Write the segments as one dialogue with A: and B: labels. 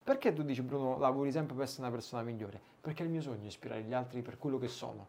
A: Perché tu dici, Bruno, lavori sempre per essere una persona migliore? Perché è il mio sogno ispirare gli altri per quello che sono.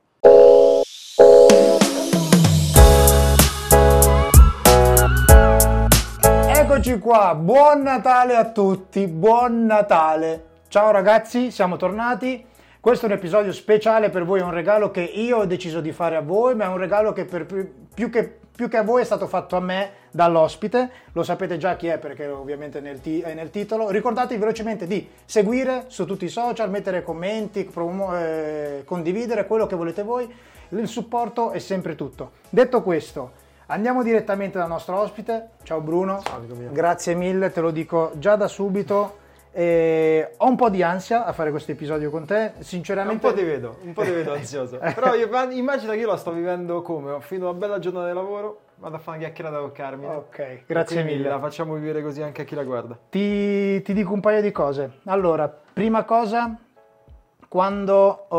B: Eccoci qua, buon Natale a tutti, buon Natale. Ciao ragazzi, siamo tornati. Questo è un episodio speciale per voi, è un regalo che io ho deciso di fare a voi, ma è un regalo che più che a voi è stato fatto a me dall'ospite. Lo sapete già chi è perché ovviamente è nel titolo. Ricordatevi velocemente di seguire su tutti i social, mettere commenti, condividere quello che volete voi. Il supporto è sempre tutto. Detto questo, andiamo direttamente dal nostro ospite. Ciao Bruno,
A: Ciao, amico mio.
B: Grazie mille, te lo dico già da subito. Ho un po' di ansia a fare questo episodio con te, sinceramente.
A: Un po' ti vedo ansioso. Però immagina che io la sto vivendo come, ho finito una bella giornata di lavoro, vado a fare una chiacchierata con Carmine.
B: Ok, grazie mille.
A: La facciamo vivere così anche a chi la guarda.
B: Ti dico un paio di cose. Allora, prima cosa, quando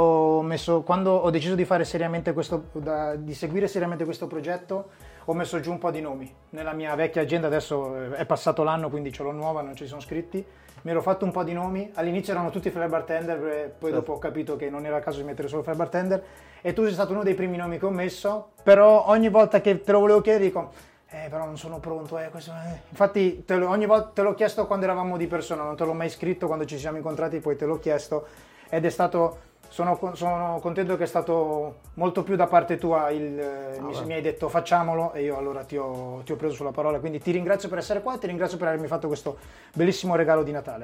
B: ho deciso di fare seriamente di seguire seriamente questo progetto, ho messo giù un po' di nomi. Nella mia vecchia agenda, adesso è passato l'anno, quindi ce l'ho nuova, non ci sono scritti. Mi ero fatto un po' di nomi, all'inizio erano tutti Fly Bartender, poi dopo ho capito che non era il caso di mettere solo Fly Bartender, e tu sei stato uno dei primi nomi che ho messo, però ogni volta che te lo volevo chiedere dico, però non sono pronto, Infatti ogni volta te l'ho chiesto quando eravamo di persona, non te l'ho mai scritto, quando ci siamo incontrati poi te l'ho chiesto, ed è stato... Sono contento che è stato molto più da parte tua, mi hai detto facciamolo e io allora ti ho preso sulla parola, quindi ti ringrazio per essere qua e ti ringrazio per avermi fatto questo bellissimo regalo di Natale.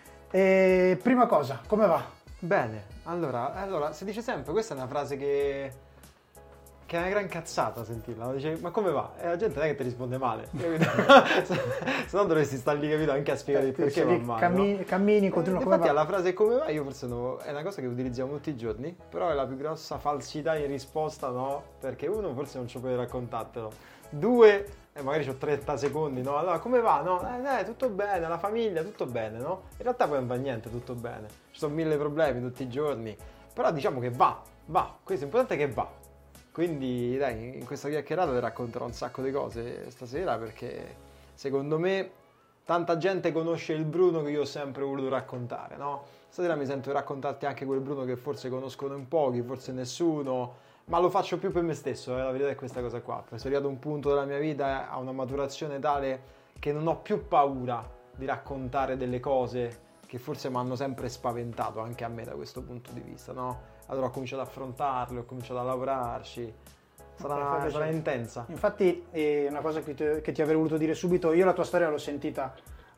B: E prima cosa, come va?
A: Bene, allora si dice sempre, questa è una frase che è una gran cazzata sentirla, dice, ma come va? E la gente non è che ti risponde male, se no dovresti stare lì, capito, anche a spiegare il perché va male,
B: cammini, continua, come
A: infatti
B: va?
A: alla frase come va io forse è una cosa che utilizziamo tutti i giorni, però è la più grossa falsità in risposta, no? Perché uno forse non ci puoi raccontartelo, due magari c'ho 30 secondi, no? Allora come va? No? Tutto bene, la famiglia, tutto bene, no? In realtà poi non va niente, tutto bene, ci sono 1000 problemi tutti i giorni, però diciamo che va, questo è importante, che va. Quindi dai, in questa chiacchierata ti racconterò un sacco di cose stasera, perché secondo me tanta gente conosce il Bruno che io ho sempre voluto raccontare, no? Stasera mi sento di raccontarti anche quel Bruno che forse conoscono in pochi, forse nessuno, ma lo faccio più per me stesso, la verità è questa cosa qua. Sono arrivato a un punto della mia vita, a una maturazione tale che non ho più paura di raccontare delle cose che forse mi hanno sempre spaventato anche a me da questo punto di vista, no? Allora ho cominciato ad affrontarlo, ho cominciato a lavorarci, sarà intensa.
B: Infatti è una cosa che ti avrei voluto dire subito, io la tua storia l'ho sentita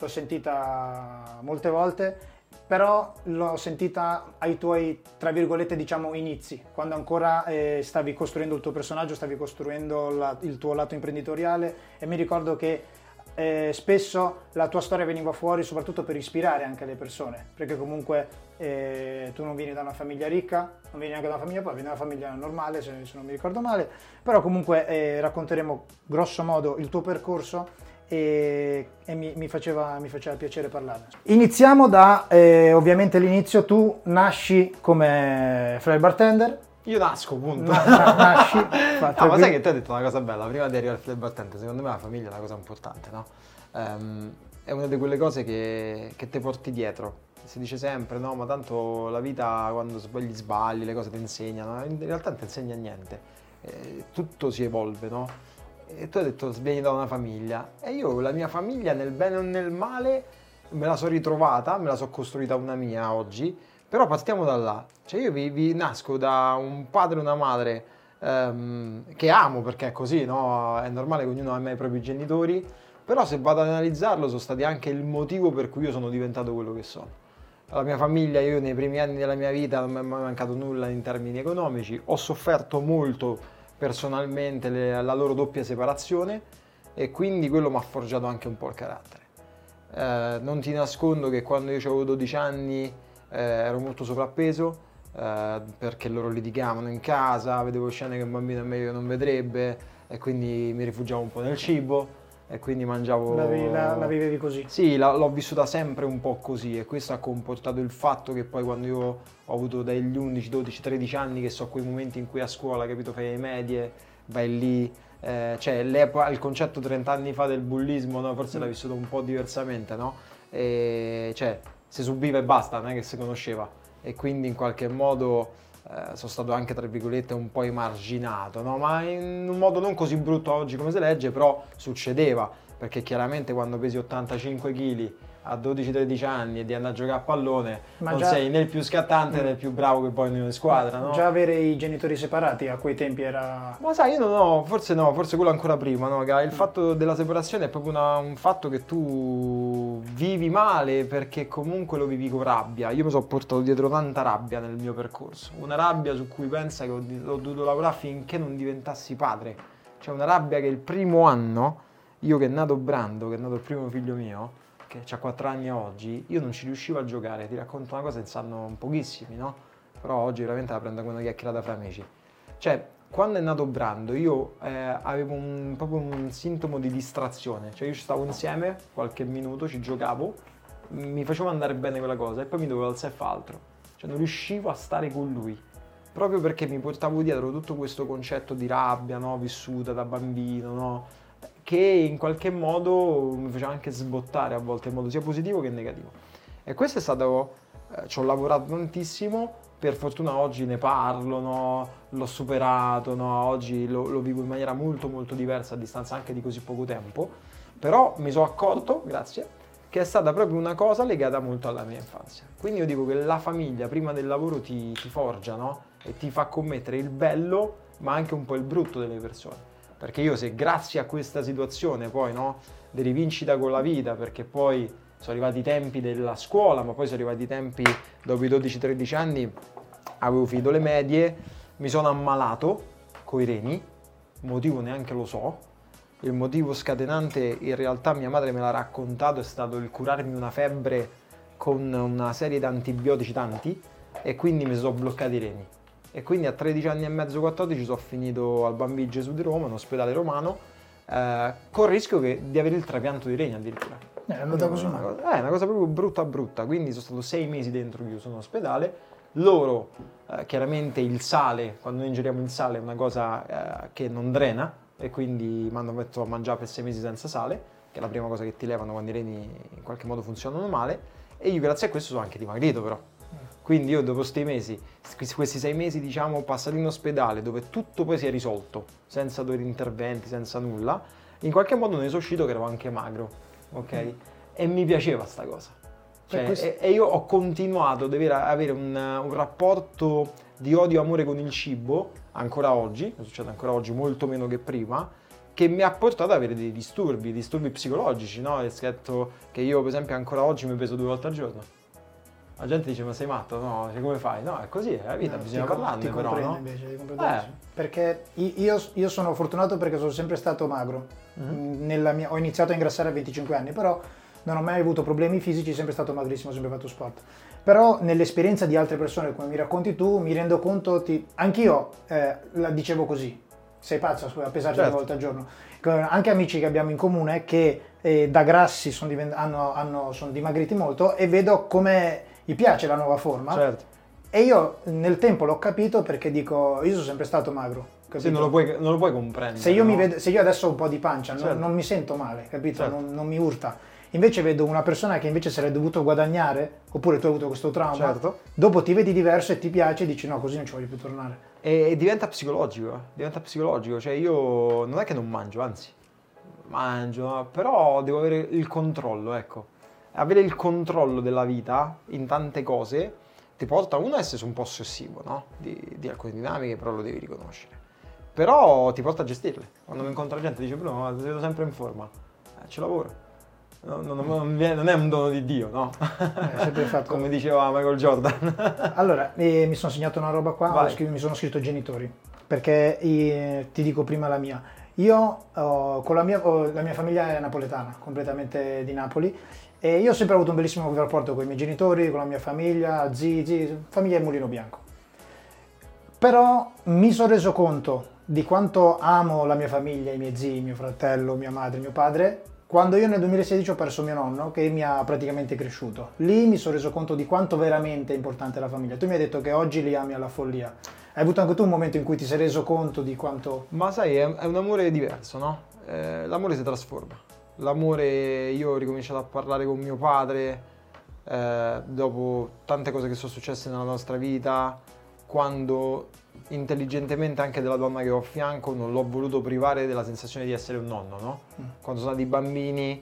B: molte volte, però l'ho sentita ai tuoi, tra virgolette, diciamo, inizi, quando ancora stavi costruendo il tuo personaggio, stavi costruendo il tuo lato imprenditoriale, e mi ricordo che spesso la tua storia veniva fuori soprattutto per ispirare anche le persone, perché comunque tu non vieni da una famiglia ricca, non vieni neanche da una famiglia povera, vieni da una famiglia normale, se non mi ricordo male, però comunque racconteremo grosso modo il tuo percorso e mi faceva piacere parlarne. Iniziamo da ovviamente l'inizio. Tu nasci come Fly Bartender.
A: Io nasco, punto.
B: Nasci.
A: Ma sai che ti ho detto una cosa bella, prima di arrivare al Fly Bartender, secondo me la famiglia è una cosa importante, no? È una di quelle cose che ti porti dietro. Si dice sempre, no, ma tanto la vita, quando sbagli, le cose ti insegnano, in realtà non ti insegna niente, tutto si evolve, no? E tu hai detto vieni da una famiglia, e io la mia famiglia nel bene o nel male me la sono ritrovata, me la sono costruita una mia oggi, però partiamo da là, cioè io vi nasco da un padre e una madre che amo, perché è così, no? È normale che ognuno ama i propri genitori, però se vado ad analizzarlo sono stati anche il motivo per cui io sono diventato quello che sono. La mia famiglia, io nei primi anni della mia vita non mi è mai mancato nulla in termini economici, ho sofferto molto personalmente la loro doppia separazione, e quindi quello mi ha forgiato anche un po' il carattere. Non ti nascondo che quando io avevo 12 anni ero molto sovrappeso, perché loro litigavano in casa, vedevo scene che un bambino è meglio che non vedrebbe, e quindi mi rifugiavo un po' nel cibo. E quindi mangiavo...
B: La vivevi così?
A: Sì, l'ho vissuta sempre un po' così, e questo ha comportato il fatto che poi quando io ho avuto dagli 11, 12, 13 anni, che so quei momenti in cui a scuola, capito, fai le medie, vai lì, cioè l'epoca, il concetto 30 anni fa del bullismo, no? Forse l'ha vissuto un po' diversamente, no? E, cioè si subiva e basta, non è che si conosceva, e quindi in qualche modo sono stato anche, tra virgolette, un po' emarginato, no? Ma in un modo non così brutto oggi come si legge, però succedeva, perché chiaramente quando pesi 85 kg a 12-13 anni e di andare a giocare a pallone,
B: Ma
A: non
B: già-
A: sei né il più scattante né il più bravo che poi in squadra, no?
B: Già avere i genitori separati a quei tempi era...
A: Ma sai, io no, forse quello ancora prima, no? Il fatto della separazione è proprio un fatto che tu vivi male perché comunque lo vivi con rabbia. Io mi sono portato dietro tanta rabbia nel mio percorso, una rabbia su cui pensa che ho dovuto lavorare finché non diventassi padre. Cioè una rabbia che il primo anno, io che è nato Brando, che è nato il primo figlio mio, che ha 4 anni oggi, io non ci riuscivo a giocare. Ti racconto una cosa che sanno pochissimi, no? Però oggi veramente la prendo come una chiacchierata fra amici. Cioè, quando è nato Brando, io avevo proprio un sintomo di distrazione. Cioè, io ci stavo insieme qualche minuto, ci giocavo, mi faceva andare bene quella cosa e poi mi dovevo alzare e fare altro. Cioè, non riuscivo a stare con lui. Proprio perché mi portavo dietro tutto questo concetto di rabbia, no? Vissuta da bambino, no? Che in qualche modo mi faceva anche sbottare a volte in modo sia positivo che negativo. E questo è stato, ci ho lavorato tantissimo, per fortuna oggi ne parlo, no? L'ho superato, no? Oggi lo vivo in maniera molto molto diversa a distanza anche di così poco tempo, però mi sono accorto, grazie, che è stata proprio una cosa legata molto alla mia infanzia. Quindi io dico che la famiglia prima del lavoro ti forgia, no? E ti fa commettere il bello ma anche un po' il brutto delle persone. Perché io se grazie a questa situazione poi, no, di rivincita con la vita, perché poi sono arrivati i tempi della scuola, ma poi sono arrivati i tempi dopo i 12-13 anni, avevo finito le medie, mi sono ammalato coi reni, motivo neanche lo so, il motivo scatenante in realtà mia madre me l'ha raccontato, è stato il curarmi una febbre con una serie di antibiotici tanti e quindi mi sono bloccati i reni. E quindi a 13 anni e mezzo, 14 sono finito al Bambino Gesù di Roma, in ospedale romano, con il rischio di avere il trapianto di reni addirittura.
B: È andata così male.
A: È una cosa proprio brutta brutta, quindi sono stato 6 mesi dentro chiuso in ospedale. Loro, chiaramente il sale, quando noi ingeriamo il sale è una cosa che non drena e quindi mi hanno messo a mangiare per 6 mesi senza sale, che è la prima cosa che ti levano quando i reni in qualche modo funzionano male, e io grazie a questo sono anche dimagrito però. Quindi io dopo questi 6 mesi diciamo passati in ospedale dove tutto poi si è risolto, senza due interventi, senza nulla, in qualche modo ne sono uscito che ero anche magro, ok? E mi piaceva sta cosa. Cioè, e io ho continuato ad avere un rapporto di odio-amore con il cibo, ancora oggi, mi succede ancora oggi molto meno che prima, che mi ha portato ad avere dei disturbi psicologici, no? È scritto che io per esempio ancora oggi mi peso 2 volte al giorno. La gente dice ma sei matto? No, cioè, come fai? No, è così, è la vita, bisogna parlarne però, no?
B: Invece, perché io sono fortunato perché sono sempre stato magro. Ho iniziato a ingrassare a 25 anni, però non ho mai avuto problemi fisici, sempre stato magrissimo, ho sempre fatto sport. Però nell'esperienza di altre persone, come mi racconti tu, mi rendo conto, anch'io la dicevo così, sei pazzo a pesarti 2 volte al giorno. Anche amici che abbiamo in comune che da grassi sono dimagriti molto e vedo come gli piace la nuova forma.
A: Certo.
B: E io nel tempo l'ho capito perché dico, io sono sempre stato magro. Capito?
A: Sì, non lo puoi comprendere.
B: Se io,
A: no?
B: se io adesso ho un po' di pancia,
A: certo.
B: non mi sento male, capito?
A: Certo.
B: Non mi urta. Invece vedo una persona che invece sarebbe dovuto guadagnare, oppure tu hai avuto questo trauma,
A: certo.
B: dopo ti vedi diverso e ti piace e dici no, così non ci voglio più tornare.
A: E diventa psicologico, cioè io non è che non mangio, anzi, mangio, però devo avere il controllo, ecco. Avere il controllo della vita in tante cose ti porta a essere un po' ossessivo, no? Di alcune dinamiche, però lo devi riconoscere. Però ti porta a gestirle. Quando mi incontra gente dice Bruno, ti vedo sempre in forma, ci lavoro. Non è un dono di Dio, no?
B: Sempre fatto.
A: Come diceva Michael Jordan.
B: Allora, mi sono segnato una roba qua, mi sono scritto genitori, perché ti dico prima la mia. Io con la mia famiglia è napoletana, completamente di Napoli, e io ho sempre avuto un bellissimo rapporto con i miei genitori, con la mia famiglia, zii, famiglia Mulino Bianco. Però mi sono reso conto di quanto amo la mia famiglia, i miei zii, mio fratello, mia madre, mio padre, quando io nel 2016 ho perso mio nonno, che mi ha praticamente cresciuto. Lì mi sono reso conto di quanto veramente è importante la famiglia. Tu mi hai detto che oggi li ami alla follia. Hai avuto anche tu un momento in cui ti sei reso conto di quanto...
A: Ma sai, è un amore diverso, no? L'amore si trasforma. L'amore, io ho ricominciato a parlare con mio padre dopo tante cose che sono successe nella nostra vita, quando intelligentemente anche della donna che ho a fianco non l'ho voluto privare della sensazione di essere un nonno, no? Quando sono nati i bambini,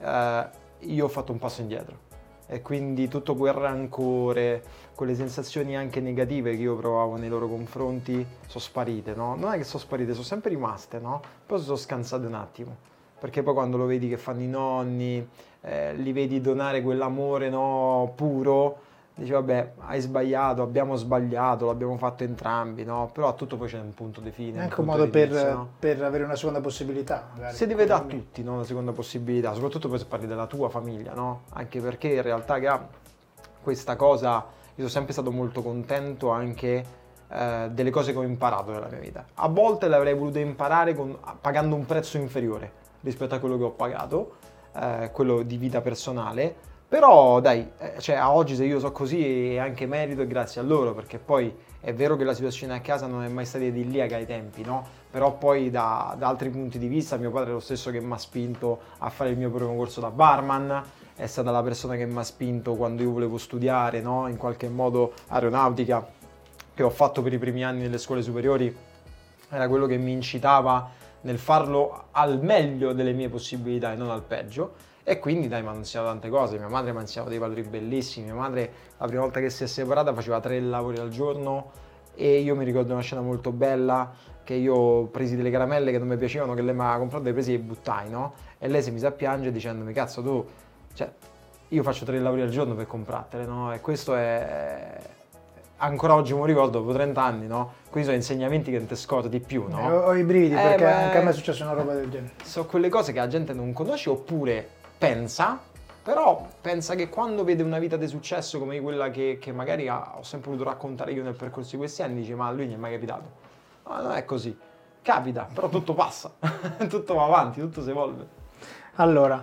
A: io ho fatto un passo indietro e quindi tutto quel rancore, quelle sensazioni anche negative che io provavo nei loro confronti sono sparite, no? Non è che sono sparite, sono sempre rimaste, no? Poi sono scansate un attimo, perché poi quando lo vedi che fanno i nonni, li vedi donare quell'amore, no, puro, dici vabbè, hai sbagliato, abbiamo sbagliato, l'abbiamo fatto entrambi, no? Però a tutto poi c'è un punto di fine.
B: È anche
A: un
B: un
A: punto
B: modo
A: di inizio, no?
B: per avere una seconda possibilità, magari.
A: Si deve dare a tutti, no? Una seconda possibilità, soprattutto poi se parli della tua famiglia, no? Anche perché in realtà questa cosa, io sono sempre stato molto contento anche delle cose che ho imparato nella mia vita. A volte le avrei volute imparare pagando un prezzo inferiore rispetto a quello che ho pagato, quello di vita personale. Però dai, cioè a oggi se io so così è anche merito e grazie a loro, perché poi è vero che la situazione a casa non è mai stata idilliaca ai tempi, no? Però poi da altri punti di vista mio padre è lo stesso che mi ha spinto a fare il mio primo corso da barman, è stata la persona che mi ha spinto quando io volevo studiare, no? In qualche modo aeronautica, che ho fatto per i primi anni nelle scuole superiori, era quello che mi incitava nel farlo al meglio delle mie possibilità e non al peggio. E quindi dai, mi hanno insegnato tante cose. Mia madre mi ha insegnato dei valori bellissimi. Mia madre la prima volta che si è separata faceva 3 lavori al giorno e io mi ricordo una scena molto bella che io presi delle caramelle che non mi piacevano, che lei mi aveva comprato, le presi e buttai, no? E lei si mise a piangere dicendomi, cazzo tu, cioè io faccio 3 lavori al giorno per comprartele, no? E questo è... Ancora oggi mi ricordo, dopo 30 anni, no? Quindi sono insegnamenti che non ti scordo di più, no?
B: Ho i brividi perché anche a me è successa una roba del genere.
A: Sono quelle cose che la gente non conosce oppure pensa, però pensa che quando vede una vita di successo come quella che magari ho sempre voluto raccontare io nel percorso di questi anni, dice ma a lui non è mai capitato. No, non è così. Capita, però tutto passa, tutto va avanti, tutto si evolve.
B: Allora,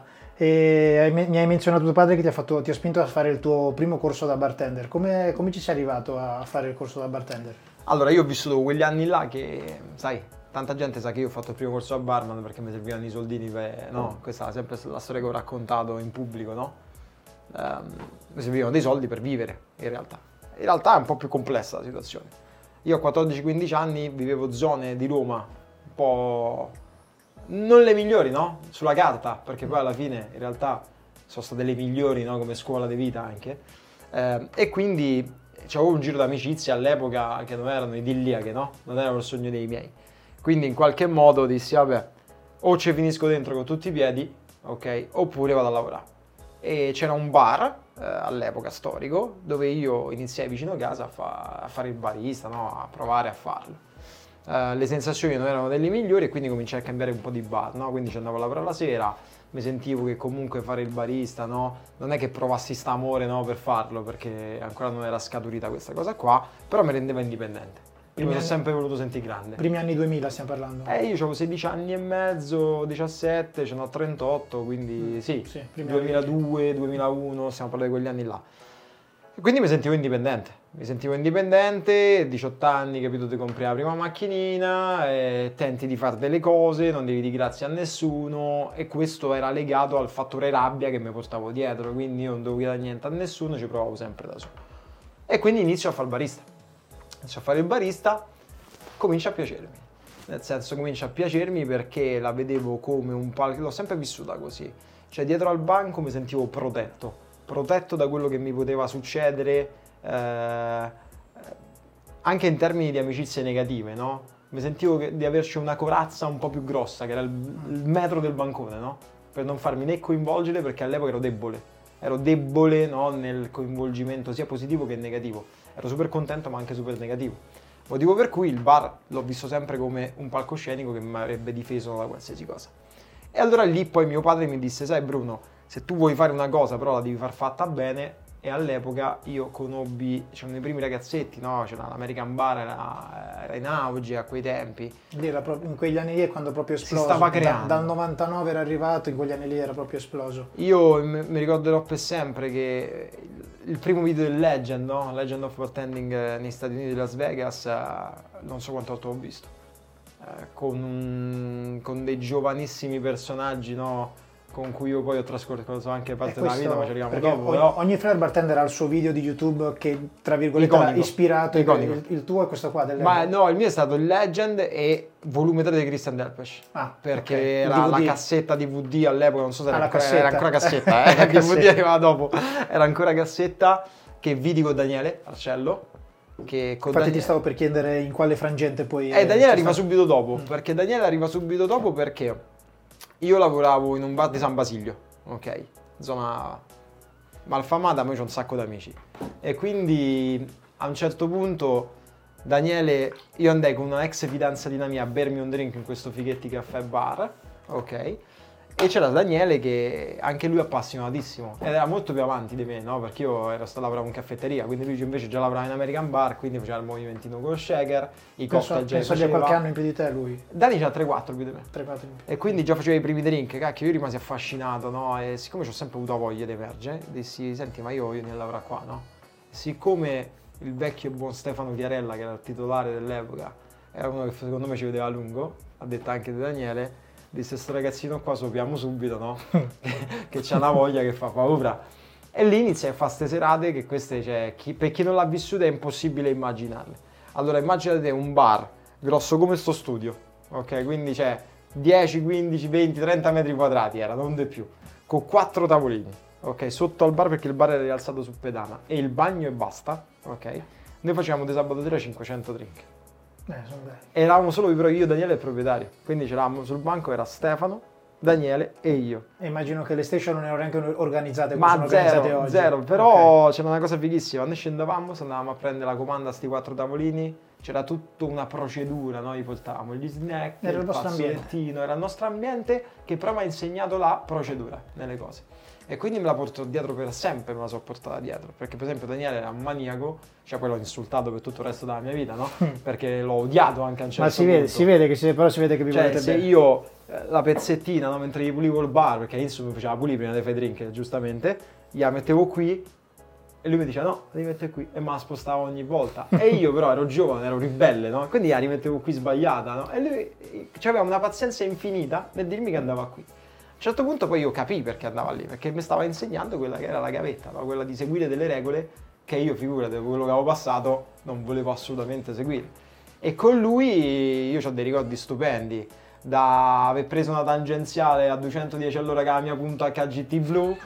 B: mi hai menzionato tuo padre che ti ha spinto a fare il tuo primo corso da bartender. Come ci sei arrivato a fare il corso da bartender?
A: Allora, io ho vissuto quegli anni là che, sai, tanta gente sa che io ho fatto il primo corso da barman perché mi servivano i soldini per, no? Questa è sempre la storia che ho raccontato in pubblico, no? Mi servivano dei soldi per vivere, in realtà. In realtà è un po' più complessa la situazione. Io a 14-15 anni vivevo zone di Roma un po' non le migliori, no? Sulla carta, perché poi alla fine in realtà sono state le migliori, no? Come scuola di vita anche. E quindi c'avevo un giro d'amicizia all'epoca che non erano idilliache, no? Non erano il sogno dei miei. Quindi in qualche modo dissi, vabbè, o ci finisco dentro con tutti i piedi, ok? Oppure vado a lavorare. E c'era un bar all'epoca storico dove io iniziai vicino a casa a fare il barista, no? A provare a farlo. Le sensazioni non erano delle migliori e quindi cominciai a cambiare un po' di bar, no? Quindi ci andavo a lavorare la sera, mi sentivo che comunque fare il barista, no? Non è che provassi st'amore, no? Per farlo, perché ancora non era scaturita questa cosa qua, però mi rendeva indipendente. Io mi sono sempre voluto sentire grande.
B: Primi anni 2000 stiamo parlando?
A: Io avevo 16 anni e mezzo, 17, ce n'ho 38, quindi sì 2002, 2001, stiamo parlando di quegli anni là. E quindi mi sentivo indipendente, 18 anni, capito, ti compri la prima macchinina, tenti di fare delle cose, non devi dire grazie a nessuno e questo era legato al fattore rabbia che mi portavo dietro, quindi io non dovevo chiedere niente a nessuno, ci provavo sempre da solo. E quindi inizio a fare il barista. Inizio a fare il barista, comincia a piacermi. Nel senso comincia a piacermi perché la vedevo come un palco, l'ho sempre vissuta così. Cioè dietro al banco mi sentivo protetto da quello che mi poteva succedere, anche in termini di amicizie negative, no? Mi sentivo di averci una corazza un po' più grossa, che era il metro del bancone, no? Per non farmi né coinvolgere perché all'epoca ero debole, no? Nel coinvolgimento sia positivo che negativo. Ero super contento ma anche super negativo. Motivo per cui il bar l'ho visto sempre come un palcoscenico che mi avrebbe difeso da qualsiasi cosa. E allora lì poi mio padre mi disse, sai Bruno, se tu vuoi fare una cosa però la devi far fatta bene. E all'epoca io conobbi, c'erano i primi ragazzetti, no? C'era l'American Bar, era in auge a quei tempi.
B: Lì era proprio, in quegli anni lì è quando proprio esploso.
A: Si stava creando.
B: Dal 99 era arrivato, in quegli anni lì era proprio esploso.
A: Io mi ricorderò per sempre che il primo video del Legend, no? Legend of Bartending negli Stati Uniti di Las Vegas, non so quanto volte l'ho visto, con dei giovanissimi personaggi, no? con cui io poi ho trascorso anche parte della
B: questo,
A: vita, ma ci arriviamo
B: perché
A: dopo. Però
B: ogni flare bartender ha il suo video di YouTube che, tra virgolette,
A: Iconico.
B: ha ispirato.
A: Iconico.
B: Il tuo è questo qua del
A: Ma no, il mio è stato il Legend e volume 3 di Christian Delpesh.
B: ok.
A: Perché
B: Il
A: era la
B: DVD.
A: cassetta DVD all'epoca, non so se
B: Ah, la
A: era ancora cassetta,
B: La
A: il DVD
B: cassetta.
A: arrivava dopo, era ancora cassetta, che vidi con Daniele Arcello. Che con
B: Infatti ti stavo per chiedere in quale frangente poi...
A: Daniele arriva
B: c'è stato.
A: subito dopo, perché Daniele arriva subito dopo perché io lavoravo in un bar di San Basilio, ok? Zona malfamata, ma io c'ho un sacco d'amici. E quindi a un certo punto Daniele, io andai con una ex fidanzatina mia a bermi un drink in questo Fighetti Caffè Bar, ok? E c'era Daniele che anche lui è appassionatissimo ed era molto più avanti di me, no? Perché io ero stato a lavorare in caffetteria, quindi lui invece già lavorava in American Bar, quindi faceva il movimentino con lo shaker, i cocktail già li
B: Penso abbia
A: faceva.
B: qualche anno in più di te lui.
A: Dani c'ha 3-4 più di me.
B: 3-4 in più.
A: E quindi già faceva i primi drink, cacchio, io rimasi affascinato, no? E siccome ho sempre avuto voglia di emergere, dissi, senti, ma io voglio lavorare qua, no? Siccome il vecchio buon Stefano Chiarella, che era il titolare dell'epoca, era uno che secondo me ci vedeva a lungo, ha detto anche di Daniele, disse, sto ragazzino qua sopiamo subito, no? che c'ha una voglia che fa paura. E lì inizia a fare queste serate che queste, cioè, per chi non l'ha vissuta è impossibile immaginarle. Allora immaginate un bar grosso come sto studio, ok? Quindi c'è 10, 15, 20, 30 metri quadrati era, non di più, con 4 tavolini, ok? Sotto al bar perché il bar era rialzato su pedana e il bagno e basta, ok? Noi facevamo di sabato sera 500 drink.
B: Sono belli.
A: Eravamo solo però io, Daniele e il proprietario, quindi c'eravamo sul banco, era Stefano, Daniele e io.
B: E immagino che le station non erano neanche organizzate come sono
A: Ma
B: organizzate
A: zero,
B: oggi.
A: zero, però c'era una cosa fighissima, noi scendevamo, se andavamo a prendere la comanda a sti 4 tavolini, c'era tutta una procedura, noi portavamo gli snack,
B: Era il
A: il
B: vostro ambiente.
A: fazzolettino, era il nostro ambiente che però mi ha insegnato la procedura nelle cose. E quindi me la porto dietro per sempre, me la sono portata dietro, perché per esempio Daniele era un maniaco, cioè poi l'ho insultato per tutto il resto della mia vita, no? Perché l'ho odiato anche a un certo
B: Ma
A: punto.
B: si vede che però si vede che vi
A: Cioè,
B: volete
A: se
B: bene.
A: io la pezzettina, no, mentre gli pulivo il bar, perché all'inizio mi faceva pulire prima dei fai drink, giustamente, gliela mettevo qui e lui mi diceva no, la devi mettere qui e me la spostava ogni volta. E io però ero giovane, ero ribelle, no? Quindi la rimettevo qui sbagliata, no? E lui aveva una pazienza infinita nel dirmi che andava qui. A un certo punto poi io capii perché andava lì, perché mi stava insegnando quella che era la gavetta, no? Quella di seguire delle regole che io, figurate, quello che avevo passato, non volevo assolutamente seguire. E con lui io ho dei ricordi stupendi, da aver preso una tangenziale a 210 all'ora che era la mia punta HGT blu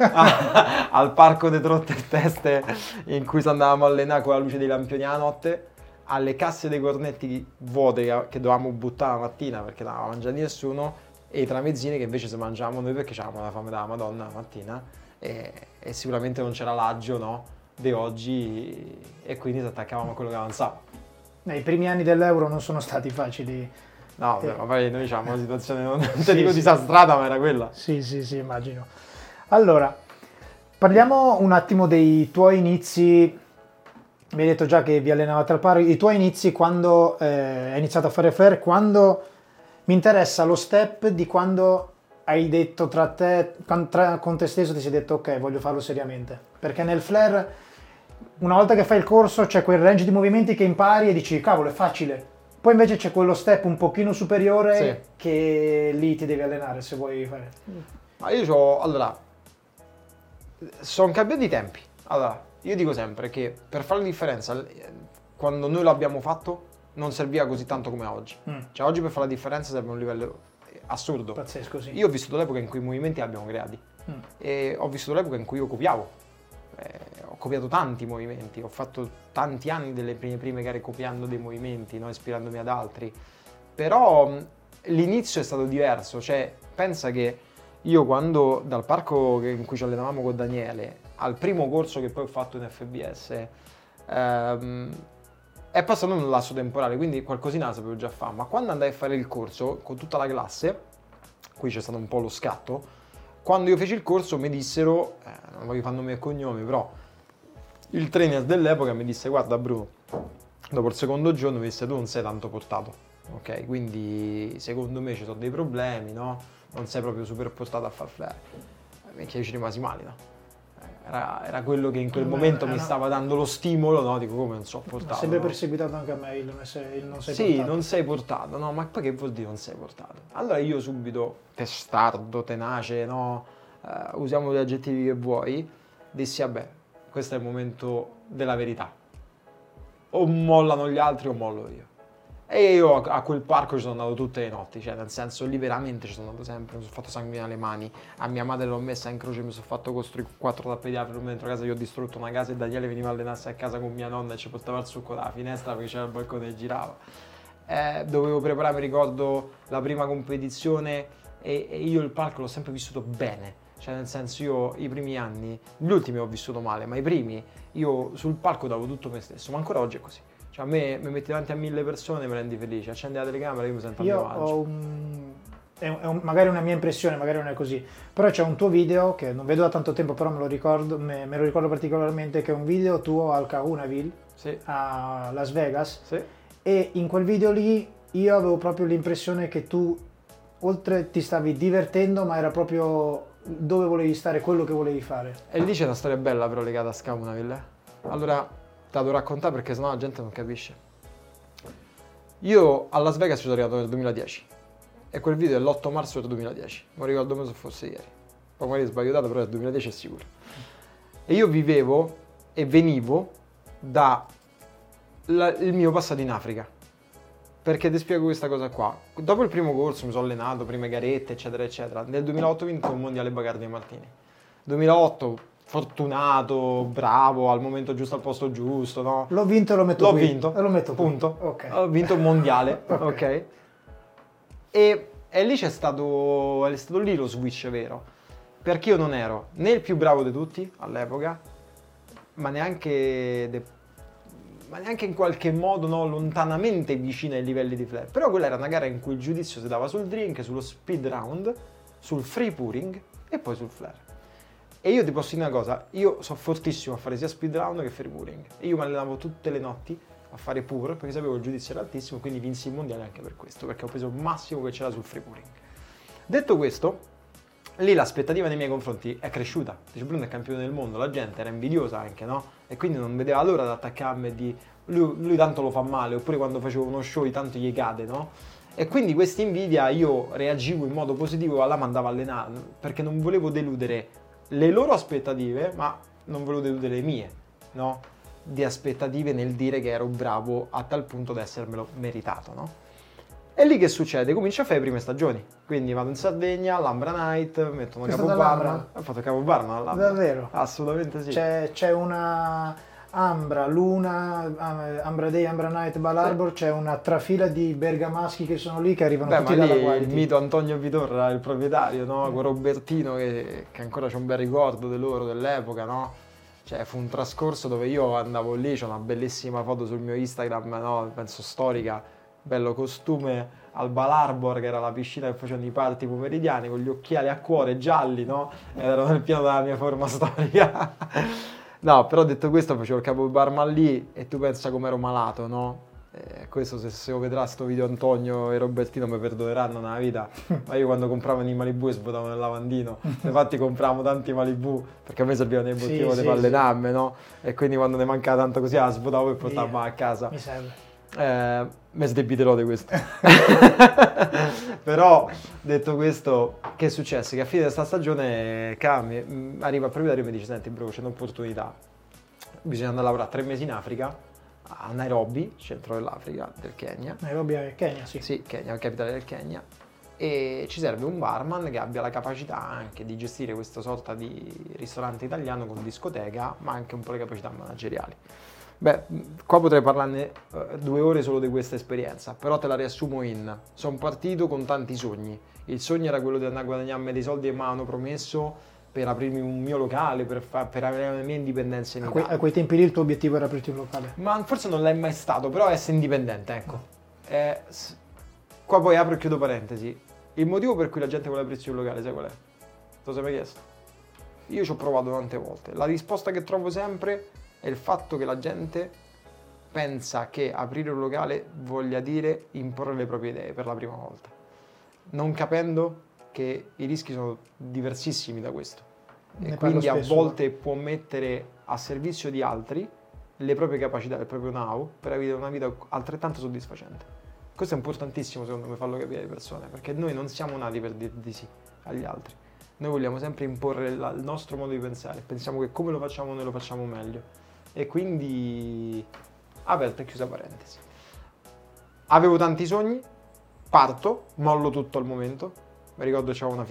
A: al parco delle trotte e teste in cui andavamo a allenare con la luce dei lampioni la notte, alle casse dei cornetti vuote che dovevamo buttare la mattina perché non aveva mangiato nessuno, e i tramezzini che invece se mangiavamo noi perché avevamo la fame della Madonna la mattina e sicuramente non c'era l'aggio, no, di oggi, e quindi si attaccavamo a quello che avanzava.
B: I primi anni dell'Euro non sono stati facili.
A: No, ma poi noi diciamo una situazione non
B: Sì,
A: te dico
B: sì.
A: disastrata, ma era quella.
B: Sì, immagino. Allora, parliamo un attimo dei tuoi inizi. Mi hai detto già che vi allenavate al paro. I tuoi inizi quando hai iniziato a fare flare, quando mi interessa lo step di quando hai detto tra te, con te stesso ti sei detto ok, voglio farlo seriamente. Perché nel flare, una volta che fai il corso, c'è quel range di movimenti che impari e dici cavolo, è facile. Poi invece c'è quello step un pochino superiore,
A: Sì.
B: che lì ti devi allenare se vuoi fare.
A: Ma allora, sono cambiati i tempi. Allora, io dico sempre che per fare la differenza, quando noi l'abbiamo fatto, non serviva così tanto come oggi. Cioè oggi per fare la differenza serve un livello assurdo.
B: Pazzesco, sì.
A: Io ho vissuto l'epoca in cui i movimenti li abbiamo creati e ho vissuto l'epoca in cui io copiavo. Ho copiato tanti movimenti, ho fatto tanti anni delle prime gare copiando dei movimenti, no? Ispirandomi ad altri. Però l'inizio è stato diverso, cioè pensa che io quando dal parco in cui ci allenavamo con Daniele al primo corso che poi ho fatto in FBS è passato un lasso temporale, quindi qualcosina la sapevo già fare, ma quando andai a fare il corso con tutta la classe, qui c'è stato un po' lo scatto, quando io feci il corso mi dissero, non voglio fare nome e cognome, però il trainer dell'epoca mi disse guarda Bruno, dopo il secondo giorno mi disse tu non sei tanto portato, ok? Quindi secondo me ci sono dei problemi, no? Non sei proprio super portato a far flare. Perché io ci rimasi male, no? Era quello che in quel momento mi stava dando lo stimolo, no? Dico come non so portato.
B: Ha sempre
A: no?
B: perseguitato anche a me il non sei
A: Sì,
B: portato.
A: non sei portato, no? Ma poi che vuol dire non sei portato? Allora io subito, testardo, tenace, no? usiamo gli aggettivi che vuoi, dissi vabbè, questo è il momento della verità, o mollano gli altri o mollo io. E io a quel parco ci sono andato tutte le notti, cioè nel senso lì veramente ci sono andato sempre, mi sono fatto sanguinare le mani, a mia madre l'ho messa in croce, mi sono fatto costruire 4 tappeti di dentro casa, io ho distrutto una casa e Daniele veniva a allenarsi a casa con mia nonna e ci portava il succo dalla finestra perché c'era il balcone e girava. Dovevo preparare, mi ricordo, la prima competizione e io il palco l'ho sempre vissuto bene, cioè nel senso io i primi anni, gli ultimi ho vissuto male, ma i primi io sul palco davo tutto me stesso, ma ancora oggi è così. Cioè a me mi metti davanti a 1000 persone e mi rendi felice, accendi la telecamera e io mi sento a mio agio.
B: Magari una mia impressione, magari non è così, però c'è un tuo video che non vedo da tanto tempo, però me lo ricordo particolarmente, che è un video tuo al Kahuna-Ville,
A: Sì.
B: a Las Vegas,
A: Sì.
B: e in quel video lì io avevo proprio l'impressione che tu oltre ti stavi divertendo, ma era proprio dove volevi stare, quello che volevi fare.
A: E lì c'è una storia bella però legata a Kahuna-Ville. Allora te la devo raccontare perché sennò la gente non capisce. Io a Las Vegas ci sono arrivato nel 2010 e quel video è l'8 marzo del 2010, non ricordo come se fosse ieri, poi magari sbagliato, però nel 2010 è sicuro. E io vivevo e venivo da il mio passato in Africa, perché ti spiego questa cosa qua. Dopo il primo corso mi sono allenato, prime garette eccetera eccetera, nel 2008 ho vinto il mondiale Bacardi e Martini, 2008 fortunato, bravo, al momento giusto, al posto giusto, no?
B: L'ho vinto e lo metto
A: L'ho
B: qui.
A: vinto,
B: E lo metto qui.
A: punto.
B: Ok.
A: Ho vinto il mondiale,
B: Ok.
A: ok? E lì è stato lì lo switch vero, perché io non ero né il più bravo di tutti all'epoca, ma neanche in qualche modo, no, lontanamente vicino ai livelli di Flair. Però quella era una gara in cui il giudizio si dava sul drink, sullo speed round, sul free pouring e poi sul Flair. E io ti posso dire una cosa, io sono fortissimo a fare sia speed round che free pouring. E io mi allenavo tutte le notti a fare pour perché sapevo che il giudizio era altissimo, quindi vinsi il mondiale anche per questo, perché ho preso il massimo che c'era sul free pouring. Detto questo, lì l'aspettativa nei miei confronti è cresciuta. Dice Bruno è campione del mondo, la gente era invidiosa anche, no? E quindi non vedeva l'ora di attaccarmi e di lui tanto lo fa male, oppure quando facevo uno show tanto gli cade, no? E quindi questa invidia io reagivo in modo positivo, alla mandavo a allenare, perché non volevo deludere le loro aspettative, ma non volevo deludere le mie, no? Di aspettative nel dire che ero bravo a tal punto da essermelo meritato, no? E lì che succede? Comincio a fare le prime stagioni, quindi vado in Sardegna, l'Ambra Night, mettono Capobarma, ho fatto Capobarma all'Ambra.
B: Davvero?
A: Assolutamente sì.
B: C'è una Ambra, Luna, Ambra Day, Ambra Night, Bal Harbour, c'è una trafila di bergamaschi che sono lì, che arrivano tutti
A: ma
B: dalla
A: lì
B: Quality.
A: il mito Antonio Vitorra, il proprietario, no? Con Robertino che ancora c'è un bel ricordo di loro, dell'epoca, no? Cioè fu un trascorso dove io andavo lì, c'è una bellissima foto sul mio Instagram, no? Penso storica, bello costume al Bal Harbour, che era la piscina che facevano i party pomeridiani, con gli occhiali a cuore gialli, no? Ed ero nel piano della mia forma storica. No, però detto questo facevo il Capobarman lì e tu pensa come ero malato, no? Questo se lo vedrà sto video Antonio e Robertino mi perdoneranno nella vita, ma io quando compravano i Malibu e svuotavo nel lavandino, infatti compravamo tanti Malibu perché a me servivano i bottiglie di pallename, no? E quindi quando ne mancava tanto così la svuotavo e portavo a casa.
B: Mi serve.
A: Me sdebiterò di questo. Però detto questo, che è successo? Che a fine di questa stagione arriva il proprietario e mi dice: senti bro, c'è un'opportunità, bisogna andare a lavorare 3 mesi in Africa, a Nairobi, centro dell'Africa, del Kenya.
B: Nairobi è Kenya, sì.
A: Sì, Kenya, la capitale del Kenya. E ci serve un barman che abbia la capacità anche di gestire questa sorta di ristorante italiano con discoteca, ma anche un po' le capacità manageriali. Beh, qua potrei parlarne 2 ore solo di questa esperienza, però te la riassumo sono partito con tanti sogni. Il sogno era quello di andare a guadagnarmi dei soldi che mi avevano promesso per aprirmi un mio locale, per avere la mia indipendenza in Italia.
B: A quei tempi lì il tuo obiettivo era aprirti un locale?
A: Ma forse non l'è mai stato, però essere indipendente, ecco. Qua poi apro e chiudo parentesi. Il motivo per cui la gente vuole aprirsi un locale, sai qual è? Te lo sei mai chiesto? Io ci ho provato tante volte. La risposta che trovo sempre è il fatto che la gente pensa che aprire un locale voglia dire imporre le proprie idee per la prima volta, non capendo che i rischi sono diversissimi da questo. E quindi a volte può mettere a servizio di altri le proprie capacità, il proprio know per avere una vita altrettanto soddisfacente. Questo è importantissimo secondo me farlo capire alle persone, perché noi non siamo nati per dire di sì agli altri, Noi vogliamo sempre imporre il nostro modo di pensare, pensiamo che come lo facciamo noi lo facciamo meglio. E quindi, aperta e chiusa parentesi. Avevo tanti sogni, parto, mollo tutto al momento. Mi ricordo c'avevo una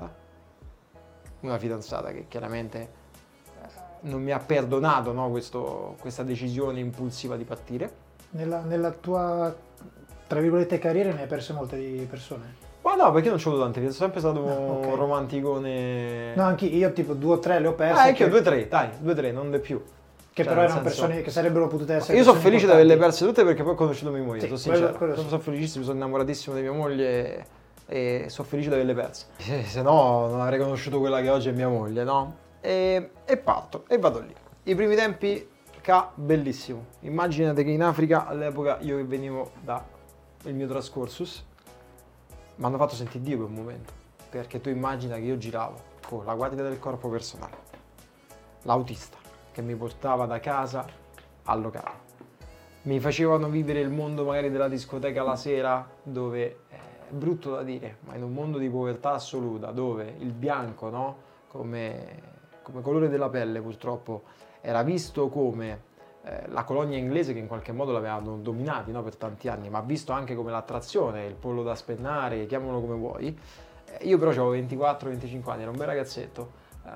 A: fidanzata che chiaramente non mi ha perdonato, no, questa decisione impulsiva di partire.
B: Nella tua, tra virgolette, carriera ne hai perse molte di persone?
A: Ma no, perché non c'ho avuto tante vite, sono sempre stato
B: okay.
A: romanticone.
B: No, anche io tipo 2 o 3 le ho perse.
A: Anche io 2-3, dai, 2-3, non di più.
B: Che però erano persone che sarebbero potute essere.
A: Io sono felice di averle perse tutte perché poi ho conosciuto mia moglie,
B: sì,
A: sono sincero.
B: Quello
A: Sono felicissimo, sono innamoratissimo di mia moglie e sono felice di averle perse. Se no non avrei conosciuto quella che oggi è mia moglie, no? E parto e vado lì. I primi tempi, bellissimo. Immaginate che in Africa all'epoca io che venivo dal mio trascorsus mi hanno fatto sentire Dio per un momento, perché tu immagina che io giravo con la guardia del corpo personale, l'autista che mi portava da casa al locale, mi facevano vivere il mondo magari della discoteca la sera, dove è brutto da dire, ma in un mondo di povertà assoluta, dove il bianco, no, come colore della pelle purtroppo era visto come la colonia inglese che in qualche modo l'avevano dominati, no, per tanti anni, ma visto anche come l'attrazione, il pollo da spennare, chiamalo come vuoi. Io però avevo 24-25 anni, ero un bel ragazzetto,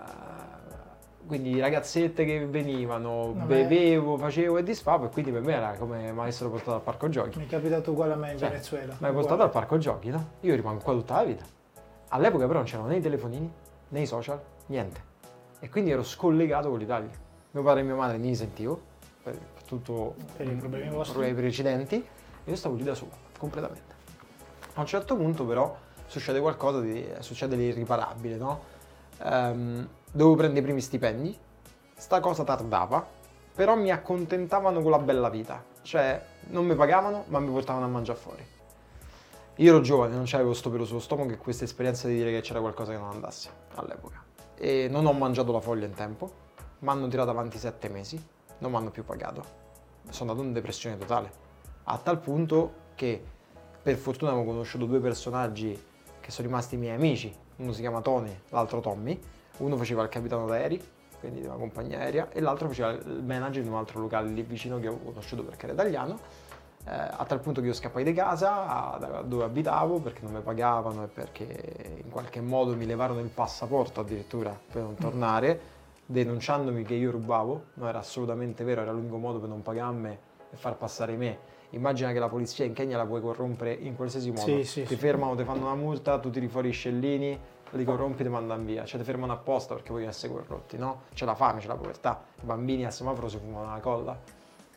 A: quindi ragazzette che venivano, bevevo, facevo e disfavo, e quindi per me era come mi avessero portato al parco giochi.
B: Mi è capitato uguale a me in Venezuela.
A: Mi hai portato al parco giochi, no? Io rimango qua tutta la vita. All'epoca però non c'erano né i telefonini, né i social, niente. E quindi ero scollegato con l'Italia. Mio padre e mia madre ne sentivo, per tutto
B: per i problemi vostri,
A: problemi precedenti, e io stavo lì da solo, completamente. A un certo punto però succede qualcosa succede l'irriparabile, no? Dovevo prendere i primi stipendi, sta cosa tardava, però mi accontentavano con la bella vita, cioè non mi pagavano ma mi portavano a mangiare fuori. Io ero giovane, non c'avevo sto pelo sullo stomaco e questa esperienza di dire che c'era qualcosa che non andasse all'epoca. E non ho mangiato la foglia in tempo, mi hanno tirato avanti 7 mesi, non mi hanno più pagato, sono andato in depressione totale, a tal punto che per fortuna avevo conosciuto 2 personaggi che sono rimasti miei amici, uno si chiama Tony, l'altro Tommy, uno faceva il capitano d'aerei, quindi di una compagnia aerea, e l'altro faceva il manager in un altro locale lì vicino che avevo conosciuto perché era italiano, a tal punto che io scappai di casa da dove abitavo perché non mi pagavano e perché in qualche modo mi levarono il passaporto addirittura per non tornare, denunciandomi che io rubavo. Non era assolutamente vero, era l'unico modo per non pagarmi e far passare me. Immagina che la polizia in Kenya la puoi corrompere in qualsiasi modo. Ti fermano, ti fanno una multa, tu tiri fuori i scellini, li corrompi e ti mandano via. Cioè ti fermano apposta perché vogliono essere corrotti, no? C'è la fame, c'è la povertà. I bambini al semaforo si fumano la colla.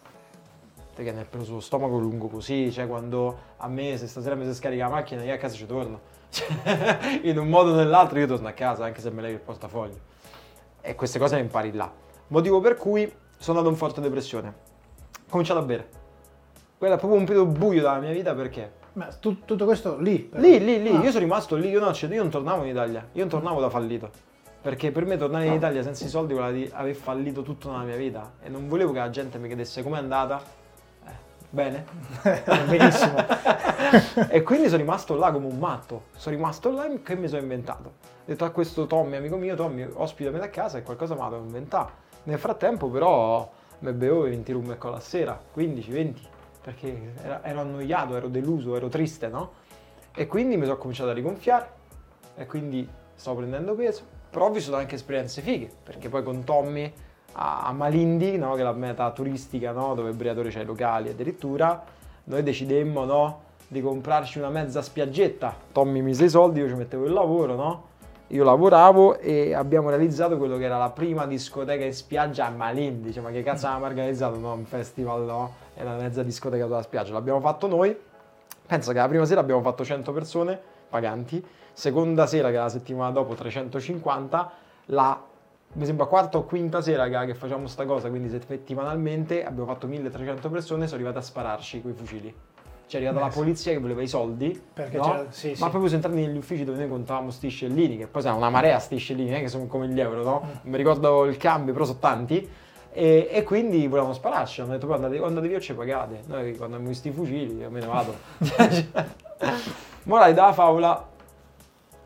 A: Te che nel pelo sullo stomaco lungo così, cioè quando a me se stasera mi si scarica la macchina io a casa ci torno. Cioè, in un modo o nell'altro io torno a casa anche se me levi il portafoglio. E queste cose le impari là. Motivo per cui sono andato in forte depressione. Ho cominciato a bere. Quello è proprio un periodo buio della mia vita perché...
B: Ma tutto questo lì? Però.
A: Lì. Io sono rimasto lì, io non tornavo in Italia, io non tornavo da fallito. Perché per me tornare in Italia senza i soldi voleva dire aver fallito tutto nella mia vita. E non volevo che la gente mi chiedesse com'è andata. Bene.
B: Benissimo.
A: E quindi sono rimasto là come un matto. Sono rimasto là e che mi sono inventato. Ho detto a questo Tommy, amico mio, Tommy, ospitami da casa e qualcosa me la devo inventare. Nel frattempo però mi bevevo 20 rum e cola a sera, 15-20, perché ero annoiato, ero deluso, ero triste, no? E quindi mi sono cominciato a rigonfiare e quindi stavo prendendo peso. Però ho vissuto anche esperienze fighe, perché poi con Tommy a Malindi, no, che è la meta turistica, no, dove il Briatore c'ha i locali addirittura, noi decidemmo, no, di comprarci una mezza spiaggetta. Tommy mise i soldi, io ci mettevo il lavoro, no? Io lavoravo e abbiamo realizzato quello che era la prima discoteca in spiaggia a Malindi. Cioè, ma che cazzo avevamo organizzato? No, un festival, no? È una mezza discoteca sulla spiaggia. L'abbiamo fatto noi. Penso che la prima sera abbiamo fatto 100 persone paganti. Seconda sera, che la settimana dopo, 350. Mi sembra quarta o quinta sera che facciamo sta cosa, quindi settimanalmente abbiamo fatto 1300 persone, sono arrivate a spararci coi fucili. C'è arrivata la polizia che voleva i soldi,
B: perché
A: no? Ma proprio siamo entrati negli uffici dove noi contavamo sti scellini, che poi sono una marea sti scellini, che sono come gli euro, no? Non mi ricordo il cambio, però sono tanti. E quindi volevano spararci, hanno detto poi andate via e ci pagate. Noi quando abbiamo sti fucili, io me ne vado. Morale della favola,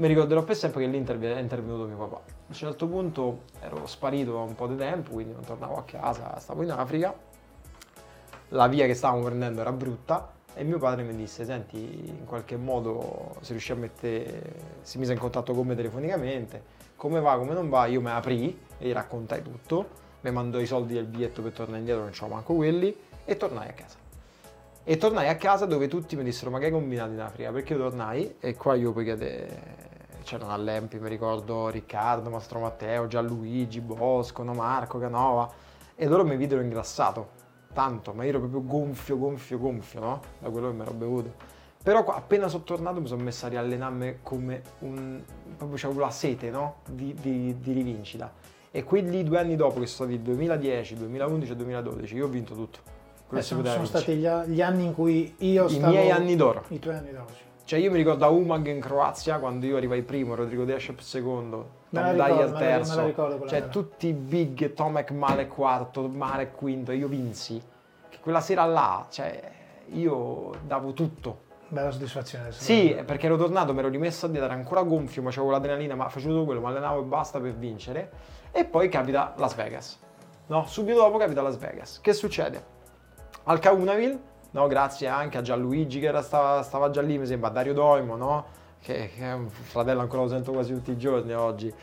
A: mi ricorderò per sempre che lì è intervenuto mio papà. A un certo punto ero sparito da un po' di tempo, quindi non tornavo a casa, stavo in Africa, la via che stavamo prendendo era brutta e mio padre mi disse, senti, in qualche modo si mise in contatto con me telefonicamente, come va, come non va, io mi aprì e gli raccontai tutto, mi mandò i soldi del biglietto per tornare indietro, non c'avevo manco quelli, e tornai a casa. E tornai a casa dove tutti mi dissero, ma che hai combinato in Africa? Perché io tornai e qua io poi c'erano all'Empi, mi ricordo Riccardo, Mastro Matteo, Gianluigi, Bosco, no, Marco, Canova, e loro mi videro ingrassato, tanto, ma io ero proprio gonfio, no? Da quello che mi ero bevuto. Però qua, appena sono tornato mi sono messo a riallenarmi come proprio c'avevo la sete, no? Di rivincita. E quelli 2 anni dopo, che sono stati il 2010, 2011 e 2012, io ho vinto tutto.
B: Sono stati gli anni in cui io stavo...
A: I miei anni d'oro.
B: I tuoi anni d'oro, sì.
A: Cioè io mi ricordo a Umag in Croazia, quando io arrivai primo, Rodrigo Deschep secondo, Tom Dyer terzo,
B: me la ricordo
A: cioè tutti i big, Tomek Male quarto, Mare quinto, io vinsi. Che quella sera là, cioè io davo tutto.
B: Bella soddisfazione.
A: Sì, perché ero tornato, mi ero rimesso a dieta, ero ancora gonfio, ma c'avevo l'adrenalina, ma facevo tutto quello, mi allenavo e basta per vincere. E poi capita Las Vegas. No, subito dopo capita Las Vegas. Che succede? Al Caunaville, no, grazie anche a Gianluigi che stava già lì, mi sembra, a Dario Doimo, no? Che è un fratello, ancora lo sento quasi tutti i giorni oggi.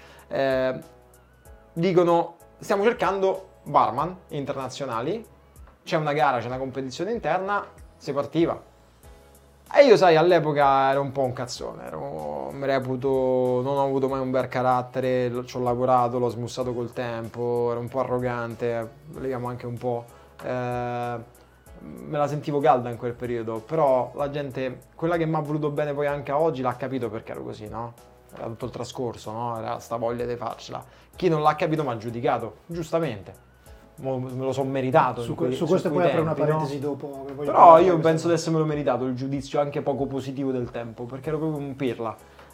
A: Dicono, stiamo cercando barman internazionali, c'è una gara, c'è una competizione interna, si partiva. E io, sai, all'epoca ero un po' un cazzone, mi reputo, non ho avuto mai un bel carattere, ci ho lavorato, l'ho smussato col tempo, ero un po' arrogante, leghiamo anche un po', me la sentivo calda in quel periodo, però la gente, quella che mi ha voluto bene poi anche a oggi, l'ha capito perché ero così, no? Era tutto il trascorso, no? Era sta voglia di farcela. Chi non l'ha capito mi ha giudicato, giustamente. Me lo sono meritato.
B: Su questo puoi aprire una parentesi, no? Dopo.
A: Però io penso di essermelo meritato il giudizio anche poco positivo del tempo, perché ero proprio un pirla.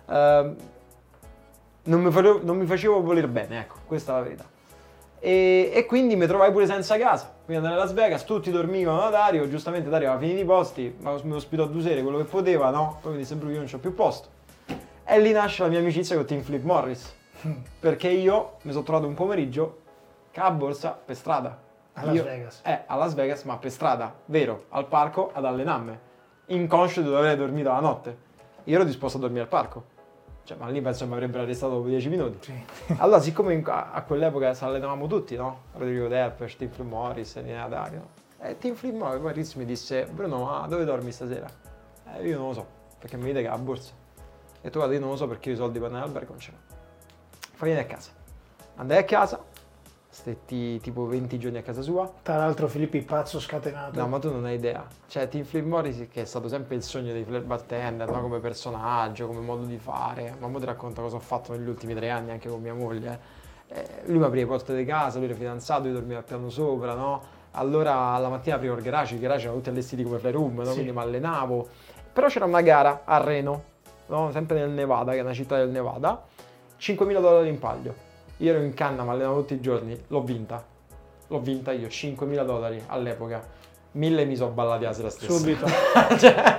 A: Non mi facevo voler bene, ecco, questa è la verità. E quindi mi trovai pure senza casa. Quindi andai a Las Vegas, tutti dormivano da Dario, giustamente Dario aveva finito i posti, ma mi ospitò 2 sere, quello che poteva, no? Poi mi disse, Bruno, io non c'ho più posto. E lì nasce la mia amicizia con Tim Flip Morris, perché io mi sono trovato un pomeriggio con la borsa per strada.
B: A Las Vegas?
A: A Las Vegas, ma per strada, vero, al parco ad allenarmi, inconscio di dover aver dormito la notte. Io ero disposto a dormire al parco. Cioè, ma lì penso che mi avrebbero arrestato dopo 10 minuti. Sì. Allora, siccome a quell'epoca ci allenavamo tutti, no? Rodrigo Delpes, Tim Flip Morris, Nina Dario. E Tim Flip Morris mi disse, Bruno, ma dove dormi stasera? Io non lo so, perché mi dite che ha la borsa. E tu guarda, io non lo so perché io i soldi per andare all'albergo non ce l'ho. Fai vieni a casa. Andai a casa, stetti tipo 20 giorni a casa sua.
B: Tra l'altro Filippi pazzo scatenato.
A: No, ma tu non hai idea. Cioè, Tim Flip Morris, che è stato sempre il sogno dei flair bartender, no? Come personaggio, come modo di fare. Ma mo ti racconto cosa ho fatto negli ultimi 3 anni anche con mia moglie. Lui mi aprì le porte di casa, lui era fidanzato, io dormivo al piano sopra, no? Allora la mattina aprivo il garage erano tutti allestiti come fly room, no? Sì. Quindi mi allenavo. Però c'era una gara a Reno, no? Sempre nel Nevada, che è una città del Nevada, $5.000 in palio. Io ero in canna, mi allenavo tutti i giorni, l'ho vinta io, $5.000 all'epoca, 1.000 mi sono ballati la sera stessa.
B: Subito.
A: Cioè...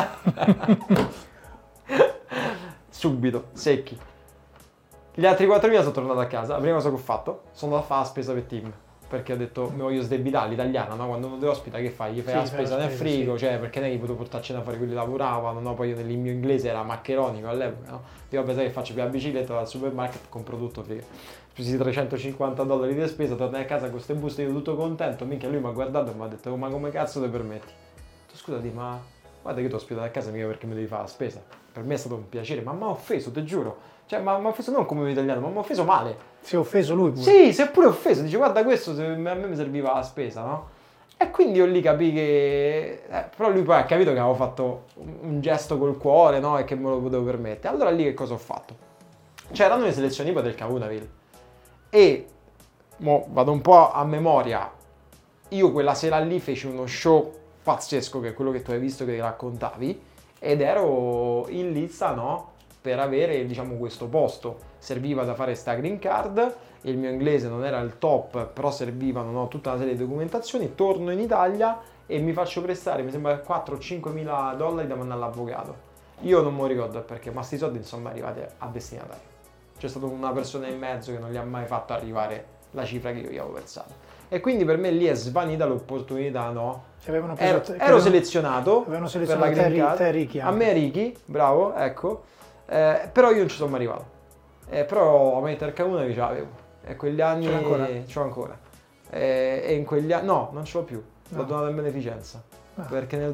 A: Subito, secchi. Gli altri 4.000 sono tornato a casa, la prima cosa che ho fatto, sono andato a fare la spesa per Tim, perché ho detto, mi voglio sdebitare, l'italiana, no? Quando uno ti ospita che fai? Gli fai la spesa nel frigo, sì. Cioè, perché non è che potevo portarci da fare quelli lavoravano, no? Poi io il mio inglese era maccheronico all'epoca, no? Io pensavo che faccio più la bicicletta dal supermarket, compro tutto, figo. Spesi $350 di spesa, tornai a casa con queste buste, io tutto contento, minchia lui mi ha guardato e mi ha detto, ma come cazzo ti permetti? Scusati, ma guarda che ti ho ospitato a casa mica perché mi devi fare la spesa. Per me è stato un piacere, ma mi ha offeso, ti giuro. Cioè, mi ha offeso non come un italiano, ma mi ha offeso male.
B: Si è offeso lui pure?
A: Sì, si è pure offeso. Dice, guarda questo, a me mi serviva la spesa, no? E quindi io lì capii che... però lui poi ha capito che avevo fatto un gesto col cuore, no? E che me lo potevo permettere. Allora lì che cosa ho fatto? C'erano le selezioni del Caunaville. E, mo vado un po' a memoria, io quella sera lì feci uno show pazzesco, che è quello che tu hai visto che raccontavi, ed ero in lista, no? Per avere, diciamo, questo posto. Serviva da fare sta green card, il mio inglese non era il top, però servivano, no, tutta una serie di documentazioni. Torno in Italia e mi faccio prestare, mi sembra $4 o $5.000 da mandare all'avvocato. Io non me lo ricordo perché, ma sti soldi non sono mai arrivati a destinatario. C'è stata una persona in mezzo che non gli ha mai fatto arrivare la cifra che io gli avevo versato. E quindi per me lì è svanita l'opportunità, no? Ero selezionato per la green card. A me Ricky, bravo, ecco. Però io non ci sono mai arrivato. Però a me Terca1 che ce l'avevo. E quegli anni ce l'ho ancora. E in quegli anni no, non ce l'ho più. L'ho donata in beneficenza. Perché nel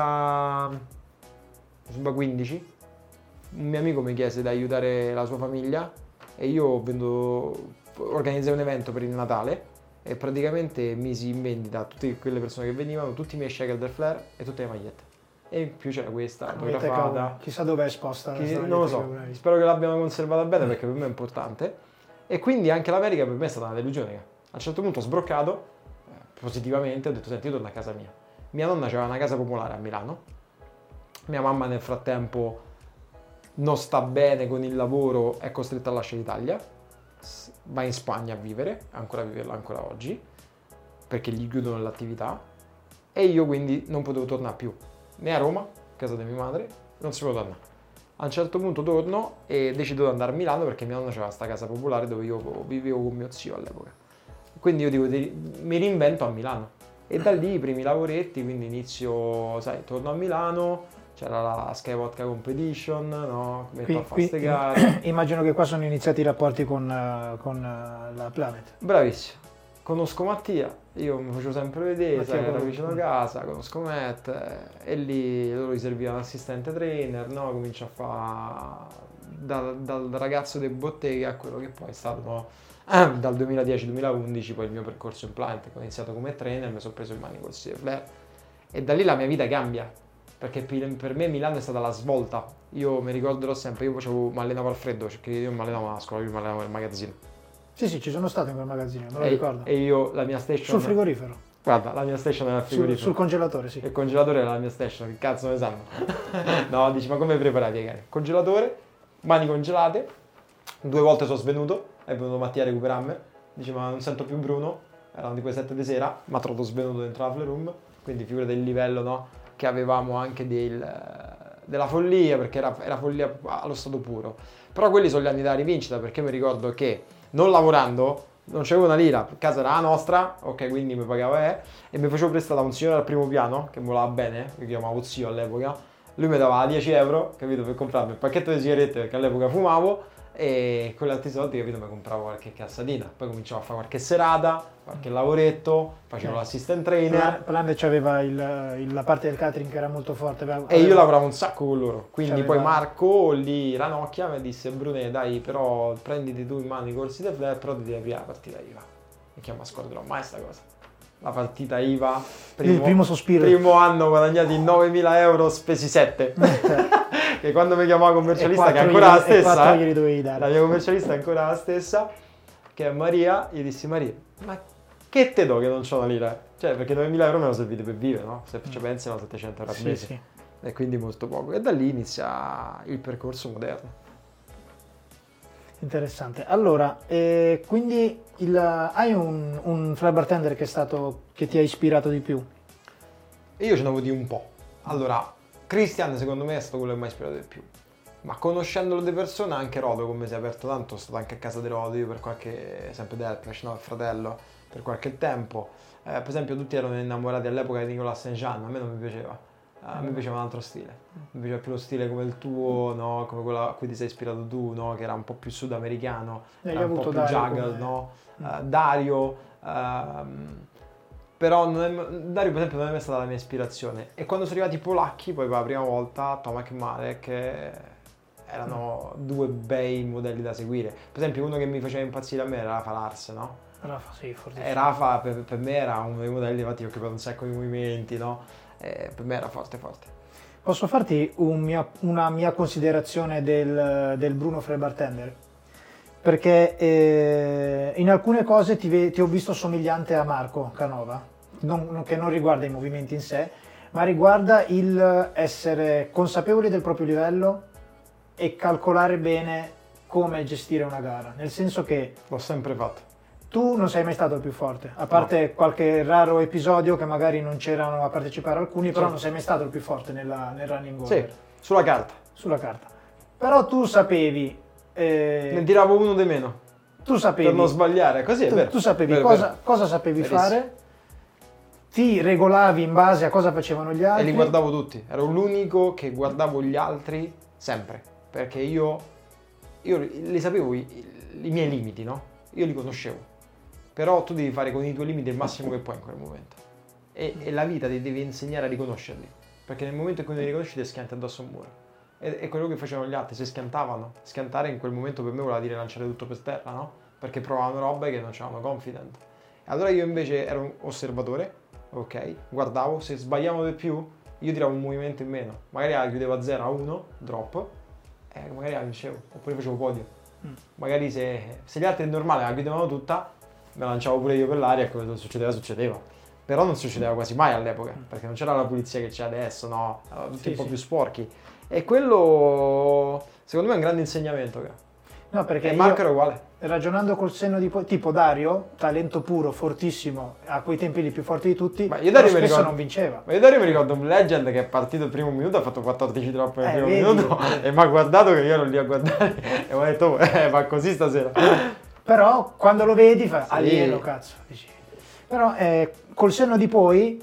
A: 2015 un mio amico mi chiese di aiutare la sua famiglia e io organizzai un evento per il Natale e praticamente misi in vendita tutte quelle persone che venivano, tutti i miei shaker del Flair e tutte le magliette. E in più c'era questa autografata.
B: Chissà dove è esposta.
A: Non lo so, spero che l'abbiano conservata bene perché per me è importante. E quindi anche l'America per me è stata una delusione. A un certo punto ho sbroccato positivamente, ho detto senti, io torno a casa mia. Mia nonna aveva una casa popolare a Milano, mia mamma nel frattempo non sta bene con il lavoro, è costretta a lasciare l'Italia, va in Spagna a vivere, ancora a viverla ancora oggi, perché gli chiudono l'attività e io quindi non potevo tornare più, né a Roma, casa di mia madre, non si può tornare. A un certo punto torno e decido di andare a Milano perché mia nonna aveva questa casa popolare dove io vivevo con mio zio all'epoca. Quindi io dico, mi reinvento a Milano. E da lì i primi lavoretti, quindi inizio, sai, torno a Milano, c'era la Sky Vodka Competition, no? Metto a fare ste gare.
B: Immagino che qua sono iniziati i rapporti con la Planet.
A: Bravissimo. Conosco Mattia, io mi facevo sempre vedere, sai, era vicino a casa, conosco Matt, e lì loro gli serviva assistente trainer, no? Comincio a fare dal ragazzo di bottega a quello che poi è stato, no? Dal 2010-2011 poi il mio percorso in Planet, ho iniziato come trainer, mi sono preso in mano i corsi di Flair e da lì la mia vita cambia, perché per me Milano è stata la svolta. Io mi ricorderò sempre, mi allenavo al freddo, perché io mi allenavo alla scuola, io mi allenavo nel magazzino.
B: Sì, ci sono stato in quel magazzino, me lo ricordo.
A: E io, la mia station...
B: Sul frigorifero.
A: Guarda, la mia station era il frigorifero.
B: Sul congelatore, sì.
A: Il congelatore era la mia station, che cazzo ne sanno? No, dici, ma come preparati le gare? Congelatore, mani congelate, 2 volte sono svenuto, è venuto Mattia a recuperarmi, dice ma non sento più Bruno, erano tipo le 7 di sera, mi ha trovato svenuto dentro la Playroom, quindi figura del livello, no? Che avevamo anche della follia, perché era follia allo stato puro. Però quelli sono gli anni da rivincita, perché mi ricordo che non lavorando, non c'avevo una lira, casa era la nostra, ok, quindi mi pagava e mi facevo prestare da un signore al primo piano, che mi volava bene, che chiamavo zio all'epoca, lui mi dava 10 euro, capito, per comprarmi il pacchetto di sigarette, perché all'epoca fumavo, e con gli altri soldi, capito, mi compravo qualche cassatina, poi cominciavo a fare qualche serata, qualche lavoretto, facevo l'assistant trainer.
B: Planet aveva la parte del catering che era molto forte.
A: E io lavoravo un sacco con loro, quindi poi Marco lì, Ranocchia, mi disse Brune dai però prenditi tu in mano i corsi di Flair, però ti devi aprire la partita IVA. E che non mi scorderò mai sta cosa. La partita IVA,
B: il primo sospiro.
A: Primo anno guadagnati 9.000 euro, spesi 7. Che quando mi chiamava commercialista, che è ancora la stessa, la mia commercialista è ancora la stessa, che è Maria, gli dissi Maria, ma che te do che non c'ho una lira? Cioè, perché 9.000 euro me lo servite per vivere, no? Se ci pensi erano 700 euro al mese. Sì. E quindi molto poco. E da lì inizia il percorso moderno.
B: Interessante. Allora, quindi hai un fly bartender che ti ha ispirato di più?
A: E io ce n'avevo di un po'. Allora, Christian secondo me è stato quello che mi ha ispirato di più. Ma conoscendolo di persona, anche Rodo, come si è aperto tanto, sono stato anche a casa di Rodo, io per sempre Delplash, no, il fratello, per qualche tempo. Per esempio tutti erano innamorati all'epoca di Nicolas Saint-Jean, a me non mi piaceva. A me piaceva un altro stile, mi piaceva più lo stile come il tuo, no? Come quello a cui ti sei ispirato tu, no? Che era un po' più sudamericano, era un po' più juggle, no? Dario, però Dario per esempio non è mai stata la mia ispirazione. E quando sono arrivati i polacchi, poi per la prima volta, Tomek e Marek, erano 2 bei modelli da seguire. Per esempio uno che mi faceva impazzire a me era Rafa Lars, no?
B: Rafa, sì, fortissimo.
A: E Rafa per me era uno dei modelli, infatti ho capito un sacco di movimenti, no? Per me era forte.
B: Posso farti una mia considerazione del Bruno Fry Bartender? Perché in alcune cose ti ho visto somigliante a Marco Canova, che non riguarda i movimenti in sé, ma riguarda il essere consapevoli del proprio livello e calcolare bene come gestire una gara, nel senso che
A: l'ho sempre fatto.
B: Tu non sei mai stato il più forte, a parte qualche raro episodio che magari non c'erano a partecipare alcuni, però non sei mai stato il più forte nel running order.
A: Sì, sulla carta.
B: sulla carta. Però tu sapevi...
A: Ne tiravo uno di meno.
B: Tu sapevi...
A: Per non sbagliare, così è vero.
B: Tu sapevi
A: vero,
B: cosa sapevi
A: Verissimo.
B: fare, ti regolavi in base a cosa facevano gli altri.
A: E li guardavo tutti. Ero l'unico che guardavo gli altri sempre. Perché io li sapevo i miei limiti, no? Io li conoscevo. Però tu devi fare con i tuoi limiti il massimo che puoi in quel momento. E la vita ti deve insegnare a riconoscerli. Perché nel momento in cui li riconosci ti schianti addosso a un muro. E quello che facevano gli altri, se schiantavano. Schiantare in quel momento per me voleva dire lanciare tutto per terra, no? Perché provavano robe che non c'erano confident. E allora io invece ero un osservatore, ok? Guardavo, se sbagliavano di più, io tiravo un movimento in meno. Magari la chiudevo a 0 a 1, drop, e magari la vincevo. Oppure facevo podio. Magari se gli altri è normale la chiudevano tutta, me la lanciavo pure io per l'aria e quello che succedeva. Però non succedeva quasi mai all'epoca, perché non c'era la pulizia che c'è adesso, no? Erano tutti un po' più sporchi. E quello, secondo me, è un grande insegnamento.
B: No, perché
A: e Marco era uguale.
B: Ragionando col senno di poi, tipo Dario, talento puro, fortissimo, a quei tempi lì più forti di tutti,
A: ma io Dario
B: spesso non vinceva.
A: Ma io Dario mi ricordo un Legend che è partito il primo minuto, ha fatto 14 drop nel primo
B: vedi?
A: minuto e mi ha guardato che io ero lì a guardare e mi ha detto va così stasera.
B: Però quando lo vedi fa
A: Sì.
B: alieno, cazzo. Però col senno di poi,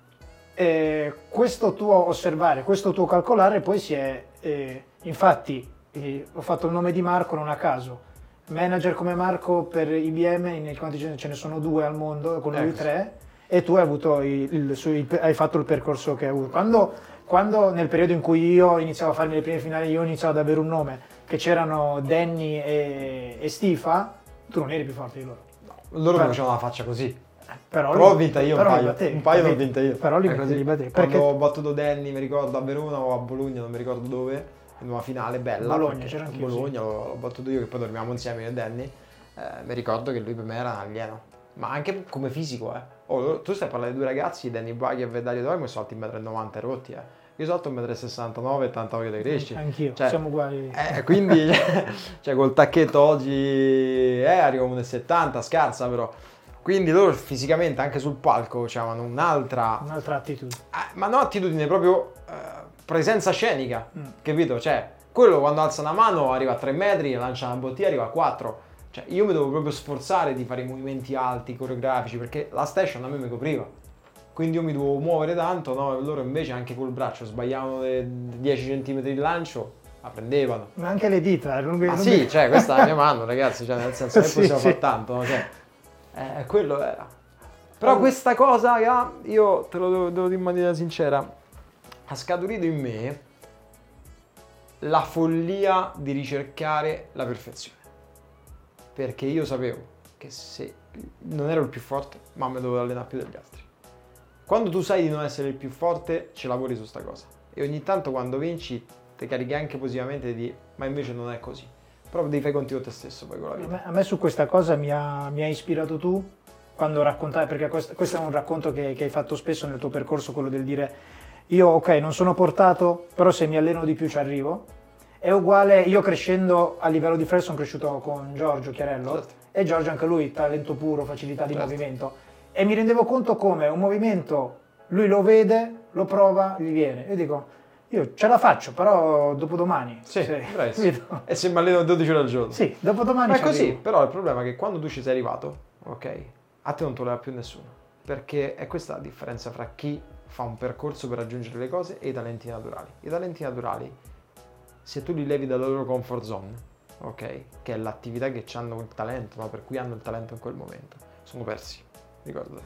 B: questo tuo osservare, questo tuo calcolare poi si è, infatti ho fatto il nome di Marco non a caso, manager come Marco per IBM, nei quanti ce ne sono 2 al mondo, con lui 3, e tu hai avuto hai fatto il percorso che hai avuto. Quando nel periodo in cui io iniziavo a farmi le prime finali, io iniziavo ad avere un nome, che c'erano Danny e Stifa, tu non eri più forte di loro.
A: Loro mi facevano la faccia così.
B: Però
A: ho vinta io
B: un
A: paio l'ho vinta io.
B: Però li battevi.
A: Quando ho battuto Danny, mi ricordo a Verona o a Bologna, non mi ricordo dove, in una finale bella.
B: Bologna, c'era anche
A: Bologna, l'ho battuto io, che poi dormiamo insieme io e Danny. Mi ricordo che lui per me era un alieno. Ma anche come fisico, tu stai parlando di 2 ragazzi, Danny Baghev e Dario Dormo, sono alti 1,90 m rotti, Io salto 1,69 m e 80 kg di cresci.
B: Anch'io, siamo uguali.
A: Quindi, col tacchetto oggi arrivo a 1,70 m, scarsa però. Quindi loro fisicamente anche sul palco avevano un'altra
B: attitudine.
A: Ma non attitudine, proprio presenza scenica, capito? Cioè, quello quando alza una mano arriva a 3 metri, lancia una bottiglia, arriva a 4. Cioè, io mi devo proprio sforzare di fare i movimenti alti, coreografici, perché la station a me mi copriva. Quindi io mi dovevo muovere tanto, no? E loro invece anche col braccio sbagliavano 10 cm di lancio, la prendevano.
B: Ma anche le dita.
A: Sì, cioè, questa è la mia mano, ragazzi, cioè, nel senso che possiamo fare tanto, no? Cioè, quello era. Però questa cosa, io te lo devo dire in maniera sincera, ha scaturito in me la follia di ricercare la perfezione. Perché io sapevo che se non ero il più forte, ma mi dovevo allenare più degli altri. Quando tu sai di non essere il più forte, ci lavori su sta cosa. E ogni tanto quando vinci, ti carichi anche positivamente di ma invece non è così. Però devi fare conti con te stesso poi con la vita.
B: A me su questa cosa mi ha ispirato tu quando raccontavi, perché questo è un racconto che hai fatto spesso nel tuo percorso, quello del dire io ok non sono portato, però se mi alleno di più ci arrivo. È uguale, io crescendo a livello di freestyle sono cresciuto con Giorgio Chiarello, certo. E Giorgio anche lui, talento puro, facilità di movimento. E mi rendevo conto come un movimento, lui lo vede, lo prova, gli viene. Io dico, io ce la faccio, però dopodomani.
A: Sì, bravissimo. E se mi alleno 12 ore al giorno.
B: Sì, dopodomani.
A: Ma è così, però il problema è che quando tu ci sei arrivato, ok, a te non te lo dà più nessuno. Perché è questa la differenza fra chi fa un percorso per raggiungere le cose e i talenti naturali. I talenti naturali, se tu li levi dalla loro comfort zone, ok, che è l'attività che hanno il talento, no? Per cui hanno il talento in quel momento, sono persi, ricordate.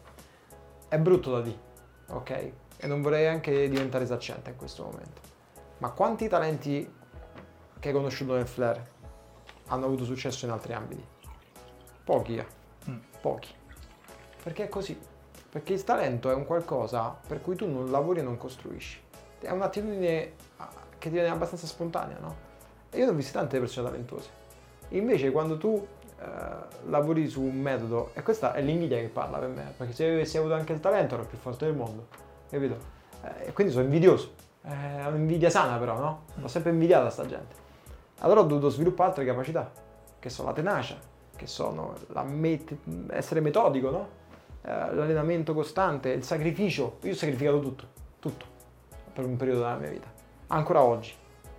A: È brutto da dire, ok? E non vorrei anche diventare esaccente in questo momento. Ma quanti talenti che hai conosciuto nel flare hanno avuto successo in altri ambiti? Pochi, pochi. Perché è così. Perché il talento è un qualcosa per cui tu non lavori e non costruisci. È un'attitudine che ti viene abbastanza spontanea, no? E io ne ho viste tante persone talentose. Invece quando tu lavori su un metodo, e questa è l'invidia che parla per me, perché se avessi avuto anche il talento ero il più forte del mondo, capito? E quindi sono invidioso. È un'invidia sana però, no? L'ho sempre invidiata sta gente. Allora ho dovuto sviluppare altre capacità, che sono la tenacia, che sono essere metodico, no? L'allenamento costante, il sacrificio. Io ho sacrificato tutto, per un periodo della mia vita. Ancora oggi.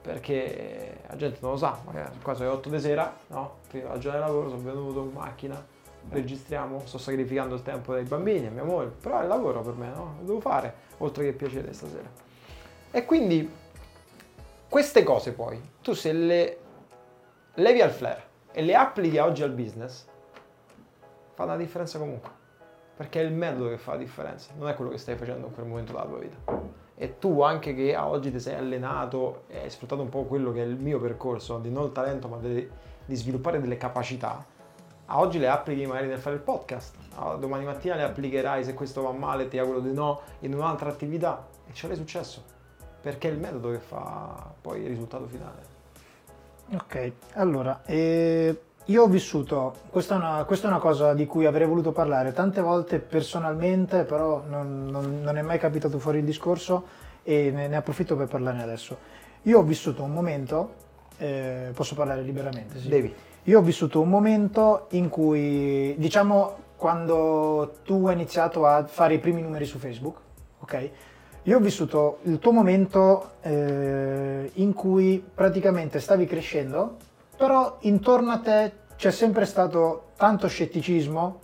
A: perché la gente non lo sa, magari qua sono le 8 di sera, no? Finito la giornata di lavoro, sono venuto in macchina, registriamo, sto sacrificando il tempo dei bambini, mia moglie, però è il lavoro per me, no? Lo devo fare, oltre che il piacere stasera. E quindi queste cose poi, tu se le levi al flair e le applichi oggi al business, fa una differenza comunque, perché è il metodo che fa la differenza, non è quello che stai facendo in quel momento della tua vita. E tu anche che a oggi ti sei allenato e hai sfruttato un po' quello che è il mio percorso, di non il talento ma di sviluppare delle capacità, a oggi le applichi magari nel fare il podcast, domani mattina le applicherai, se questo va male ti auguro di no, in un'altra attività e ce l'hai successo, perché è il metodo che fa poi il risultato finale.
B: Ok, allora, io ho vissuto, questa è una cosa di cui avrei voluto parlare tante volte personalmente, però non è mai capitato fuori il discorso e ne approfitto per parlarne adesso. Io ho vissuto un momento, posso parlare liberamente? Sì.
A: Devi.
B: Io ho vissuto un momento in cui, diciamo, quando tu hai iniziato a fare i primi numeri su Facebook, ok? Io ho vissuto il tuo momento in cui praticamente stavi crescendo, però intorno a te c'è sempre stato tanto scetticismo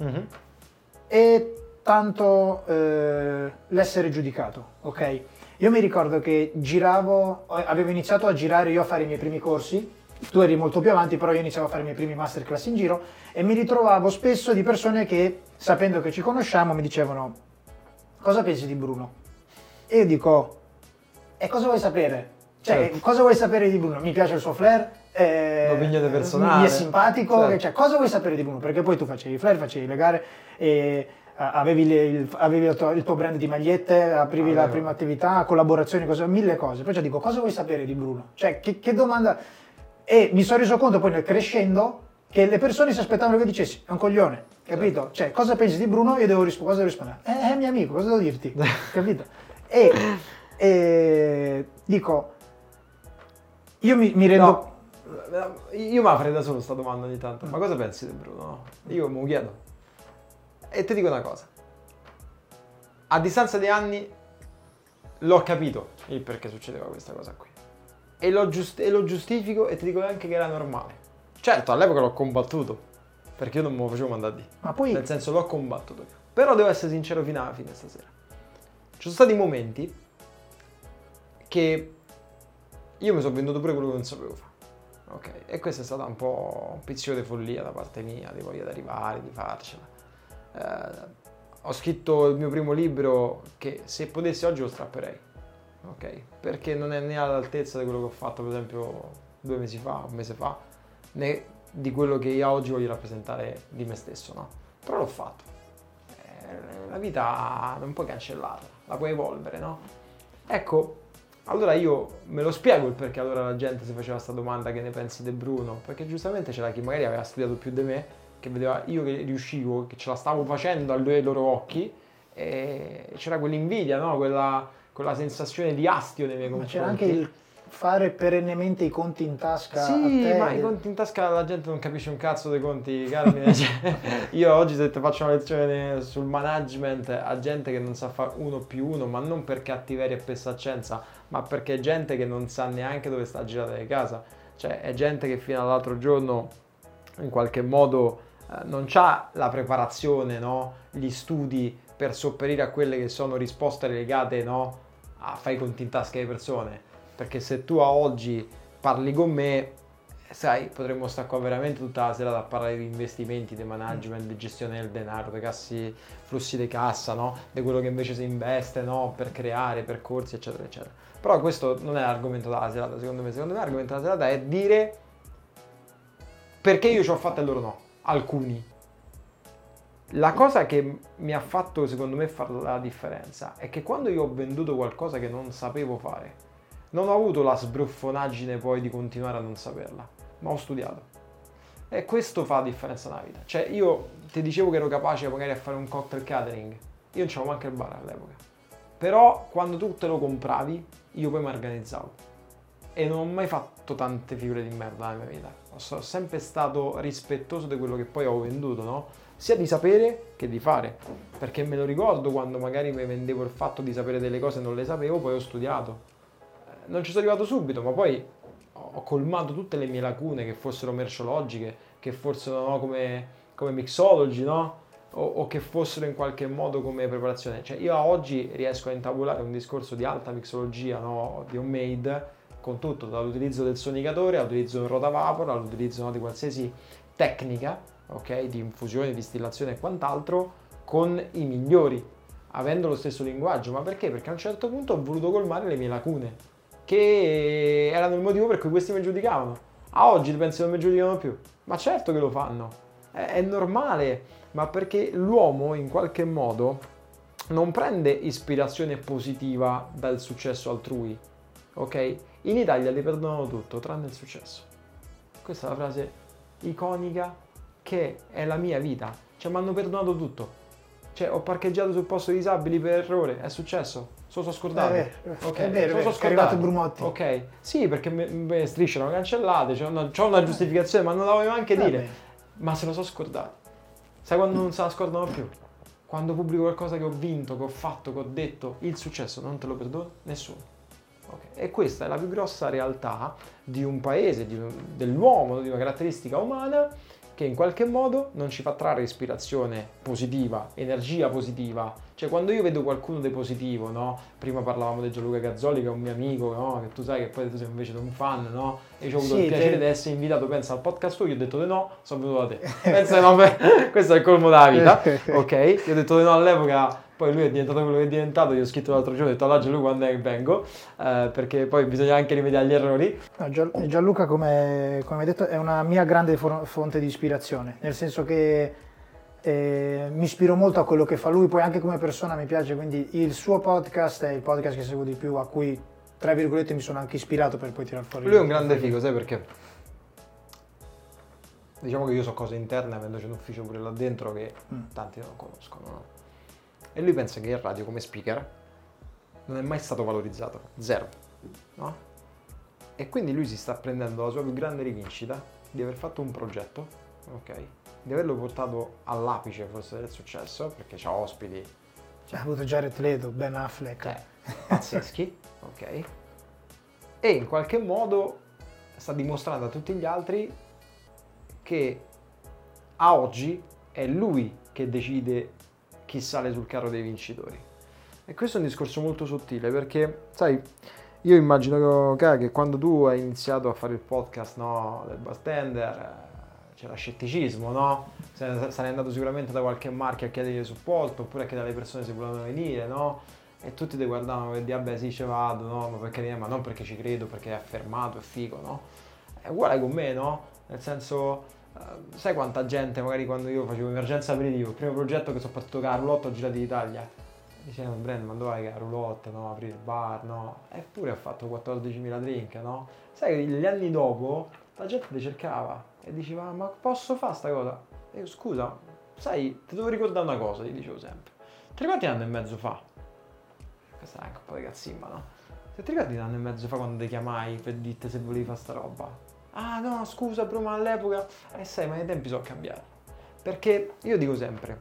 B: e tanto l'essere giudicato, ok? Io mi ricordo che avevo iniziato a girare io a fare i miei primi corsi, tu eri molto più avanti, però io iniziavo a fare i miei primi masterclass in giro e mi ritrovavo spesso di persone che, sapendo che ci conosciamo, mi dicevano: cosa pensi di Bruno? E io dico: e cosa vuoi sapere? Cioè,
A: certo.
B: Cosa vuoi sapere di Bruno? Mi piace il suo flair,
A: l'opinione personale,
B: mi è simpatico,
A: certo.
B: Cioè, cosa vuoi sapere di Bruno? Perché poi tu facevi i flair, facevi le gare, avevi il tuo brand di magliette, aprivi la prima attività, collaborazioni, mille cose. Perciò dico: cosa vuoi sapere di Bruno? Cioè, che domanda? E mi sono reso conto poi nel crescendo che le persone si aspettavano che dicessi: è un coglione, capito?
A: Certo.
B: Cioè, cosa pensi di Bruno? Io devo cosa devo rispondere? È mio amico, cosa devo dirti? Capito? E dico, io mi rendo...
A: No, io mi farei da solo sta domanda ogni tanto. Ma cosa pensi di Bruno? No? Io mi chiedo. E ti dico una cosa. A distanza di anni l'ho capito il perché succedeva questa cosa qui. E lo giustifico e ti dico anche che era normale. Certo, all'epoca l'ho combattuto, perché io non me lo facevo mandare di.
B: Ma poi...
A: Nel senso, l'ho combattuto. Però devo essere sincero fino alla fine stasera. Ci sono stati momenti che io mi sono venduto pure quello che non sapevo fare. Ok? E questa è stata un po' un pizzico di follia da parte mia, di voglia di arrivare, di farcela. Ho scritto il mio primo libro che se potessi oggi lo strapperei. Ok? Perché non è né all'altezza di quello che ho fatto per esempio 2 mesi fa, un mese fa, né di quello che io oggi voglio rappresentare di me stesso, no? Però l'ho fatto. La vita non puoi cancellarla, la puoi evolvere, no? Ecco, allora io me lo spiego il perché allora la gente si faceva questa domanda: che ne pensi di Bruno? Perché giustamente c'era chi magari aveva studiato più di me, che vedeva io che riuscivo, che ce la stavo facendo ai loro occhi, e c'era quell'invidia, no? Quella sensazione di astio nei miei confronti.
B: Ma c'era anche il fare perennemente i conti in tasca.
A: Sì,
B: a te.
A: ma i conti in tasca la gente non capisce un cazzo dei conti, Carmine. Cioè, io oggi se ti faccio una lezione sul management a gente che non sa fare 1+1, ma non per cattiveria e pessaccenza, ma perché è gente che non sa neanche dove sta girata di casa. Cioè è gente che fino all'altro giorno in qualche modo non c'ha la preparazione, no? Gli studi per sopperire a quelle che sono risposte legate, no? A fare i conti in tasca alle persone. Perché se tu a oggi parli con me, sai, potremmo stare qua veramente tutta la sera a parlare di investimenti, di management, di gestione del denaro, dei cassi, flussi di cassa, no? Di quello che invece si investe, no? Per creare percorsi, eccetera, eccetera. Però questo non è l'argomento della serata, secondo me. Secondo me l'argomento della serata è dire perché io ci ho fatto e loro no, alcuni. La cosa che mi ha fatto, secondo me, fare la differenza è che quando io ho venduto qualcosa che non sapevo fare, non ho avuto la sbruffonaggine poi di continuare a non saperla, ma ho studiato. E questo fa la differenza nella vita. Cioè io ti dicevo che ero capace magari a fare un cocktail catering, io non c'avevo manco il bar all'epoca. Però quando tu te lo compravi, io poi mi organizzavo. E non ho mai fatto tante figure di merda nella mia vita. Sono sempre stato rispettoso di quello che poi ho venduto, no? Sia di sapere che di fare. Perché me lo ricordo quando magari mi vendevo il fatto di sapere delle cose e non le sapevo, poi ho studiato. Non ci sono arrivato subito, ma poi ho colmato tutte le mie lacune, che fossero merceologiche, che fossero, no, come mixology, no? O che fossero in qualche modo come preparazione. Cioè io a oggi riesco a intavolare un discorso di alta mixologia, no? Di homemade, con tutto, dall'utilizzo del sonicatore all'utilizzo del rotavapor, all'utilizzo, no, di qualsiasi tecnica, ok? Di infusione, distillazione e quant'altro, con i migliori, avendo lo stesso linguaggio. Ma perché? Perché a un certo punto ho voluto colmare le mie lacune, che erano il motivo per cui questi mi giudicavano. A oggi pensi che non mi giudicano più? Ma certo che lo fanno, è normale, ma perché l'uomo in qualche modo non prende ispirazione positiva dal successo altrui, ok? In Italia ti perdonano tutto tranne il successo. Questa è la frase iconica che è la mia vita, cioè mi hanno perdonato tutto. Cioè ho parcheggiato sul posto dei disabili per errore, è successo, sono scordato.
B: Okay. È vero, è arrivato Brumotti.
A: Ok, sì, perché me strisce erano cancellate, c'ho una giustificazione, ma non la volevo neanche dire. Ma se lo so scordato. Sai quando non se la scordano più? Quando pubblico qualcosa che ho vinto, che ho fatto, che ho detto, il successo non te lo perdono nessuno. Okay. E questa è la più grossa realtà di un paese, dell'uomo, di una caratteristica umana che in qualche modo non ci fa trarre ispirazione positiva, energia positiva. Cioè quando io vedo qualcuno di positivo, no? Prima parlavamo di Gianluca Gazzoli, che è un mio amico, no? Che tu sai che poi tu sei invece un fan, no? E io ho avuto il piacere di essere invitato, pensa, al podcast tuo, io ho detto di no, sono venuto da te. Pensa, no, questo è il colmo della vita, ok? Io ho detto di no all'epoca. Poi lui è diventato quello che è diventato, gli ho scritto l'altro giorno, ho detto allora Gianluca quando è che vengo, perché poi bisogna anche rimediare agli errori.
B: No, Gianluca, come hai detto, è una mia grande fonte di ispirazione, nel senso che mi ispiro molto a quello che fa lui, poi anche come persona mi piace, quindi il suo podcast è il podcast che seguo di più, a cui, tra virgolette, mi sono anche ispirato per poi tirar fuori.
A: Lui è un grande figo, sai perché? Diciamo che io so cose interne, avendoci un ufficio pure là dentro, che tanti non conoscono, no? E lui pensa che il radio come speaker non è mai stato valorizzato, zero, no? E quindi lui si sta prendendo la sua più grande rivincita di aver fatto un progetto, ok? Di averlo portato all'apice forse del successo, perché c'ha ospiti.
B: Ha avuto Jared Leto, Ben Affleck.
A: Cioè, pazzeschi, ok? E in qualche modo sta dimostrando a tutti gli altri che a oggi è lui che decide chi sale sul carro dei vincitori. E questo è un discorso molto sottile, perché sai, io immagino che quando tu hai iniziato a fare il podcast, no, del bartender, c'era scetticismo, no? Sarei andato sicuramente da qualche marchio a chiedere supporto, oppure a chiedere alle persone se volevano venire, no? E tutti ti guardavano e dicono, vabbè sì, ci vado, no? Ma perché, ma non perché ci credo, perché è affermato, è figo, no? È uguale con me, no? Nel senso, sai quanta gente, magari quando io facevo Emergenza Aperitivo, il primo progetto che sono partito con la roulotte, ho girato d'Italia, dicevano, Brand, ma dove vai che la roulotte, no? Aprire il bar, no? Eppure ho fatto 14.000 drink, no? Sai che gli anni dopo la gente ti cercava e diceva, ma posso fare sta cosa? E io, scusa, sai, ti devo ricordare una cosa, gli dicevo sempre. Ti ricordi un anno e mezzo fa? Questa è anche un po' di cazzimma, no? Se ti ricordi un anno e mezzo fa quando ti chiamai per dirti se volevi fare sta roba? Ah no, scusa, bro, ma all'epoca... sai, ma i tempi sono cambiati. Perché io dico sempre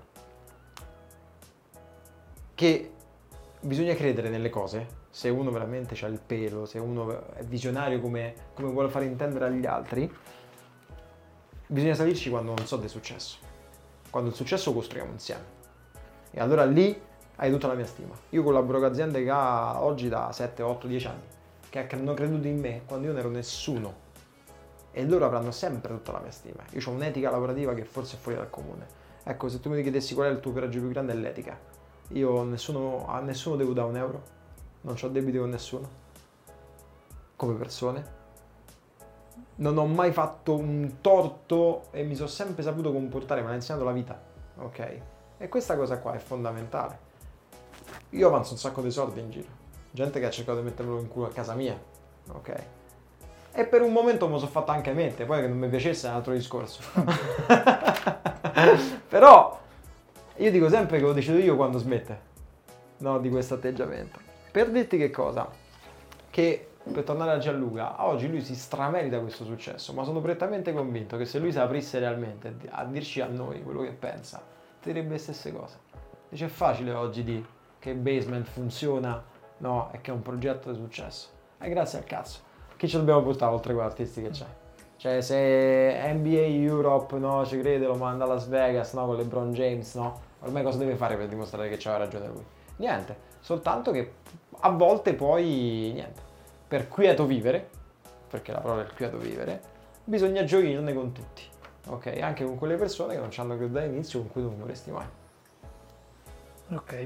A: che bisogna credere nelle cose, se uno veramente ha il pelo, se uno è visionario come vuole fare intendere agli altri, bisogna salirci quando non so del successo. Quando il successo lo costruiamo insieme. E allora lì hai tutta la mia stima. Io collaboro con aziende che ha oggi da 7, 8, 10 anni, che hanno creduto in me quando io non ero nessuno. E loro avranno sempre tutta la mia stima. Io ho un'etica lavorativa che forse è fuori dal comune. Ecco, se tu mi chiedessi qual è il tuo coraggio più grande, è l'etica. Io a nessuno devo dare un euro, non ho debiti con nessuno, come persone. Non ho mai fatto un torto e mi sono sempre saputo comportare, me l'ha insegnato la vita, ok? E questa cosa qua è fondamentale. Io avanzo un sacco di soldi in giro, gente che ha cercato di mettermelo in culo a casa mia, ok? E per un momento me lo sono fatto anche mente, poi che non mi piacesse è un altro discorso. Però io dico sempre che lo decido io quando smette, no, di questo atteggiamento. Per dirti che cosa? Che, per tornare a Gianluca, oggi lui si stramerita questo successo, ma sono prettamente convinto che se lui si aprisse realmente a dirci a noi quello che pensa, ti direbbe le stesse cose. Dice, è facile oggi dire che Basement funziona, no, e che è un progetto di successo. Grazie al cazzo. chi ci dobbiamo portare oltre quegli artisti che c'è? Cioè se NBA Europe no, ci crede, lo manda a Las Vegas no, con LeBron James, no? Ormai cosa deve fare per dimostrare che c'aveva ragione lui? Niente, soltanto che a volte poi, niente, per quieto vivere, perché la parola è il quieto vivere, bisogna gioirne con tutti, ok? Anche con quelle persone che non ci hanno creduto dall'inizio, con cui tu non vorresti mai.
B: Ok,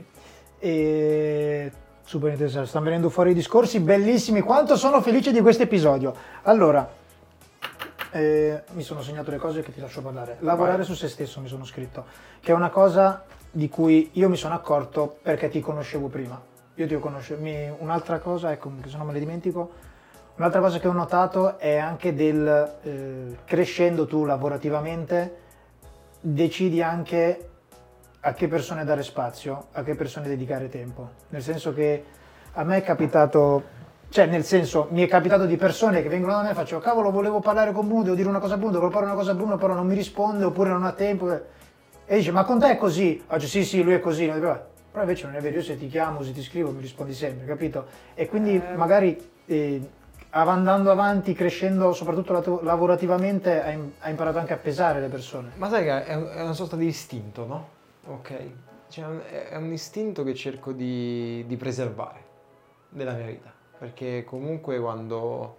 B: e super interessante, stanno venendo fuori i discorsi bellissimi, quanto sono felice di questo episodio. Allora, mi sono segnato le cose che ti lascio parlare. Lavorare su se stesso mi sono scritto, che è una cosa di cui io mi sono accorto perché ti conoscevo prima. Io ti conoscevo, un'altra cosa, ecco, che se no me le dimentico, un'altra cosa che ho notato è anche crescendo tu lavorativamente, decidi anche a che persone dare spazio, a che persone dedicare tempo. Nel senso che a me è capitato, cioè nel senso mi è capitato di persone che vengono da me e faccio cavolo volevo parlare con Bruno, devo dire una cosa a Bruno, devo parlare una cosa a Bruno, però non mi risponde oppure non ha tempo. E dice ma con te è così? Faccio sì lui è così. Però invece non è vero, io se ti chiamo, se ti scrivo mi rispondi sempre, capito? E quindi magari andando avanti, crescendo soprattutto lavorativamente hai imparato anche a pesare le persone.
A: Ma sai che è una sorta di istinto, no? Ok? Cioè, è un istinto che cerco di preservare nella mia vita, perché comunque quando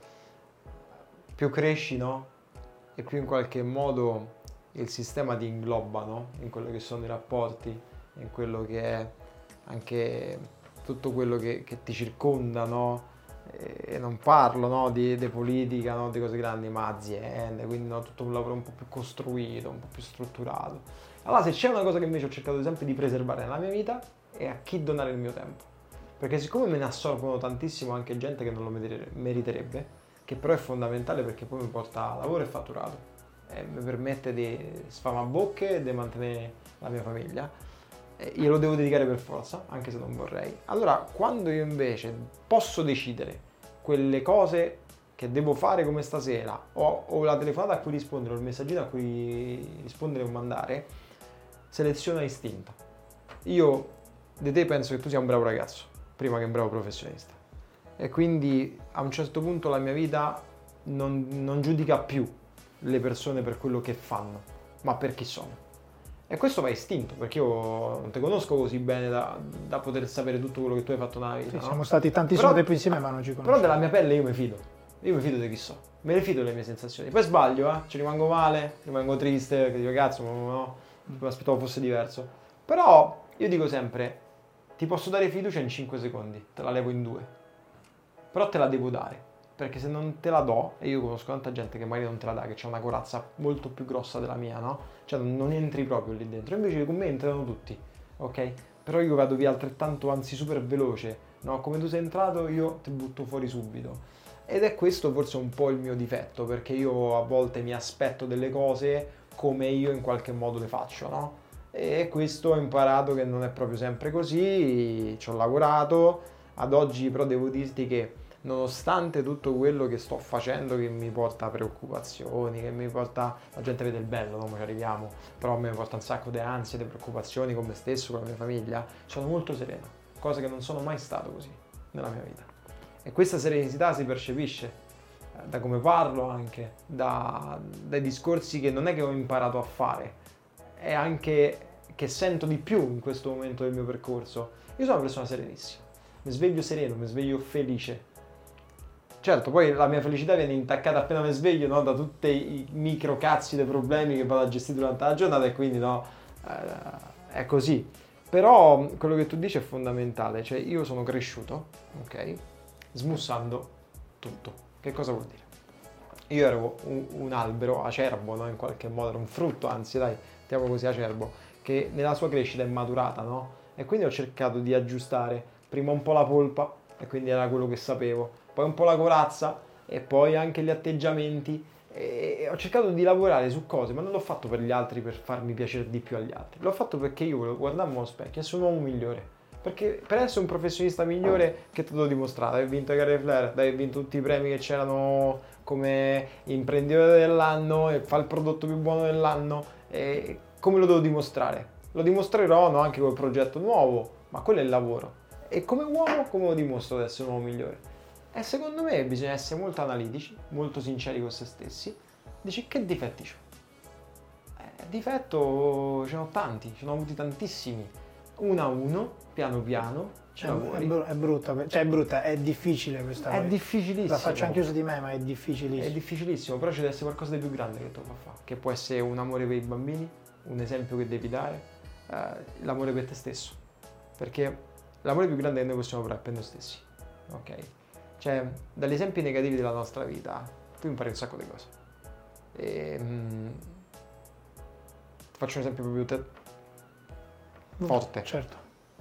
A: più cresci, no? E più in qualche modo il sistema ti ingloba, no? In quello che sono i rapporti, in quello che è anche tutto quello che ti circonda, no? E non parlo no, di politica, no, di cose grandi, ma aziende, quindi no, tutto un lavoro un po' più costruito, un po' più strutturato. Allora se c'è una cosa che invece ho cercato sempre di preservare nella mia vita è a chi donare il mio tempo, perché siccome me ne assorbono tantissimo anche gente che non lo meriterebbe, che però è fondamentale perché poi mi porta lavoro e fatturato e mi permette di sfamare bocche e di mantenere la mia famiglia, io lo devo dedicare per forza, anche se non vorrei. Allora, quando io invece posso decidere quelle cose che devo fare come stasera, o la telefonata a cui rispondere, o il messaggino a cui rispondere o mandare, seleziona istinto. Io di te penso che tu sia un bravo ragazzo, prima che un bravo professionista. E quindi a un certo punto la mia vita non giudica più le persone per quello che fanno, ma per chi sono. E questo va istinto, perché io non ti conosco così bene da poter sapere tutto quello che tu hai fatto nella vita.
B: Sì,
A: no?
B: Siamo stati tantissimo tempo insieme ma non ci conosciamo.
A: Però della mia pelle io mi fido. Io mi fido di chi so. Me ne fido delle mie sensazioni. Poi sbaglio, ci rimango male, rimango triste, perché dico cazzo, no, mi aspettavo fosse diverso. Però io dico sempre, ti posso dare fiducia in 5 secondi, te la levo in 2. Però te la devo dare. Perché se non te la do, e io conosco tanta gente che magari non te la dà, che c'ha una corazza molto più grossa della mia, no? Cioè non entri proprio lì dentro, invece con me entrano tutti, ok? Però io vado via altrettanto, anzi super veloce, no? Come tu sei entrato io ti butto fuori subito. Ed è questo forse un po' il mio difetto, perché io a volte mi aspetto delle cose come io in qualche modo le faccio, no? E questo ho imparato che non è proprio sempre così, ci ho lavorato, ad oggi però devo dirti che nonostante tutto quello che sto facendo che mi porta a preoccupazioni, che mi porta, la gente vede il bello, no? Ma ci arriviamo, però a me mi porta un sacco di ansie, di preoccupazioni con me stesso, con la mia famiglia, sono molto sereno, cosa che non sono mai stato così nella mia vita. E questa serenità si percepisce da come parlo anche, dai discorsi che non è che ho imparato a fare, è anche che sento di più in questo momento del mio percorso. Io sono una persona serenissima, mi sveglio sereno, mi sveglio felice. Certo, poi la mia felicità viene intaccata appena mi sveglio, no? Da tutti i micro cazzi dei problemi che vado a gestire durante la giornata e quindi no, è così. Però quello che tu dici è fondamentale, cioè io sono cresciuto, ok? Smussando tutto. Che cosa vuol dire? Io ero un albero acerbo, no? In qualche modo, era un frutto, anzi dai, mettiamo così acerbo, che nella sua crescita è maturata, no? E quindi ho cercato di aggiustare prima un po' la polpa, e quindi era quello che sapevo, poi un po' la corazza e poi anche gli atteggiamenti, e ho cercato di lavorare su cose, ma non l'ho fatto per gli altri per farmi piacere di più agli altri, l'ho fatto perché io volevo guardarmi allo specchio, essere un uomo migliore, perché per essere un professionista migliore che ti devo dimostrare? Hai vinto i Gare Flair, hai vinto tutti i premi che c'erano come imprenditore dell'anno e fa il prodotto più buono dell'anno, e come lo devo dimostrare? Lo dimostrerò no, anche col progetto nuovo, ma quello è il lavoro. E come uomo come lo dimostro di essere un uomo migliore? E secondo me bisogna essere molto analitici, molto sinceri con se stessi. Dici, che difetti c'ho? Difetto ce n'ho tanti, ce n'ho avuti tantissimi. Uno a uno, piano piano, ce lavori.
B: È brutta, cioè è brutta, è difficile questa
A: È
B: cosa.
A: difficilissimo.
B: La faccio anche io su di me, ma è difficilissimo.
A: È difficilissimo, però ci deve essere qualcosa di più grande che tu puoi fare. Che può essere un amore per i bambini, un esempio che devi dare, l'amore per te stesso. Perché l'amore più grande che noi possiamo provare è per noi stessi. Ok? Cioè, dagli esempi negativi della nostra vita, tu impari un sacco di cose. Faccio un esempio proprio forte.
B: Certo.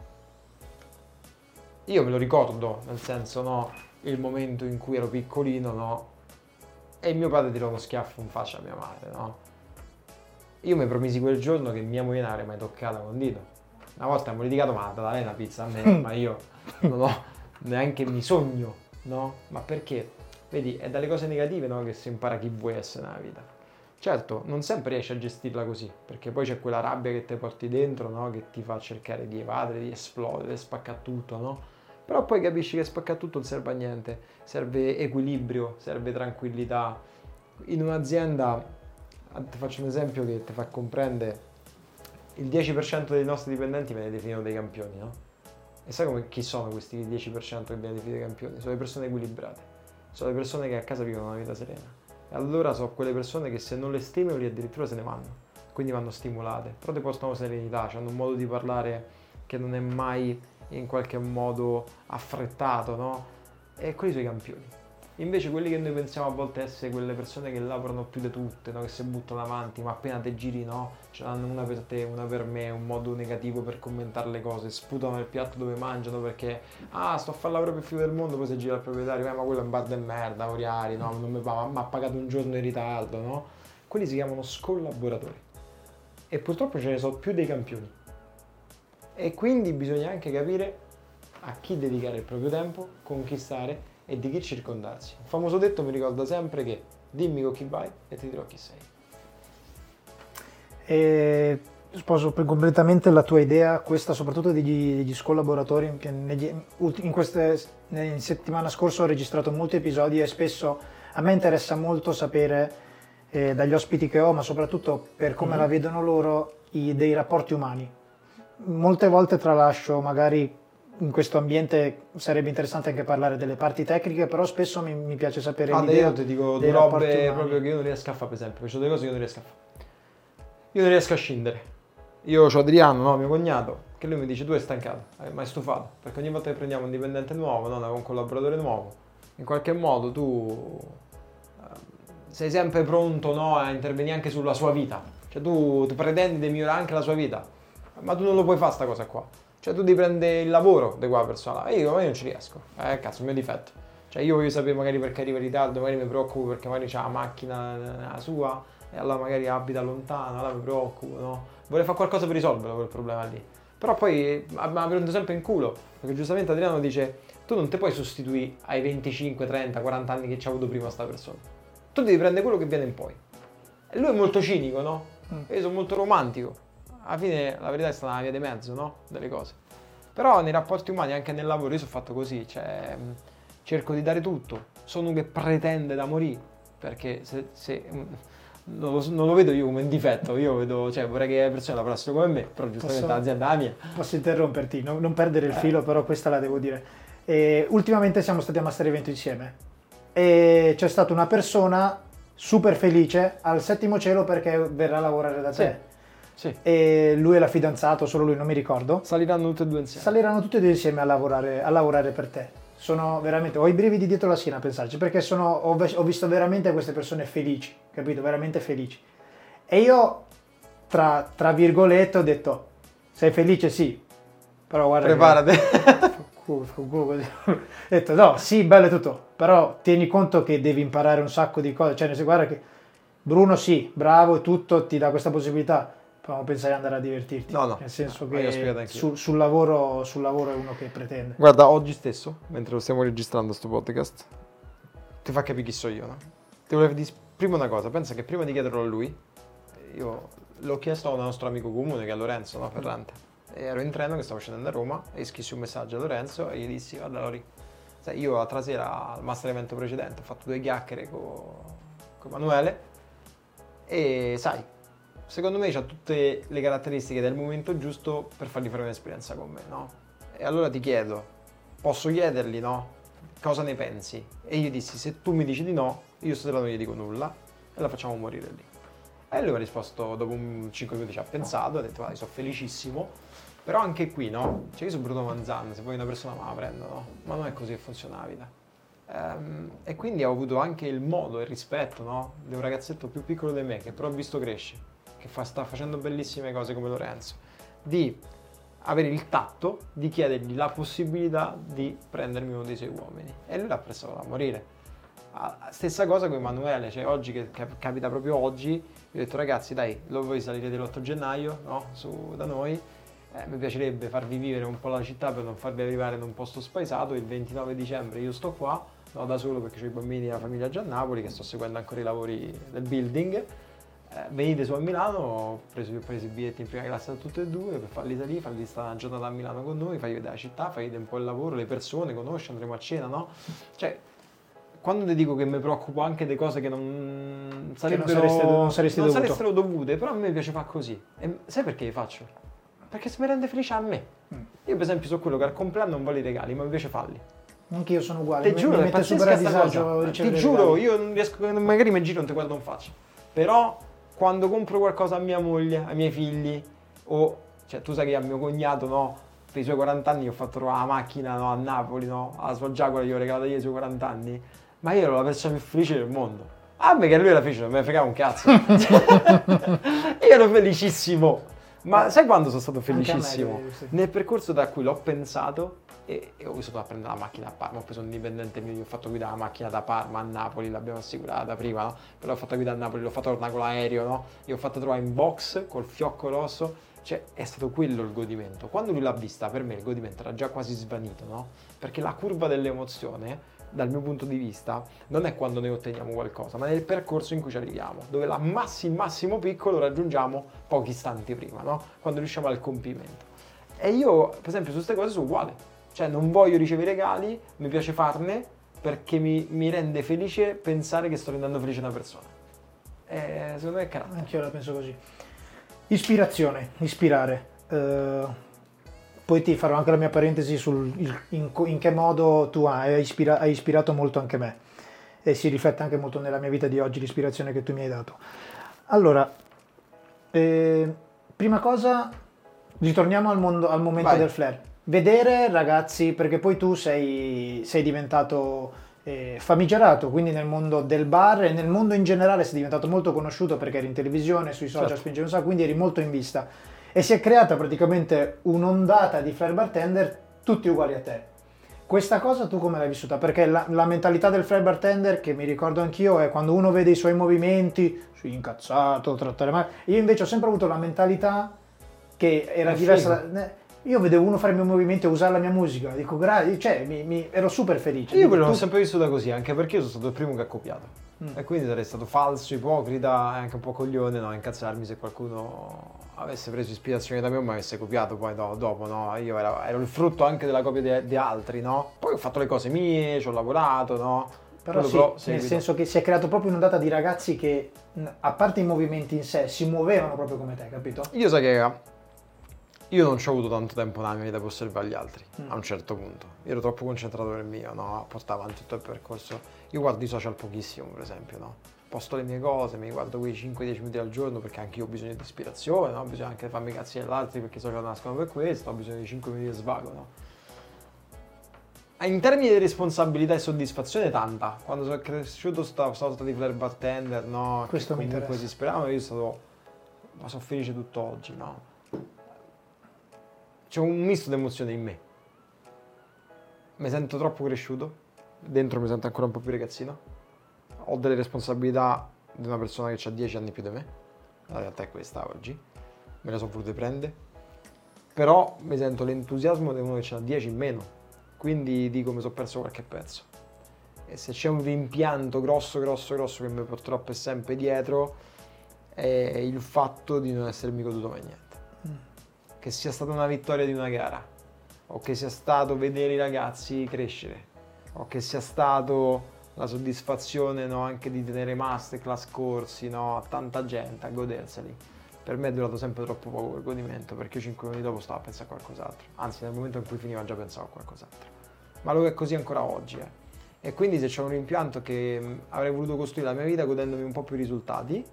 A: Io me lo ricordo, nel senso, no, il momento in cui ero piccolino, no, e mio padre tirò uno schiaffo in faccia a mia madre, no. Io mi promisi quel giorno che mia moglie non avrei mai toccata con dito. Una volta abbiamo litigato, ma da lei una pizza a me, ma io non ho neanche mi sogno, no? Ma perché? Vedi, è dalle cose negative, no, che si impara chi vuoi essere nella vita. Certo, non sempre riesci a gestirla così, perché poi c'è quella rabbia che ti porti dentro, no? Che ti fa cercare di evadere, di esplodere, di spaccare tutto, no? Però poi capisci che spaccare tutto non serve a niente, serve equilibrio, serve tranquillità. In un'azienda, ti faccio un esempio che ti fa comprendere, il 10% dei nostri dipendenti viene definito dei campioni, no? E sai chi sono questi 10% che viene definiti dei campioni? Sono le persone equilibrate, sono le persone che a casa vivono una vita serena. E allora sono quelle persone che se non le stimoli addirittura se ne vanno, quindi vanno stimolate, però ti portano serenità, hanno un modo di parlare che non è mai in qualche modo affrettato, no? E quelli sono i campioni. Invece quelli che noi pensiamo a volte essere quelle persone che lavorano più di tutte, no? Che si buttano avanti, ma appena te giri, no? Ce l'hanno una per te, una per me, un modo negativo per commentare le cose, sputano nel piatto dove mangiano perché sto a fare il lavoro più figo del mondo, poi si gira il proprietario, ma quello è un bar del merda, Oriari, no? Non mi va, ma ha pagato un giorno in ritardo, no? Quelli si chiamano scollaboratori. E purtroppo ce ne sono più dei campioni. E quindi bisogna anche capire a chi dedicare il proprio tempo, con chi stare e di chi circondarsi. Il famoso detto mi ricorda sempre che dimmi con chi vai e ti dirò chi sei.
B: E sposo completamente la tua idea, questa soprattutto degli collaboratori, che in settimana scorsa ho registrato molti episodi e spesso a me interessa molto sapere dagli ospiti che ho, ma soprattutto per come la vedono loro, dei rapporti umani. Molte volte tralascio, magari in questo ambiente sarebbe interessante anche parlare delle parti tecniche, però spesso mi piace sapere l'idea.
A: Io ti dico due robe proprio che io non riesco a fare, per esempio, ci sono delle cose che io non riesco a fare. Io non riesco a scindere. Io ho Adriano, no, mio cognato, che lui mi dice tu hai stancato, ma è stufato, perché ogni volta che prendiamo un dipendente nuovo, no, un collaboratore nuovo, in qualche modo tu sei sempre pronto, no, a intervenire anche sulla sua vita. Cioè tu pretendi di migliorare anche la sua vita, ma tu non lo puoi fare sta cosa qua. Cioè tu devi prendere il lavoro di quella persona, e io non ci riesco, cazzo, è il mio difetto. Cioè io voglio sapere magari perché arriva in ritardo, magari mi preoccupo perché magari c'ha la macchina la sua e allora magari abita lontano, allora mi preoccupo, no? Vorrei fare qualcosa per risolverlo quel problema lì. Però poi mi prendo sempre in culo, perché giustamente Adriano dice tu non ti puoi sostituire ai 25, 30, 40 anni che ci ha avuto prima sta persona. Tu devi prendere quello che viene in poi. E lui è molto cinico, no? Io sono molto romantico. Alla fine la verità è stata una via di mezzo, no? Delle cose. Però nei rapporti umani, anche nel lavoro, io sono fatto così, cioè cerco di dare tutto. Sono uno che pretende da morire, perché se non lo vedo io come un difetto, io vedo, cioè vorrei che le persone lavorassero come me, però giustamente l'azienda è la mia.
B: Posso interromperti, non perdere il filo, però questa la devo dire. Ultimamente siamo stati a Master Evento insieme e c'è stata una persona super felice al settimo cielo perché verrà a lavorare da te.
A: Sì.
B: E lui è la fidanzato, solo lui, non mi ricordo.
A: Saliranno tutti e due insieme.
B: Saliranno tutti e due insieme a lavorare per te. Sono veramente, ho i brividi dietro la schiena a pensarci, perché ho visto veramente queste persone felici, capito? Veramente felici. E io, tra virgolette, ho detto, sei felice? Sì. Però guarda...
A: Preparati.
B: Ho detto, no, sì, bello e tutto, però tieni conto che devi imparare un sacco di cose. Cioè, guarda che Bruno sì, bravo e tutto, ti dà questa possibilità, però pensai di andare a divertirti.
A: No.
B: Nel senso che sul lavoro è uno che pretende.
A: Guarda, oggi stesso, mentre lo stiamo registrando sto podcast, ti fa capire chi sono io, no? Ti volevo dire prima una cosa, pensa che prima di chiederlo a lui, io l'ho chiesto a un nostro amico comune che è Lorenzo, no? Ferrante. E ero in treno che stavo scendendo a Roma e scrissi un messaggio a Lorenzo e gli dissi, guarda Lori, Sai, io l'altra sera al master evento precedente ho fatto 2 chiacchiere con Emanuele e sai, secondo me c'ha tutte le caratteristiche del momento giusto per fargli fare un'esperienza con me, no? E allora ti chiedo, posso chiedergli, no? Cosa ne pensi? E io dissi, se tu mi dici di no, io stasera non gli dico nulla e la facciamo morire lì. E lui mi ha risposto, dopo 5 minuti ci ha pensato, ha detto, guarda, sono felicissimo, però anche qui, no? Cioè io sono Bruno Manzan, se poi una persona me la prendo, no? Ma non è così che funziona la vita. E quindi ho avuto anche il modo e il rispetto, no? Di un ragazzetto più piccolo di me, che però ho visto crescere, che sta facendo bellissime cose come Lorenzo, di avere il tatto di chiedergli la possibilità di prendermi uno dei suoi uomini. E lui l'ha preso da morire. Stessa cosa con Emanuele, cioè oggi, che capita proprio oggi, gli ho detto ragazzi dai, lo vuoi salire dell'8 gennaio, no? Su da noi, mi piacerebbe farvi vivere un po' la città per non farvi arrivare in un posto spaesato, il 29 dicembre io sto qua, no, da solo perché ho i bambini e la famiglia già a Napoli, che sto seguendo ancora i lavori del building, venite su a Milano, ho preso i biglietti in prima classe a tutte e due per farli salire, farli stare una giornata a Milano con noi, fargli vedere la città, fargli vedere un po' il lavoro, le persone, conosci, andremo a cena, no? Cioè, quando ti dico che mi preoccupo anche di cose che non sarebbero dovute, però a me piace fare così. E sai perché li faccio? Perché se mi rende felice a me. Io per esempio sono quello che al compleanno non vuole i regali, ma mi piace farli.
B: Anche io sono uguale,
A: Ti giuro,
B: mi mette super a disagio.
A: Ti giuro, io non riesco, magari mi giro e non ti guardo in faccia. Però quando compro qualcosa a mia moglie, ai miei figli, o cioè tu sai che a mio cognato, no? Per i suoi 40 anni gli ho fatto trovare la macchina, no, a Napoli, no? Alla sua Jaguar gli ho regalato io i suoi 40 anni. Ma io ero la persona più felice del mondo. A me che lui era felice, non me ne fregava un cazzo. Io ero felicissimo. Ma sai quando sono stato felicissimo?
B: Sì.
A: Nel percorso da cui l'ho pensato e ho visto a prendere la macchina a Parma, ho preso un dipendente mio, gli ho fatto guidare la macchina da Parma a Napoli, l'abbiamo assicurata prima, no? Poi l'ho fatta guidare a Napoli, l'ho fatto tornare con l'aereo, no? Gli ho fatto trovare in box col fiocco rosso, cioè è stato quello il godimento. Quando lui l'ha vista, per me il godimento era già quasi svanito, no? Perché la curva dell'emozione, dal mio punto di vista, non è quando noi otteniamo qualcosa, ma nel percorso in cui ci arriviamo, dove il massimo picco lo raggiungiamo pochi istanti prima, no? Quando riusciamo al compimento. E io, per esempio, su queste cose sono uguale. Cioè, non voglio ricevere regali, mi piace farne perché mi rende felice pensare che sto rendendo felice una persona. Secondo me è carattere.
B: Anch'io la penso così. Ispirazione, ispirare. Poi ti farò anche la mia parentesi in che modo tu hai ispirato molto anche me. E si riflette anche molto nella mia vita di oggi l'ispirazione che tu mi hai dato. Allora, prima cosa, ritorniamo al momento
A: Vai.
B: del flair. Vedere ragazzi, perché poi tu sei diventato famigerato, quindi nel mondo del bar e nel mondo in generale sei diventato molto conosciuto perché eri in televisione, sui social,
A: Certo.
B: spingevi un sacco, quindi eri molto in vista. E si è creata praticamente un'ondata di flair bartender tutti uguali a te. Questa cosa tu come l'hai vissuta? Perché la mentalità del flair bartender, che mi ricordo anch'io, è quando uno vede i suoi movimenti, incazzato, trattare male. Io invece ho sempre avuto la mentalità che era diversa. Io vedevo uno fare i miei movimenti e usare la mia musica, dico grazie, cioè ero super felice.
A: Io quello l'ho sempre vissuta così, anche perché io sono stato il primo che ha copiato. E quindi sarei stato falso, ipocrita e anche un po' coglione, no? Incazzarmi se qualcuno avesse preso ispirazione da me o mi avesse copiato poi dopo, no? Io ero il frutto anche della copia di altri, no? Poi ho fatto le cose mie, ci ho lavorato, no?
B: Però sì, nel senso che si è creato proprio un'ondata di ragazzi che, a parte i movimenti in sé, si muovevano proprio come te, capito?
A: Io sai che io non ci ho avuto tanto tempo nella mia vita per osservare gli altri, a un certo punto. Io ero troppo concentrato nel mio, no? A portare avanti tutto il percorso. Io guardo i social pochissimo, per esempio, no? Posto le mie cose, mi guardo quei 5-10 minuti al giorno perché anche io ho bisogno di ispirazione, no? Ho bisogno anche di farmi i cazzi dell'altri perché i social nascono per questo, ho bisogno di 5 minuti di svago, no? In termini di responsabilità e soddisfazione tanta, quando sono cresciuto sono stato di flair bartender, no?
B: Questo mi
A: comunque
B: interessa.
A: si speravano, io sono felice tutto oggi, no? C'è un misto di emozioni in me. Mi sento troppo cresciuto, dentro mi sento ancora un po' più ragazzino. Ho delle responsabilità di una persona che ha 10 anni più di me. La realtà è questa oggi. Me la sono volute prendere. Però mi sento l'entusiasmo di uno che ha 10 in meno. Quindi dico mi sono perso qualche pezzo. E se c'è un rimpianto grosso che mi porterò per sempre dietro è il fatto di non essermi goduto mai niente. Che sia stata una vittoria di una gara o che sia stato vedere i ragazzi crescere o che sia stato la soddisfazione, no, anche di tenere masterclass, corsi, no, a tanta gente, a goderseli. Per me è durato sempre troppo poco quel godimento, perché io 5 minuti dopo stavo a pensare a qualcos'altro. Anzi, nel momento in cui finiva già pensavo a qualcos'altro. Ma lo è così ancora oggi. E quindi se c'è un rimpianto che avrei voluto costruire la mia vita godendomi un po' più i risultati,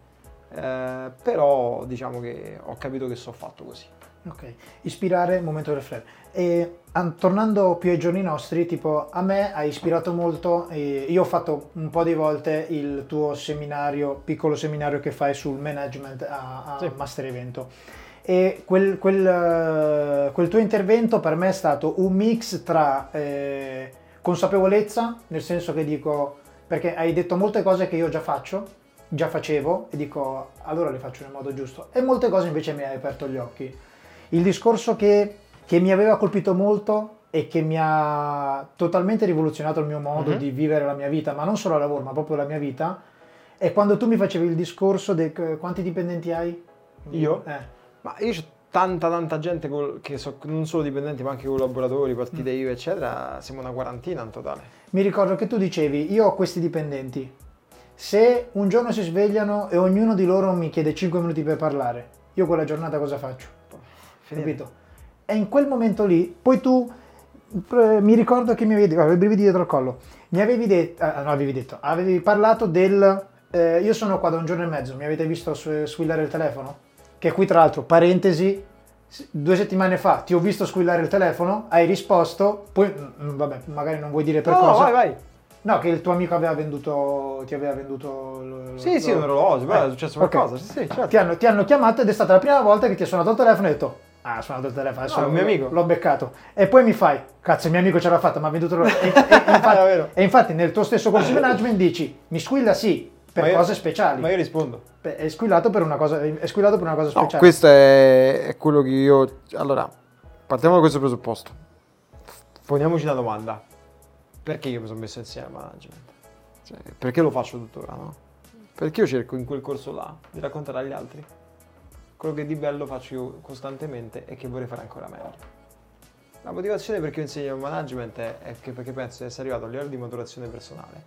A: però diciamo che ho capito che so fatto così.
B: Ok, ispirare, momento del flare. E tornando più ai giorni nostri, tipo a me ha ispirato molto, io ho fatto un po' di volte il tuo seminario, piccolo seminario che fai sul management a
A: Sì.
B: Master Evento. E quel tuo intervento per me è stato un mix tra consapevolezza, nel senso che dico, perché hai detto molte cose che io già facevo e dico allora le faccio nel modo giusto, e molte cose invece mi hai aperto gli occhi. Il discorso che mi aveva colpito molto e che mi ha totalmente rivoluzionato il mio modo di vivere la mia vita, ma non solo al lavoro, ma proprio la mia vita, è quando tu mi facevi il discorso di quanti dipendenti hai?
A: Io? Ma io ho tanta gente che so, non solo dipendenti ma anche collaboratori, partite IVA eccetera, siamo una quarantina in totale.
B: Mi ricordo che tu dicevi, io ho questi dipendenti, se un giorno si svegliano e ognuno di loro mi chiede 5 minuti per parlare, io quella giornata cosa faccio? Capito? E in quel momento lì, poi tu, mi ricordo che mi avevi detto, avevi i brividi dietro al collo, mi avevi detto, avevi parlato del, io sono qua da un giorno e mezzo, mi avete visto squillare il telefono? Che qui tra l'altro, parentesi, 2 settimane fa ti ho visto squillare il telefono, hai risposto, poi vabbè, magari non vuoi dire per cosa.
A: No, vai.
B: No, che il tuo amico ti aveva venduto
A: Sì, un orologio, poi è successo qualcosa,
B: okay.
A: sì, certo.
B: Ti hanno chiamato ed è stata la prima volta che ti ha suonato il telefono e hai detto ha suonato il telefono, adesso
A: è un mio amico.
B: L'ho beccato. E poi mi fai, cazzo, il mio amico ce l'ha fatta, mi ha venduto l'orologio. E infatti nel tuo stesso corso di management dici, mi squilla sì, per cose speciali.
A: Ma io rispondo.
B: È squillato per una cosa speciale.
A: No, questo è quello che io... Allora, partiamo da questo presupposto. Poniamoci una domanda. Perché io mi sono messo insieme al management? Cioè, perché lo faccio tuttora, no? Perché io cerco in quel corso là di raccontare agli altri quello che di bello faccio io costantemente e che vorrei fare ancora meglio. La motivazione perché io insegno il management è che perché penso di essere arrivato a livello di maturazione personale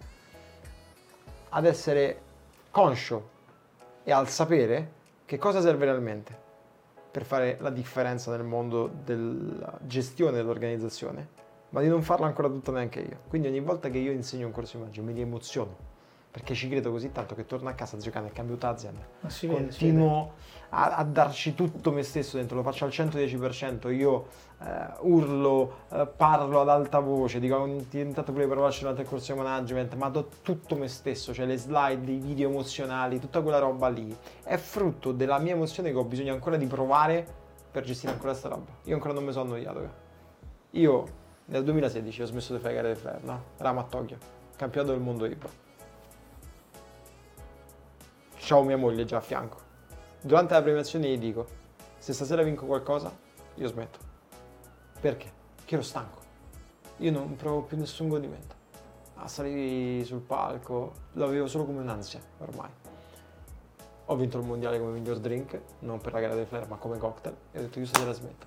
A: ad essere conscio e al sapere che cosa serve realmente per fare la differenza nel mondo della gestione dell'organizzazione, ma di non farla ancora tutta neanche io. Quindi ogni volta che io insegno un corso di management mi emoziono, perché ci credo così tanto che torno a casa giocando e cambio tutta l'azienda. Continuo a darci tutto me stesso dentro, lo faccio al 110%, io urlo, parlo ad alta voce, dico ho diventato pure parolacce durante il corso di management, ma do tutto me stesso, cioè le slide, i video emozionali, tutta quella roba lì, è frutto della mia emozione che ho bisogno ancora di provare per gestire ancora sta roba. Io ancora non mi sono annoiato. Io nel 2016 ho smesso di fare gare di flare, no? Eravamo a Tokyo, campionato del mondo IBA. C'ho mia moglie già a fianco. Durante la premiazione gli dico, se stasera vinco qualcosa, io smetto. Perché? Perché ero stanco. Io non provo più nessun godimento. A salire sul palco, lo avevo solo come un'ansia, ormai. Ho vinto il mondiale come miglior drink, non per la gara del flare, ma come cocktail, e ho detto io stasera smetto.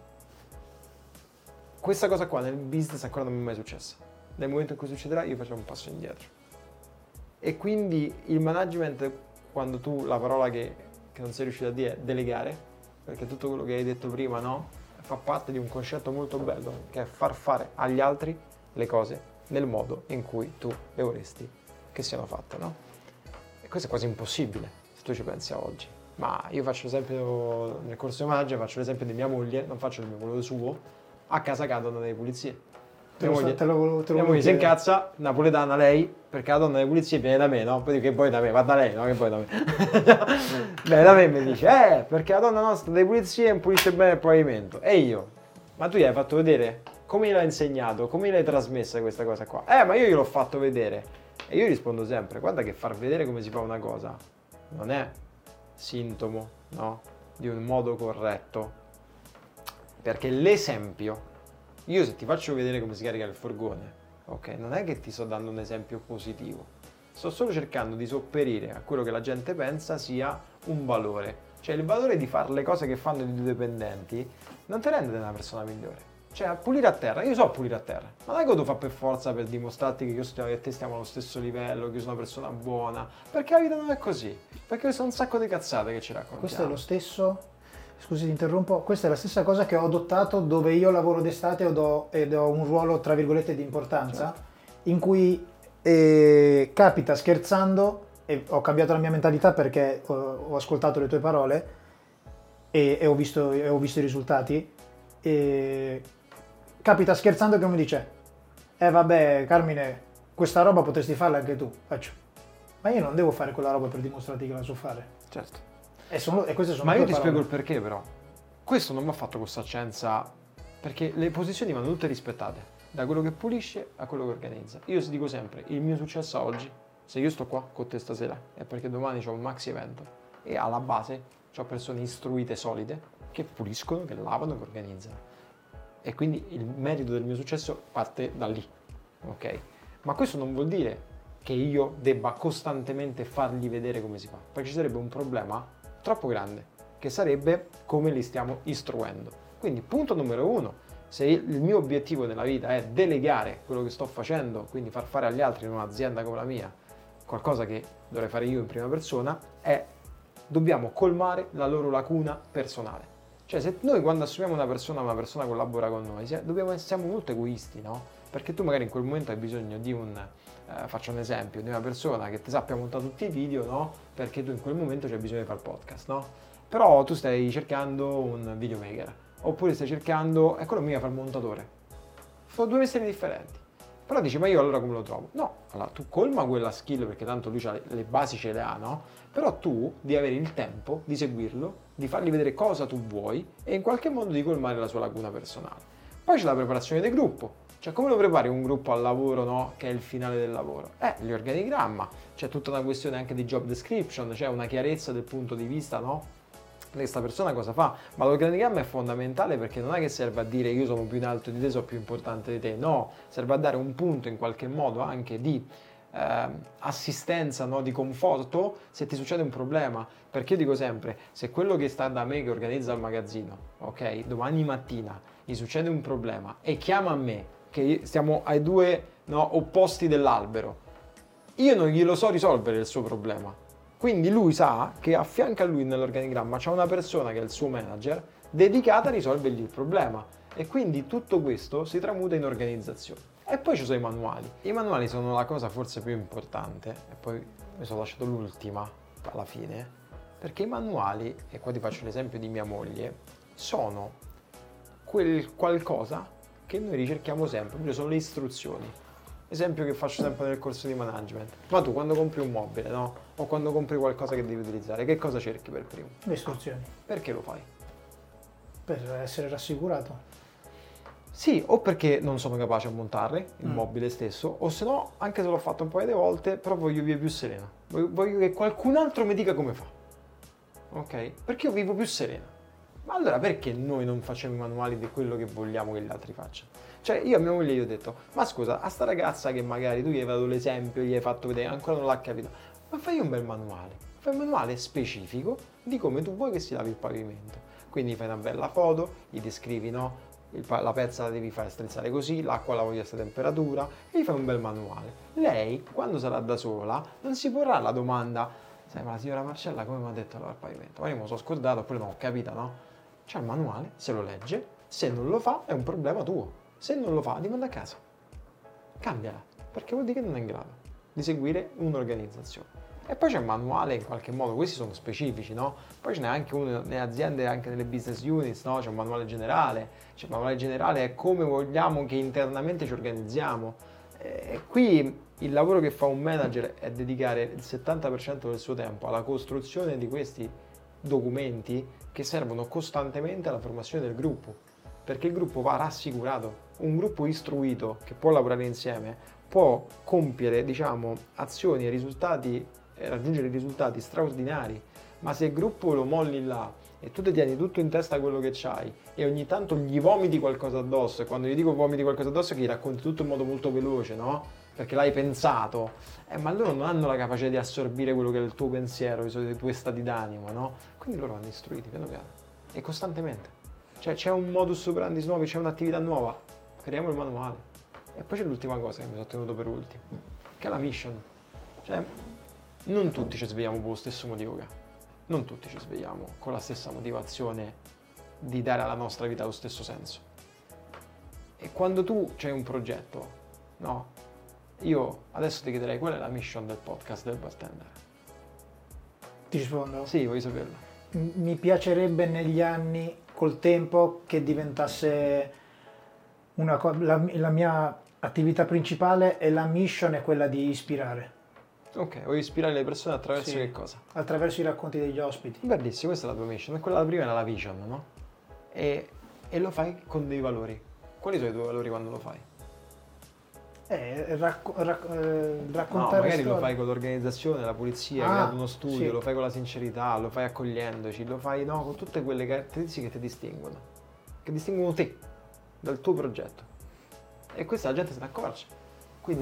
A: Questa cosa qua nel business ancora non mi è mai successa. Nel momento in cui succederà io faccio un passo indietro. E quindi il management, quando tu la parola che non sei riuscito a dire è delegare, perché tutto quello che hai detto prima, no? Fa parte di un concetto molto bello, che è far fare agli altri le cose nel modo in cui tu le vorresti che siano fatte, no? E questo è quasi impossibile, se tu ci pensi a oggi. Ma io faccio l'esempio, nel corso di management faccio l'esempio di mia moglie, non faccio il mio, quello suo, a casa cadono delle pulizie. Mia moglie si incazza, napoletana lei, perché la donna delle pulizie viene da me, no? Poi dico che poi da me, va da lei, no? Che poi da me. Beh, da me mi dice, perché la donna nostra delle pulizie pulisce bene il pavimento. E io, ma tu gli hai fatto vedere come gliel'hai insegnato, come gliel'hai trasmessa questa cosa qua? Ma io gliel'ho fatto vedere. E io rispondo sempre, guarda che far vedere come si fa una cosa non è sintomo, no? Di un modo corretto. Perché l'esempio, io se ti faccio vedere come si carica il furgone, ok, non è che ti sto dando un esempio positivo, sto solo cercando di sopperire a quello che la gente pensa sia un valore. Cioè il valore di fare le cose che fanno i tuoi dipendenti non ti rende una persona migliore. Cioè, pulire a terra, io so pulire a terra, ma non è che lo devo fare per forza per dimostrarti che io e te stiamo allo stesso livello, che io sono una persona buona, perché la vita non è così, perché sono un sacco di cazzate che ci raccontiamo.
B: Questo è lo stesso, scusi ti interrompo, questa è la stessa cosa che ho adottato dove io lavoro d'estate ed ho un ruolo tra virgolette di importanza,
A: Certo.
B: in cui capita scherzando, e ho cambiato la mia mentalità perché ho ascoltato le tue parole e ho visto i risultati, e capita scherzando che mi dice vabbè Carmine, questa roba potresti farla anche tu. Faccio, ma io non devo fare quella roba per dimostrarti che la so fare.
A: Certo.
B: E queste sono
A: Ma
B: le
A: io
B: tue
A: ti
B: parole.
A: spiego il perché però. Questo non mi ha fatto questa scienza, perché le posizioni vanno tutte rispettate, da quello che pulisce a quello che organizza. Io ti dico sempre, il mio successo oggi, se io sto qua con te stasera, è perché domani c'ho un maxi evento e alla base c'ho persone istruite, solide, che puliscono, che lavano, che organizzano. E quindi il merito del mio successo parte da lì, ok? Ma questo non vuol dire che io debba costantemente fargli vedere come si fa, perché ci sarebbe un problema troppo grande, che sarebbe come li stiamo istruendo. Quindi punto numero 1, se il mio obiettivo nella vita è delegare quello che sto facendo, quindi far fare agli altri in un'azienda come la mia, qualcosa che dovrei fare io in prima persona, dobbiamo colmare la loro lacuna personale. Cioè, se noi quando assumiamo una persona collabora con noi, siamo molto egoisti, no? Perché tu magari in quel momento hai bisogno di faccio un esempio, di una persona che ti sappia montare tutti i video, no? Perché tu in quel momento c'hai bisogno di fare podcast, no? Però tu stai cercando un videomaker, oppure stai cercando, e quello mi fa il montatore. Sono due mestieri differenti. Però dici, ma io allora come lo trovo? No, allora tu colma quella skill perché tanto lui le basi ce le ha, no? Però tu devi avere il tempo di seguirlo, di fargli vedere cosa tu vuoi e in qualche modo di colmare la sua lacuna personale. Poi c'è la preparazione del gruppo. Cioè, come lo prepari un gruppo al lavoro, no? Che è il finale del lavoro? Gli organigramma, c'è tutta una questione anche di job description, c'è una chiarezza del punto di vista, no? Questa persona cosa fa? Ma l'organigramma è fondamentale perché non è che serve a dire io sono più in alto di te, sono più importante di te, no, serve a dare un punto in qualche modo anche di assistenza, no? Di conforto se ti succede un problema, perché io dico sempre, se quello che sta da me che organizza il magazzino, ok, domani mattina gli succede un problema e chiama me, che stiamo ai due, no, opposti dell'albero, io non glielo so risolvere il suo problema. Quindi lui sa che a fianco a lui nell'organigramma c'è una persona che è il suo manager dedicata a risolvergli il problema e quindi tutto questo si tramuta in organizzazione. E poi ci sono i manuali. I manuali sono la cosa forse più importante e poi mi sono lasciato l'ultima alla fine, perché i manuali, e qua ti faccio l'esempio di mia moglie, sono quel qualcosa che noi ricerchiamo sempre, sono le istruzioni. Esempio che faccio sempre nel corso di management. Ma tu quando compri un mobile, no? O quando compri qualcosa che devi utilizzare, che cosa cerchi per primo?
B: Le istruzioni,
A: Perché lo fai?
B: per essere rassicurato.
A: Sì, o perché non sono capace a montarle, il mobile stesso, o se no, anche se l'ho fatto un paio di volte, però voglio vivere più serena. Voglio che qualcun altro mi dica come fa. Ok? Perché io vivo più serena. Ma allora perché noi non facciamo i manuali di quello che vogliamo che gli altri facciano? Cioè io a mia moglie gli ho detto, ma scusa, a sta ragazza che magari tu gli hai dato l'esempio, gli hai fatto vedere, ancora non l'ha capito, ma fai un bel manuale, fai un manuale specifico di come tu vuoi che si lavi il pavimento. Quindi fai una bella foto, gli descrivi, no? La pezza la devi fare strizzare così, l'acqua la voglio a questa temperatura e gli fai un bel manuale. Lei, quando sarà da sola, non si porrà la domanda, sai, ma la signora Marcella come mi ha detto lavare il pavimento? Ma io me lo sono scordato, oppure non ho capito, no? C'è il manuale, se lo legge, se non lo fa è un problema tuo. Se non lo fa, ti manda a casa. Cambiala, perché vuol dire che non è in grado di seguire un'organizzazione. E poi c'è il manuale in qualche modo, questi sono specifici, no? Poi ce n'è anche uno nelle aziende, anche nelle business units, no? C'è un manuale generale. Cioè, il manuale generale è come vogliamo che internamente ci organizziamo. E qui il lavoro che fa un manager è dedicare il 70% del suo tempo alla costruzione di questi documenti che servono costantemente alla formazione del gruppo, perché il gruppo va rassicurato. Un gruppo istruito che può lavorare insieme può compiere, diciamo, azioni e risultati, raggiungere risultati straordinari, ma se il gruppo lo molli là e tu ti tieni tutto in testa quello che c'hai e ogni tanto gli vomiti qualcosa addosso, e quando gli dico vomiti qualcosa addosso è che gli racconti tutto in modo molto veloce, no? Perché l'hai pensato, ma loro non hanno la capacità di assorbire quello che è il tuo pensiero, i tuoi stati d'animo, no? Quindi loro vanno istruiti piano piano e costantemente. Cioè c'è un modus operandi nuovo, c'è un'attività nuova, creiamo il manuale. E poi c'è l'ultima cosa che mi sono tenuto per ultimo, che è la mission. Cioè, non tutti ci svegliamo per lo stesso motivo che ha. Non tutti ci svegliamo con la stessa motivazione di dare alla nostra vita lo stesso senso. E quando tu c'hai un progetto, no? Io adesso ti chiederei qual è la mission del podcast del bartender.
B: Ti rispondo?
A: Sì, voglio saperlo.
B: Mi piacerebbe negli anni, col tempo, che diventasse la mia attività principale, e la mission è quella di ispirare.
A: Ok, vuoi ispirare le persone attraverso che cosa?
B: Attraverso i racconti degli ospiti.
A: Bellissimo, questa è la tua mission. E quella prima era la vision, no? E lo fai con dei valori. Quali sono i tuoi valori quando lo fai?
B: Raccontare
A: No, magari
B: storie.
A: lo fai con l'organizzazione, la pulizia, creando uno studio,
B: sì.
A: lo fai con la sincerità, lo fai accogliendoci, lo fai con tutte quelle caratteristiche che ti distinguono, che distinguono te dal tuo progetto. E questa la gente se ne accorge. Quindi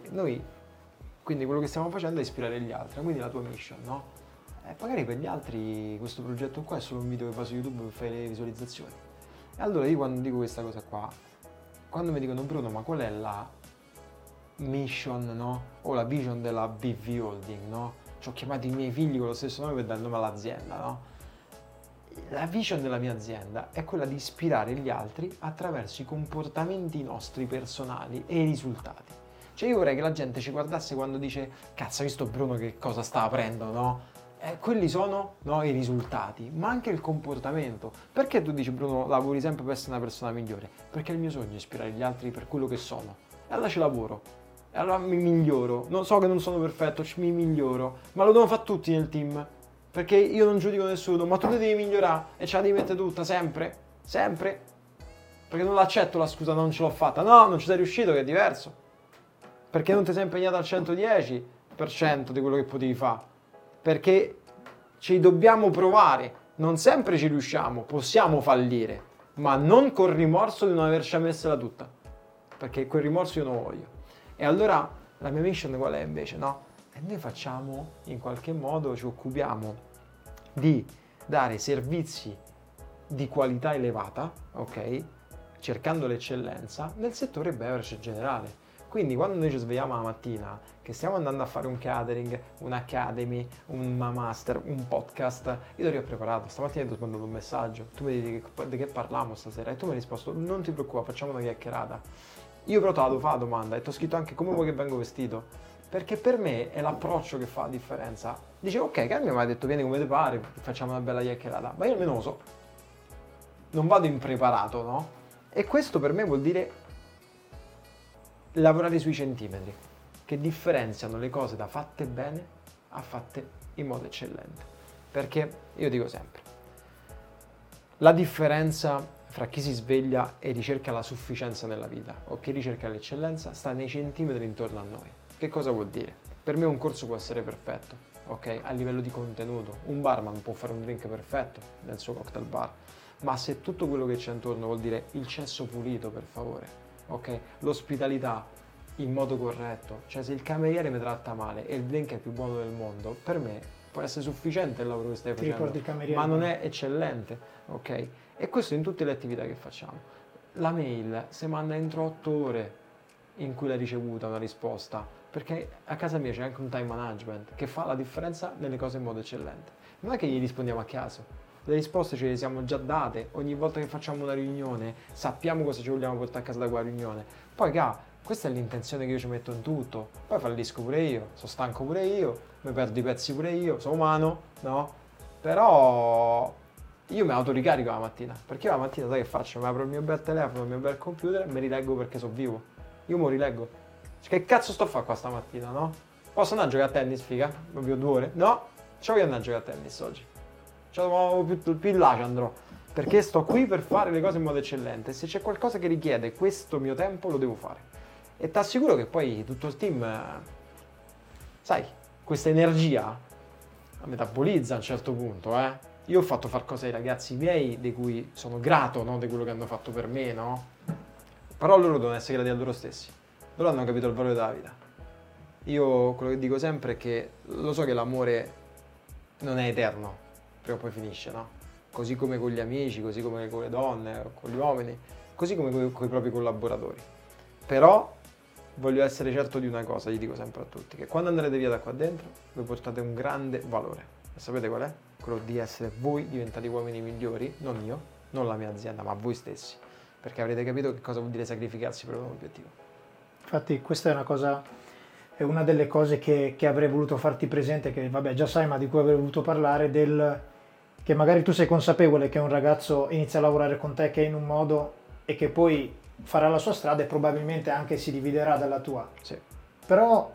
A: quindi quello che stiamo facendo è ispirare gli altri, quindi la tua mission, no? E magari per gli altri questo progetto qua è solo un video che va su YouTube per fare le visualizzazioni. E allora io quando dico questa cosa qua, quando mi dicono Bruno, ma qual è la mission, no? O la vision della BV Holding, no? Ci ho chiamato i miei figli con lo stesso nome per dare il nome all'azienda, no? La vision della mia azienda è quella di ispirare gli altri attraverso i comportamenti nostri personali e i risultati. Cioè io vorrei che la gente ci guardasse quando dice cazzo, hai visto Bruno che cosa sta aprendo, no? Quelli sono, no, i risultati, ma anche il comportamento. Perché tu dici Bruno lavori sempre per essere una persona migliore? Perché il mio sogno è ispirare gli altri per quello che sono. E allora ci lavoro. E allora mi miglioro. Non so che non sono perfetto, mi miglioro. Ma lo devono fare tutti nel team. Perché io non giudico nessuno, ma tu ti devi migliorare e ce la devi mettere tutta, sempre. Sempre. Perché non l'accetto la scusa, non ce l'ho fatta. No, non ci sei riuscito, che è diverso. Perché non ti sei impegnato al 110% di quello che potevi fare. Perché ci dobbiamo provare, non sempre ci riusciamo, possiamo fallire, ma non col rimorso di non averci messa tutta, perché quel rimorso io non lo voglio. E allora la mia mission qual è invece, no? E noi facciamo, in qualche modo ci occupiamo di dare servizi di qualità elevata, ok? Cercando l'eccellenza nel settore beverage in generale. Quindi quando noi ci svegliamo la mattina, che stiamo andando a fare un catering, un'academy, un master, un podcast, io ti ho preparato, stamattina ti ho mandato un messaggio, tu mi dici di che parliamo stasera e tu mi hai risposto non ti preoccupare, facciamo una chiacchierata. Io però te la devo fare la domanda e ti ho scritto anche come vuoi che vengo vestito, perché per me è l'approccio che fa la differenza. Dicevo ok, Carmine mi ha detto vieni come ti pare, facciamo una bella chiacchierata, ma io almeno lo so, non vado impreparato, no? E questo per me vuol dire lavorare sui centimetri che differenziano le cose da fatte bene a fatte in modo eccellente. Perché io dico sempre, la differenza fra chi si sveglia e ricerca la sufficienza nella vita o chi ricerca l'eccellenza sta nei centimetri intorno a noi. Che cosa vuol dire? Per me un corso può essere perfetto, ok? A livello di contenuto, un barman può fare un drink perfetto nel suo cocktail bar, ma se tutto quello che c'è intorno vuol dire il cesso pulito, per favore, ok? L'ospitalità in modo corretto, cioè se il cameriere mi tratta male e il drink è il più buono del mondo, per me può essere sufficiente il lavoro che stai facendo, ma non è eccellente, ok? E questo in tutte le attività che facciamo. La mail si manda entro 8 ore in cui l'hai ricevuta una risposta, perché a casa mia c'è anche un time management che fa la differenza nelle cose in modo eccellente. Non è che gli rispondiamo a caso, le risposte ce le siamo già date, ogni volta che facciamo una riunione sappiamo cosa ci vogliamo portare a casa da quella riunione. Poi questa è l'intenzione che io ci metto in tutto, poi fallisco pure io, sono stanco pure io, mi perdo i pezzi pure io, sono umano, no? Però io mi autoricarico la mattina, perché io la mattina sai che faccio? Mi apro il mio bel telefono, il mio bel computer e mi rileggo perché sono vivo. Io mi rileggo. Cioè, che cazzo sto a fare qua stamattina, no? Posso andare a giocare a tennis, figa? Proprio 2 ore? No, ci voglio andare a giocare a tennis oggi. Cioè, più in là ci andrò. Perché sto qui per fare le cose in modo eccellente. Se c'è qualcosa che richiede questo mio tempo, lo devo fare. E ti assicuro che poi tutto il team, sai, questa energia la metabolizza a un certo punto, Io ho fatto far cose ai ragazzi miei di cui sono grato, no? Di quello che hanno fatto per me, no? Però loro devono essere grati a loro stessi. Loro hanno capito il valore della vita. Io quello che dico sempre è che lo so che l'amore non è eterno, prima o poi finisce, no? così come con gli amici, così come con le donne, con gli uomini, così come con i propri collaboratori. Però voglio essere certo di una cosa, gli dico sempre a tutti, che quando andrete via da qua dentro voi portate un grande valore. E sapete qual è? Quello di essere voi diventati uomini migliori, non io, non la mia azienda, ma voi stessi, perché avrete capito che cosa vuol dire sacrificarsi per un obiettivo.
B: Infatti questa è una delle cose che avrei voluto farti presente, che vabbè già sai, ma di cui avrei voluto parlare, che magari tu sei consapevole che un ragazzo inizia a lavorare con te che è in un modo e che poi farà la sua strada e probabilmente anche si dividerà dalla tua.
A: Sì.
B: Però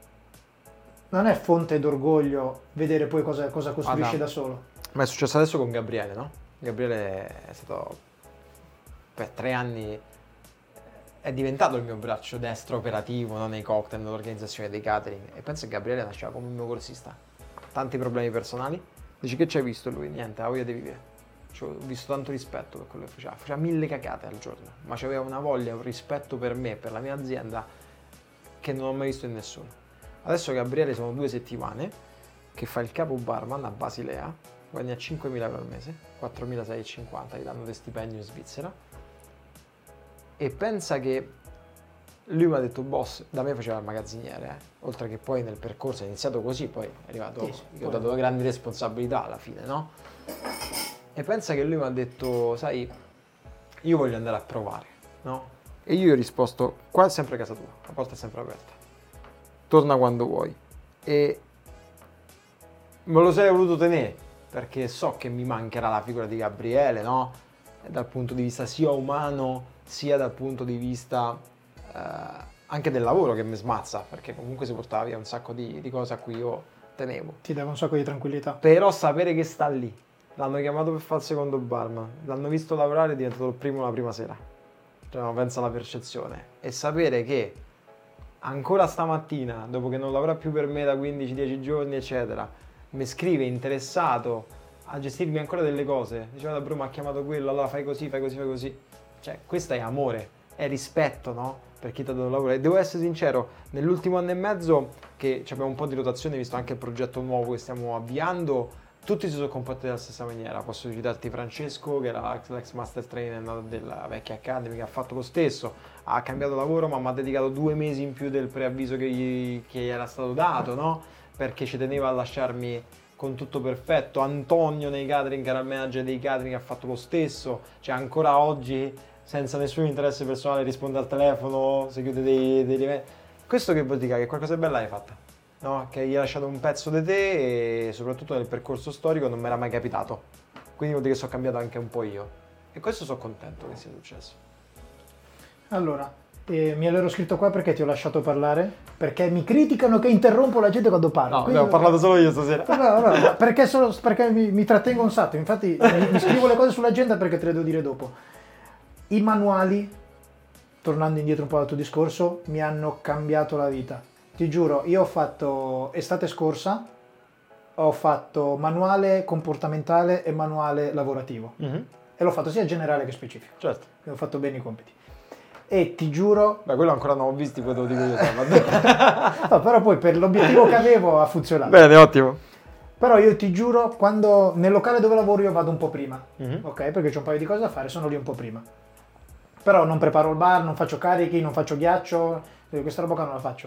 B: non è fonte d'orgoglio vedere poi cosa costruisce da solo.
A: Ma è successo adesso con Gabriele, no? Gabriele è stato per 3 anni, è diventato il mio braccio destro operativo, no? Nei cocktail, nell'organizzazione dei catering, e penso che Gabriele nasceva come un mio corsista, tanti problemi personali. Dici che ci hai visto lui? Niente, ha voglia di vivere. Ho visto tanto rispetto per quello che faceva 1000 cacate al giorno, ma c'aveva una voglia, un rispetto per me, per la mia azienda, che non ho mai visto in nessuno. Adesso Gabriele sono 2 settimane che fa il capo barman a Basilea, guadagna 5.000 euro al mese, 4.650, gli danno di stipendio in Svizzera, e pensa che lui mi ha detto: boss, da me faceva il magazziniere, oltre che poi nel percorso è iniziato così, poi è arrivato, gli ho dato grandi responsabilità alla fine, no? E pensa che lui mi ha detto: sai, io voglio andare a provare, no? E io gli ho risposto: qua è sempre casa tua, la porta è sempre aperta, torna quando vuoi. E me lo sarei voluto tenere, perché so che mi mancherà la figura di Gabriele, no? Dal punto di vista sia umano, sia dal punto di vista anche del lavoro, che mi smazza, perché comunque si portava via un sacco di cose a cui io tenevo.
B: Ti dava un sacco di tranquillità.
A: Però sapere che sta lì, l'hanno chiamato per fare il secondo barman, l'hanno visto lavorare, è diventato il primo la prima sera. Cioè, no, pensa alla percezione. E sapere che ancora stamattina, dopo che non lavora più per me da 15-10 giorni, eccetera, mi scrive interessato a gestirmi ancora delle cose. Diceva: da Bruno mi ha chiamato quello, allora fai così, fai così, fai così. Cioè, questo è amore, è rispetto, no? Per chi ti ha dato lavoro. E devo essere sincero, nell'ultimo anno e mezzo che abbiamo un po' di rotazione, visto anche il progetto nuovo che stiamo avviando, tutti si sono comportati della stessa maniera. Posso citarti Francesco, che era l'ex master trainer della vecchia Academy, che ha fatto lo stesso, ha cambiato lavoro, ma mi ha dedicato 2 mesi in più del preavviso che gli era stato dato, no? Perché ci teneva a lasciarmi con tutto perfetto. Antonio nei catering, che era il manager dei catering, ha fatto lo stesso. Cioè, ancora oggi, senza nessun interesse personale, risponde al telefono, si chiude degli eventi. Questo che vuol dire? Che qualcosa di bella hai fatta, no? Che gli hai lasciato un pezzo di te, e soprattutto nel percorso storico non mi era mai capitato. Quindi vuol dire che sono cambiato anche un po' io. E questo sono contento che sia successo.
B: Allora, mi ero scritto qua perché ti ho lasciato parlare, perché mi criticano che interrompo la gente quando parlo.
A: No, ho parlato solo io stasera.
B: No, perché mi trattengo un sacco. Infatti mi scrivo le cose sull'agenda perché te le devo dire dopo. I manuali, tornando indietro un po' al tuo discorso, mi hanno cambiato la vita. Ti giuro, io ho fatto estate scorsa, ho fatto manuale comportamentale e manuale lavorativo. E l'ho fatto sia generale che specifico.
A: Certo.
B: Quindi ho fatto bene i compiti. E ti giuro...
A: Beh, quello ancora non ho visto, poi te lo dico io. No,
B: però poi per l'obiettivo che avevo ha funzionato.
A: Bene, ottimo.
B: Però io ti giuro, quando nel locale dove lavoro io vado un po' prima, ok? Perché c'ho un paio di cose da fare, sono lì un po' prima. Però non preparo il bar, non faccio carichi, non faccio ghiaccio, questa roba qua non la faccio.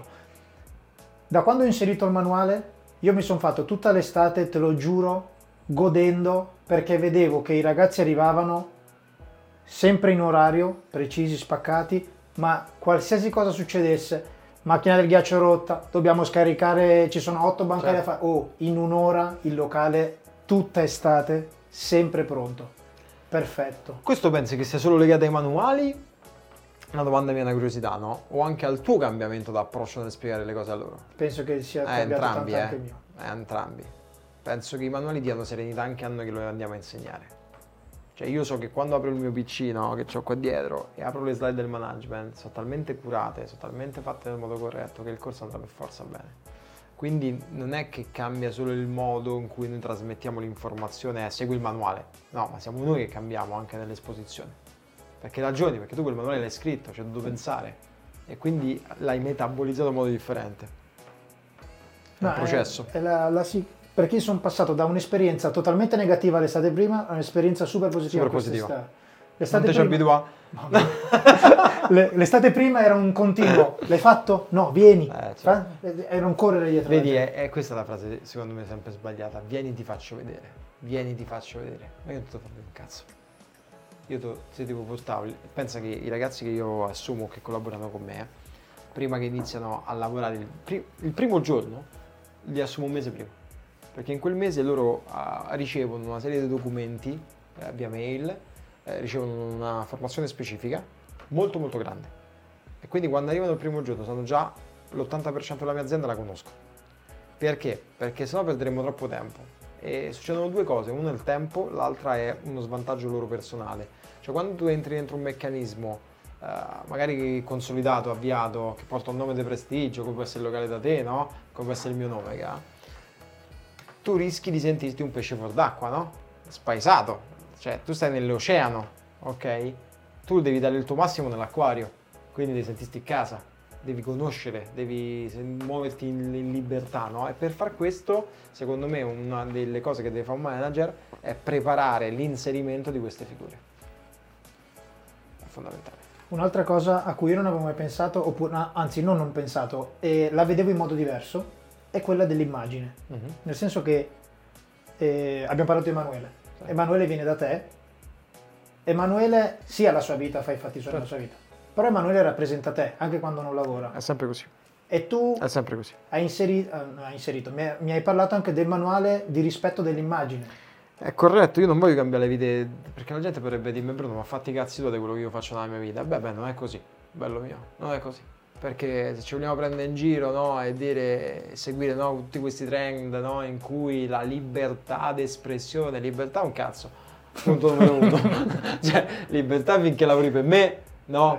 B: Da quando ho inserito il manuale, io mi sono fatto tutta l'estate, te lo giuro, godendo, perché vedevo che i ragazzi arrivavano sempre in orario, precisi, spaccati, ma qualsiasi cosa succedesse, macchina del ghiaccio rotta, dobbiamo scaricare, ci sono 8 bancali da fare, in un'ora il locale, tutta estate, sempre pronto. Perfetto.
A: Questo pensi che sia solo legato ai manuali? Una domanda mia, una curiosità, no? O anche al tuo cambiamento d'approccio nel spiegare le cose a loro?
B: Penso che sia cambiato
A: entrambi,
B: tanto anche il mio.
A: Entrambi. Penso che i manuali diano serenità anche a noi che lo andiamo a insegnare. Cioè, io so che quando apro il mio PC, no, che ho qua dietro, e apro le slide del management, sono talmente curate, sono talmente fatte nel modo corretto che il corso andrà per forza bene. Quindi non è che cambia solo il modo in cui noi trasmettiamo l'informazione, segui il manuale. No, ma siamo noi che cambiamo anche nell'esposizione. Perché ragioni, perché tu quel manuale l'hai scritto, ci hai dovuto pensare. E quindi l'hai metabolizzato in modo differente. È un processo.
B: perché sono passato da un'esperienza totalmente negativa l'estate prima a un'esperienza super positiva.
A: Super positiva.
B: L'estate
A: Non ti ci abitua?
B: L'estate prima era un continuo. L'hai fatto? No, vieni.
A: Certo.
B: Era un correre dietro.
A: Vedi, è questa la frase secondo me sempre sbagliata. Vieni, ti faccio vedere. Vieni, ti faccio vedere. Ma io non ti sto facendo un cazzo. Se devo portare, pensa che i ragazzi che io assumo che collaborano con me, prima che iniziano a lavorare il primo giorno, li assumo un mese prima. Perché in quel mese loro ricevono una serie di documenti via mail, ricevono una formazione specifica molto molto grande. E quindi quando arrivano il primo giorno sanno già l'80% della mia azienda la conosco. Perché? Perché sennò perderemo troppo tempo. E succedono due cose, una è il tempo, l'altra è uno svantaggio loro personale. Cioè quando tu entri dentro un meccanismo magari consolidato, avviato, che porta un nome di prestigio, come può essere il locale da te, no? Come può essere il mio nome, tu rischi di sentirti un pesce fuor d'acqua, no? Spaesato, cioè tu stai nell'oceano, ok? Tu devi dare il tuo massimo nell'acquario, quindi devi sentirti in casa, devi conoscere, devi muoverti in libertà, no? E per far questo, secondo me, una delle cose che deve fare un manager è preparare l'inserimento di queste figure. È fondamentale.
B: Un'altra cosa a cui io non avevo mai pensato, oppure anzi non pensato, e la vedevo in modo diverso, è quella dell'immagine. Nel senso che abbiamo parlato di Emanuele. Sì. Emanuele viene da te. Emanuele sì ha la sua vita, fa i fatti suoi nella sua vita. Però Emanuele rappresenta te, anche quando non lavora.
A: È sempre così.
B: E tu
A: è sempre così.
B: Hai inserito, mi hai parlato anche del manuale di rispetto dell'immagine.
A: È corretto, io non voglio cambiare le vite, perché la gente potrebbe dirmi Bruno, ma fatti i cazzi tu di quello che io faccio nella mia vita. Beh, non è così, bello mio, non è così. Perché se ci vogliamo prendere in giro, no, e dire, seguire, no, tutti questi trend, no, in cui la libertà d'espressione, libertà è un cazzo, punto numero uno. Cioè, libertà finché lavori per me, no,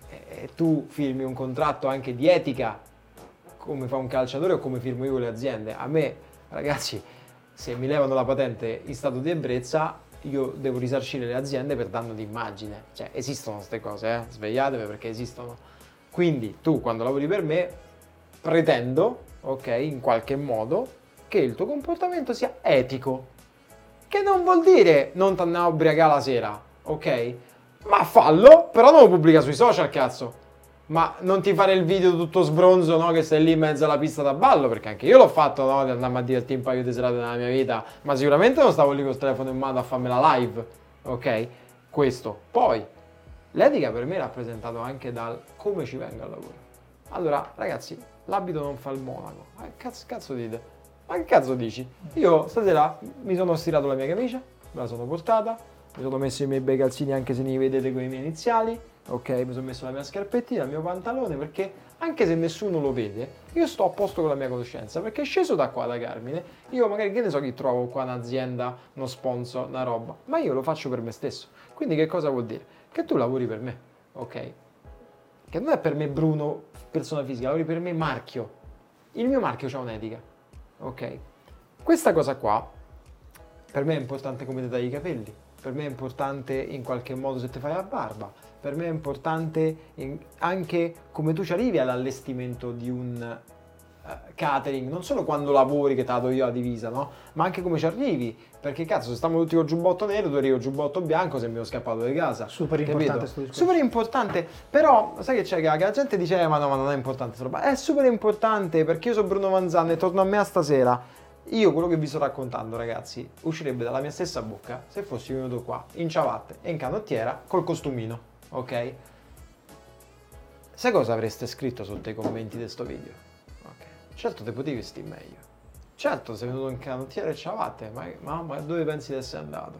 A: e tu firmi un contratto anche di etica, come fa un calciatore o come firmo io con le aziende. A me, ragazzi, se mi levano la patente in stato di ebbrezza, io devo risarcire le aziende per danno di immagine. Cioè, esistono queste cose, svegliatevi perché esistono. Quindi tu quando lavori per me pretendo, ok, in qualche modo, che il tuo comportamento sia etico. Che non vuol dire non ti andare a ubriacare la sera, ok? Ma fallo, però non lo pubblica sui social, cazzo. Ma non ti fare il video tutto sbronzo, no? Che stai lì in mezzo alla pista da ballo, perché anche io l'ho fatto, no? Di andarmi a divertire un paio di serate nella mia vita, ma sicuramente non stavo lì con il telefono in mano a farmela live, ok? Questo. Poi, l'etica per me è rappresentato anche dal come ci vengo al lavoro. Allora, ragazzi, l'abito non fa il monaco. Ma che cazzo dite? Ma che cazzo dici? Io stasera mi sono stirato la mia camicia, me la sono portata, mi sono messo i miei bei calzini anche se ne vedete con i miei iniziali, ok? Mi sono messo la mia scarpettina, il mio pantalone, perché anche se nessuno lo vede, io sto a posto con la mia coscienza, perché sceso da qua da Carmine, io magari che ne so chi trovo qua un'azienda, uno sponsor, una roba, ma io lo faccio per me stesso. Quindi che cosa vuol dire? Che tu lavori per me, ok? Che non è per me Bruno, persona fisica, lavori per me marchio. Il mio marchio c'ha un'etica, ok? Questa cosa qua per me è importante come ti tagli i capelli, per me è importante in qualche modo se ti fai la barba, per me è importante anche come tu ci arrivi all'allestimento di un catering, non solo quando lavori che te la do io la divisa, no? Ma anche come ci arrivi, perché cazzo se stiamo tutti con giubbotto nero, tu arrivi con giubbotto bianco se mi ho scappato di casa.
B: Super importante sto discorso.
A: Super importante, però sai che c'è che la gente dice ma no, ma non è importante questa roba. È super importante perché io sono Bruno Manzano e torno a me a stasera. Io quello che vi sto raccontando, ragazzi, uscirebbe dalla mia stessa bocca se fossi venuto qua in ciabatte e in canottiera col costumino, ok? Sai cosa avreste scritto sotto i commenti di sto video? Ok, certo te potevi vestire meglio. Certo sei venuto in canottiera e ciabatte, ma dove pensi di essere andato?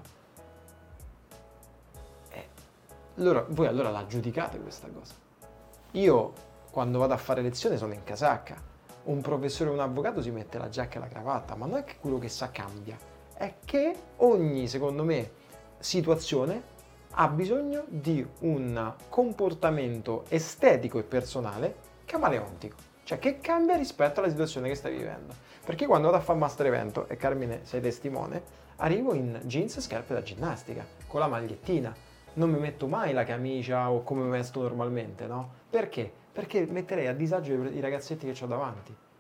A: Voi allora la giudicate questa cosa. Io quando vado a fare lezione sono in casacca. Un professore o un avvocato si mette la giacca e la cravatta, ma non è che quello che sa cambia, è che ogni, secondo me, situazione ha bisogno di un comportamento estetico e personale camaleontico, cioè che cambia rispetto alla situazione che stai vivendo. Perché quando vado a fare master evento, e Carmine sei testimone, arrivo in jeans e scarpe da ginnastica, con la magliettina, non mi metto mai la camicia o come mi vesto normalmente, no? Perché? Perché metterei a disagio i ragazzetti che ho davanti.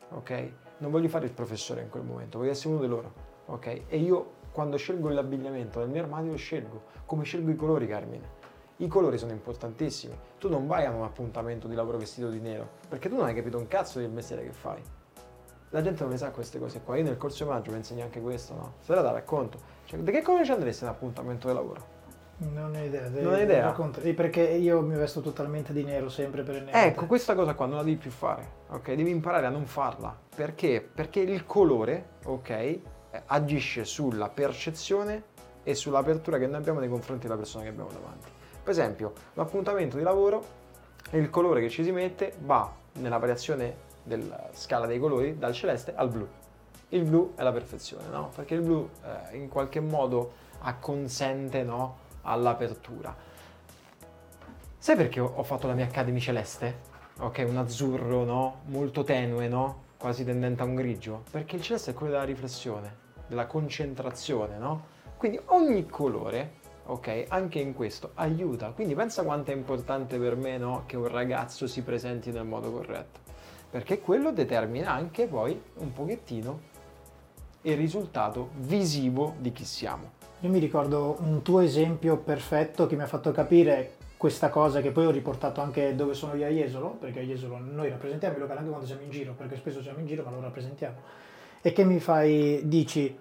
A: ok? Non voglio fare il professore in quel momento, voglio essere uno di loro, ok? E io quando scelgo l'abbigliamento nel mio armadio lo scelgo, come scelgo i colori, Carmine. I colori sono importantissimi. Tu non vai a un appuntamento di lavoro vestito di nero, perché tu non hai capito un cazzo del mestiere che fai. La gente non le sa queste cose qua. Io nel corso di maggio mi insegno anche questo, no? Se la racconto. Cioè, di che colore ci andresti in appuntamento di lavoro?
B: Non ho idea.
A: Non hai idea?
B: Perché io mi vesto totalmente di nero, sempre per nero.
A: Ecco, questa cosa qua non la devi più fare, ok? Devi imparare a non farla. Perché? Perché il colore, ok, agisce sulla percezione e sull'apertura che noi abbiamo nei confronti della persona che abbiamo davanti. Per esempio, l'appuntamento di lavoro, il colore che ci si mette va nella variazione della scala dei colori dal celeste al blu. Il blu è la perfezione, no? Perché il blu in qualche modo acconsente, no, all'apertura. Sai perché ho fatto la mia Academy celeste? Ok, un azzurro, no? Molto tenue, no? Quasi tendente a un grigio. Perché il celeste è quello della riflessione, della concentrazione, no? Quindi ogni colore, ok, anche in questo aiuta. Quindi pensa quanto è importante per me, no, che un ragazzo si presenti nel modo corretto. Perché quello determina anche poi un pochettino il risultato visivo di chi siamo.
B: Io mi ricordo un tuo esempio perfetto che mi ha fatto capire questa cosa, che poi ho riportato anche dove sono io a Jesolo, perché a Jesolo noi rappresentiamo il locale anche quando siamo in giro, perché spesso siamo in giro ma lo rappresentiamo. E che dici,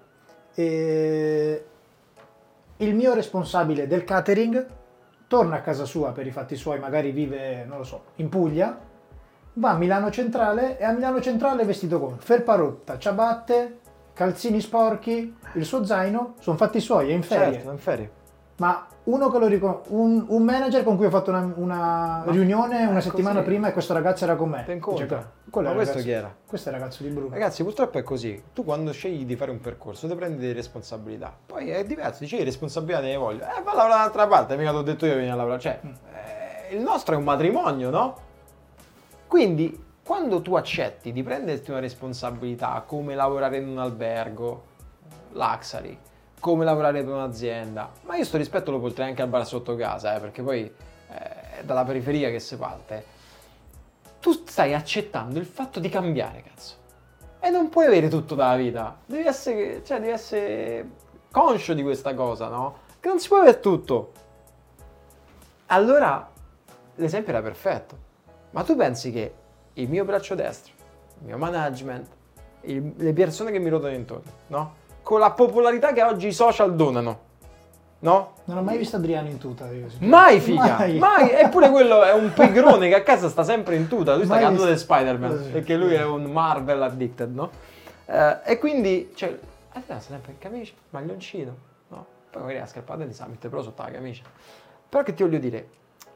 B: il mio responsabile del catering torna a casa sua per i fatti suoi, magari vive, non lo so, in Puglia, va a Milano Centrale e a Milano Centrale è vestito con felpa rotta, ciabatte, calzini sporchi, il suo zaino, sono fatti suoi, è in ferie.
A: Certo, è in ferie.
B: Ma uno che un manager con cui ho fatto una riunione una settimana
A: così.
B: prima e questo ragazzo era con me.
A: Te incontra.
B: Dice, quello
A: Ma
B: è
A: questo
B: ragazzo,
A: chi era?
B: Questo è il ragazzo di Bruno.
A: Ragazzi, purtroppo è così. Tu quando scegli di fare un percorso ti prendi delle responsabilità. Poi è diverso, dici responsabilità ne voglio. Va a lavorare dall'altra parte, mica ti ho detto io vieni a lavorare. Cioè, il nostro è un matrimonio, no? Quindi, quando tu accetti di prenderti una responsabilità, come lavorare in un albergo, luxury, come lavorare per un'azienda, ma io sto rispetto lo porterei anche al bar sotto casa, perché poi è dalla periferia che si parte. Tu stai accettando il fatto di cambiare, cazzo. E non puoi avere tutto dalla vita. Devi essere conscio di questa cosa, no? Che non si può avere tutto. Allora, l'esempio era perfetto. Ma tu pensi che il mio braccio destro, il mio management, le persone che mi ruotano intorno, no? Con la popolarità che oggi i social donano, no?
B: Non ho mai visto Adriano in tuta.
A: Mai, figa! Mai! Eppure quello è un pigrone che a casa sta sempre in tuta. Lui sta cantando del Spider-Man, perché lui è un Marvel addicted, no? E quindi, cioè, sta sempre in camicia, maglioncino, no? Poi magari la scarpata li sa, mette però sotto la camicia. Però che ti voglio dire?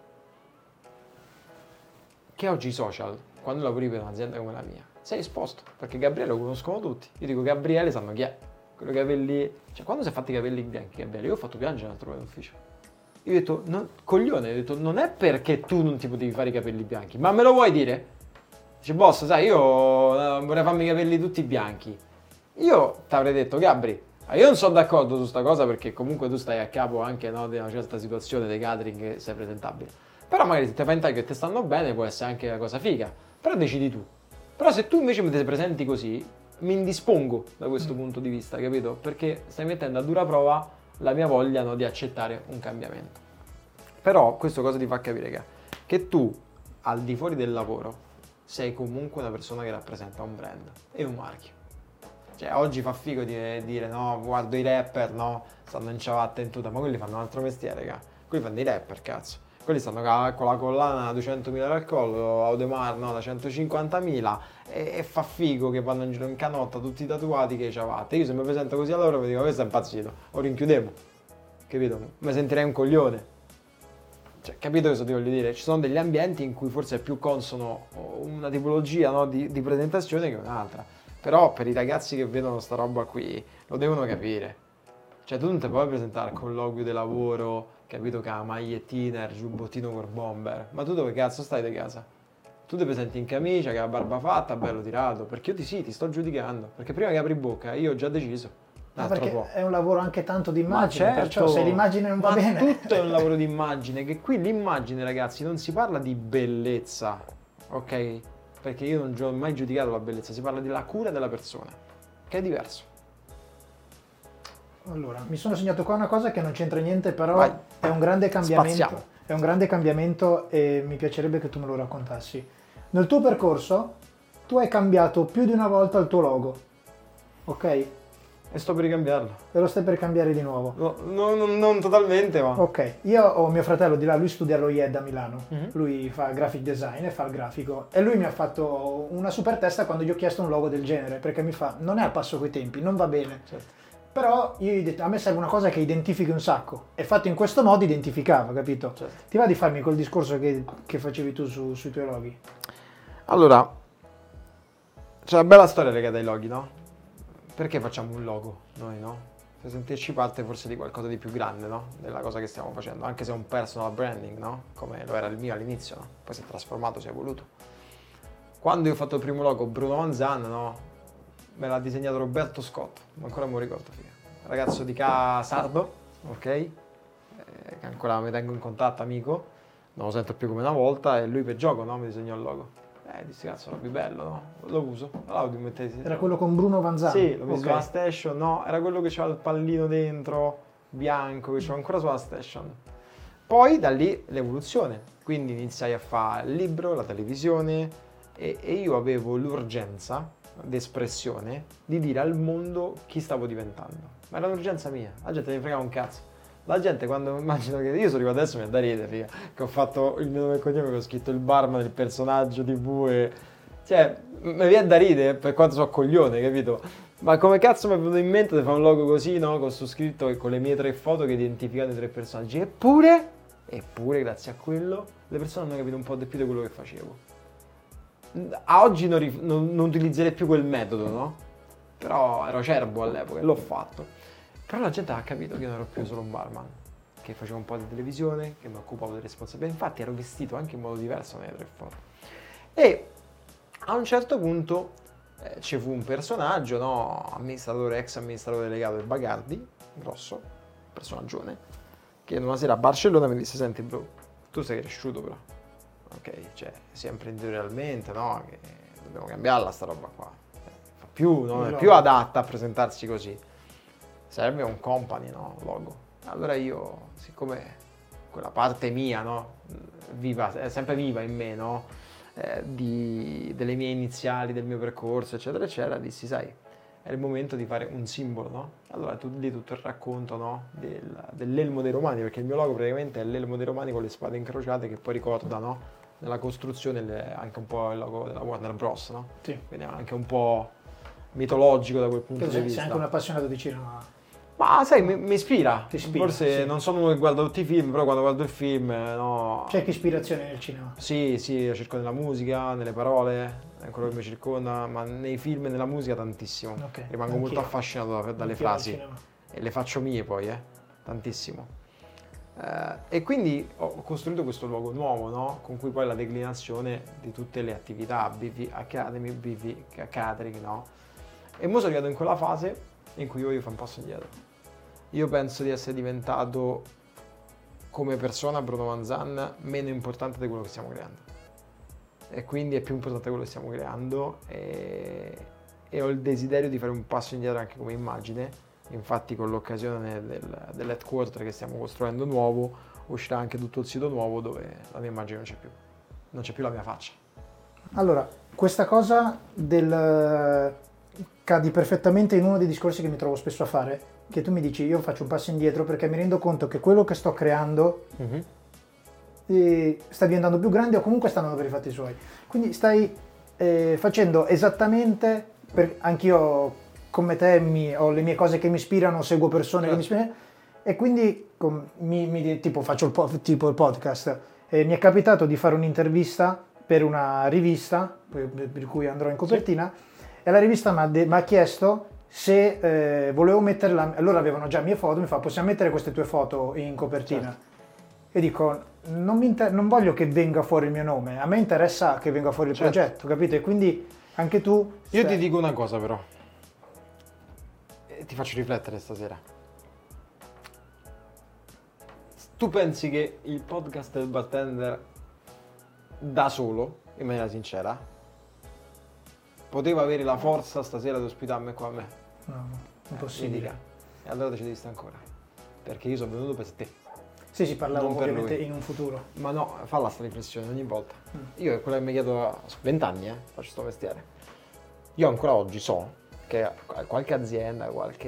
A: Che oggi i social, quando lavori per un'azienda come la mia, sei esposto, perché Gabriele lo conoscono tutti. Io dico Gabriele, sanno chi è. Quello capelli, cioè quando si è fatti i capelli bianchi, Gabriele, io ho fatto piangere un altro in ufficio. Io ho detto, coglione, ho detto, non è perché tu non ti potevi fare i capelli bianchi, ma me lo vuoi dire? Dice, boss, sai, io vorrei farmi i capelli tutti bianchi. Io ti avrei detto, Gabri, io non sono d'accordo su sta cosa perché comunque tu stai a capo anche, no, di una certa situazione dei catering e sei presentabile. Però magari se ti fai in che ti stanno bene può essere anche una cosa figa. Però decidi tu. Però se tu invece mi ti presenti così, mi indispongo da questo punto di vista, capito? Perché stai mettendo a dura prova la mia voglia, no, di accettare un cambiamento. Però questo cosa ti fa capire che tu, al di fuori del lavoro, sei comunque una persona che rappresenta un brand e un marchio. Cioè oggi fa figo di dire no, guardo i rapper, no, stanno in ciabatta in tuta, ma quelli fanno un altro mestiere, quelli fanno i rapper, cazzo. Quelli stanno con la collana da 200.000 al collo, Audemars no, da 150.000 e fa figo che vanno in giro in canotta tutti tatuati che ciabatte. Io se mi presento così allora mi dico questo è impazzito, o rinchiudevo, capito? Mi sentirei un coglione. Cioè, capito cosa ti voglio dire? Ci sono degli ambienti in cui forse è più consono una tipologia, no, di presentazione che un'altra. Però per i ragazzi che vedono sta roba qui lo devono capire. Cioè tu non ti puoi presentare al colloquio di lavoro, capito, che ha la magliettina, il giubbottino col bomber. Ma tu dove cazzo stai di casa? Tu ti presenti in camicia, che ha la barba fatta, bello tirato. Perché io ti sto giudicando. Perché prima che apri bocca io ho già deciso.
B: Perché è un lavoro anche tanto di immagine,
A: certo,
B: perciò se l'immagine non va bene...
A: tutto è un lavoro di immagine, che qui l'immagine, ragazzi, non si parla di bellezza, ok? perché io non ho mai giudicato la bellezza, si parla della cura della persona, che è diverso.
B: Allora, mi sono segnato qua una cosa che non c'entra niente, però
A: Vai.
B: è un grande cambiamento.
A: Spaziamo.
B: È un grande cambiamento e mi piacerebbe che tu me lo raccontassi. Nel tuo percorso, tu hai cambiato più di una volta il tuo logo, ok?
A: E sto per ricambiarlo.
B: E lo stai per cambiare di nuovo.
A: Non totalmente, ma...
B: Ok, io ho mio fratello di là, lui studia allo IED a Milano,
A: Mhm.
B: lui fa graphic design e fa il grafico e lui mi ha fatto una super testa quando gli ho chiesto un logo del genere, perché mi fa, non è al passo coi tempi, non va bene.
A: Certo.
B: Però io gli ho detto, a me serve una cosa che identifichi un sacco, e fatto in questo modo identificava, capito?
A: Certo.
B: Ti va di farmi quel discorso che facevi tu sui tuoi loghi?
A: Allora, c'è una bella storia legata ai loghi, no? Perché facciamo un logo noi, no? Per sentirci parte forse di qualcosa di più grande, no? Della cosa che stiamo facendo, anche se è un personal branding, no? Come lo era il mio all'inizio, no? Poi si è trasformato, si è evoluto. Quando io ho fatto il primo logo, Bruno Manzan, no? Me l'ha disegnato Roberto Scott, ma ancora me lo ricordo, figa. Ragazzo di Sardo, ok? Che ancora mi tengo in contatto, amico. Non lo sento più come una volta, e lui per gioco, no? Mi disegnò il logo. Dissi, cazzo, era più bello, no? Lo uso. Allora,
B: Era quello con Bruno Vanzan?
A: sì, l'ho visto
B: Ok.
A: alla station, no? Era quello che c'aveva il pallino dentro, bianco, che c'ho ancora sulla station. Poi da lì l'evoluzione, quindi iniziai a fare il libro, la televisione, e io avevo l'urgenza d'espressione di dire al mondo chi stavo diventando. Ma era un'urgenza mia, la gente ne fregava un cazzo. La gente quando immagino che io sono arrivato adesso mi è da ridere, figa, che ho fatto il mio nome e cognome, che ho scritto il barman, il personaggio TV e... Cioè, mi viene da ridere per quanto so coglione, capito? Ma come cazzo mi è venuto in mente di fare un logo così, no? Con su scritto e con le mie 3 foto che identificano i 3 personaggi. Eppure, grazie a quello, le persone hanno capito un po' di più di quello che facevo. A oggi non utilizzerei più quel metodo, no? Però ero acerbo all'epoca e l'ho fatto. Però la gente ha capito che io non ero più solo un barman, che facevo un po' di televisione, che mi occupavo di responsabilità. Infatti ero vestito anche in modo diverso nelle 3 foto. E a un certo punto ci fu un personaggio, no? Ex amministratore delegato del Bacardi, grosso, personaggione, che una sera a Barcellona mi disse, senti bro, tu sei cresciuto però, ok? Cioè, sia imprenditorialmente, no? Che dobbiamo cambiarla sta roba qua. Fa più, no? Non è più adatta a presentarsi così. Serve un company, no? Logo. Allora io, siccome quella parte mia, no? Viva, è sempre viva in me, no? Delle mie iniziali, del mio percorso, eccetera, eccetera, dissi, sai, è il momento di fare un simbolo, no? Allora lì tutto il racconto, no? Dell'elmo dei Romani, perché il mio logo praticamente è l'elmo dei Romani con le spade incrociate, che poi ricorda, no? Nella costruzione anche un po' il logo della Warner Bros, no?
B: Sì.
A: Quindi è anche un po' mitologico da quel punto di
B: Sei
A: vista.
B: anche un appassionato di cinema.
A: Ma sai, mi ispira.
B: Ti ispira,
A: Forse
B: sì.
A: non sono uno che guarda tutti i film, però quando guardo il film, no.
B: C'è che ispirazione nel cinema?
A: Sì, io cerco nella musica, nelle parole, è quello che mi circonda, ma nei film e nella musica tantissimo.
B: Ok,
A: Rimango molto
B: anch'io.
A: affascinato dalle
B: Anch'io
A: frasi
B: al cinema.
A: e le faccio mie poi, tantissimo. E quindi ho costruito questo luogo nuovo, no? Con cui poi la declinazione di tutte le attività, BV Academy, BV Catering, no? E mo sono arrivato in quella fase in cui voglio fare un passo indietro. Io penso di essere diventato, come persona, Bruno Manzan, meno importante di quello che stiamo creando. E quindi è più importante quello che stiamo creando e ho il desiderio di fare un passo indietro anche come immagine. Infatti con l'occasione dell'headquarter che stiamo costruendo nuovo, uscirà anche tutto il sito nuovo dove la mia immagine non c'è più. Non c'è più la mia faccia.
B: Allora, questa cosa cadi perfettamente in uno dei discorsi che mi trovo spesso a fare, che tu mi dici io faccio un passo indietro perché mi rendo conto che quello che sto creando sta diventando più grande o comunque sta andando per i fatti suoi. Quindi stai facendo esattamente, anch'io come te ho le mie cose che mi ispirano, seguo persone che mi ispirano e quindi tipo faccio tipo il podcast. Mi è capitato di fare un'intervista per una rivista per cui andrò in copertina e la rivista mi ha chiesto se volevo mettere allora avevano già mie foto, mi fa possiamo mettere queste tue foto in copertina? Certo. E dico non voglio che venga fuori il mio nome, a me interessa che venga fuori il progetto, capito? E quindi anche tu...
A: Io ti dico una cosa però, e ti faccio riflettere stasera. Tu pensi che il podcast del bartender da solo, in maniera sincera, poteva avere la forza stasera di ospitarmi qua a me.
B: No, impossibile.
A: E allora ci devi stare ancora, perché io sono venuto per te.
B: Sì, si parlava
A: Non per
B: ovviamente
A: lui.
B: in un futuro.
A: Ma no, falla sta riflessione ogni volta. Io è quello che mi chiedo a 20 anni, faccio sto mestiere. Io ancora oggi so che qualche azienda,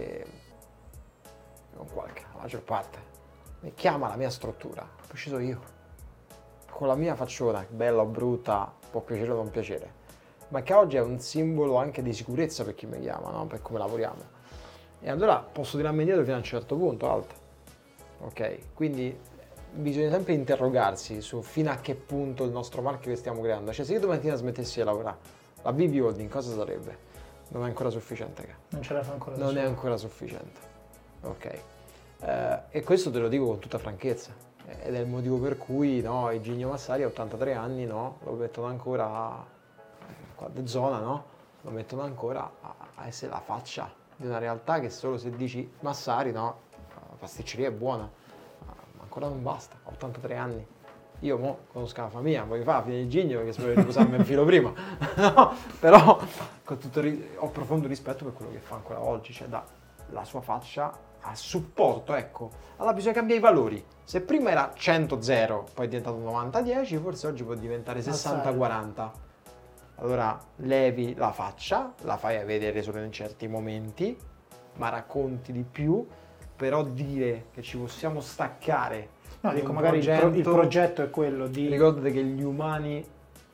A: la maggior parte, mi chiama la mia struttura, poi ci sono io. Con la mia facciona, bella o brutta, può piacere o non piacere, ma che oggi è un simbolo anche di sicurezza per chi mi chiama, no? Per come lavoriamo. E allora posso tirarmi indietro fino a un certo punto, alto. Ok? Quindi bisogna sempre interrogarsi su fino a che punto il nostro marchio che stiamo creando. Cioè, se io domattina smettessi di lavorare, la BB Holding cosa sarebbe? Non è ancora sufficiente, cara.
B: Non ce la fa ancora da
A: Non è
B: sola.
A: ancora sufficiente. Ok. E questo te lo dico con tutta franchezza. Ed è il motivo per cui no, Igigno Massari a 83 anni no, lo mettono ancora qua di zona, no? Lo mettono ancora a essere la faccia di una realtà che solo se dici Massari, no, la pasticceria è buona, ma ancora non basta, a 83 anni. Io mo conosco la famiglia, poi fa fine di Gigno perché spero di riposarmi un filo prima, no? Però con ho profondo rispetto per quello che fa ancora oggi, cioè dà la sua faccia a supporto, ecco. Allora bisogna cambiare i valori. Se prima era 100-0, poi è diventato 90-10, forse oggi può diventare 60-40. Allora levi la faccia, la fai vedere solo in certi momenti, ma racconti di più, però dire che ci possiamo staccare.
B: No,
A: di
B: dico,
A: un
B: magari il progetto è quello di...
A: Ricordate che gli umani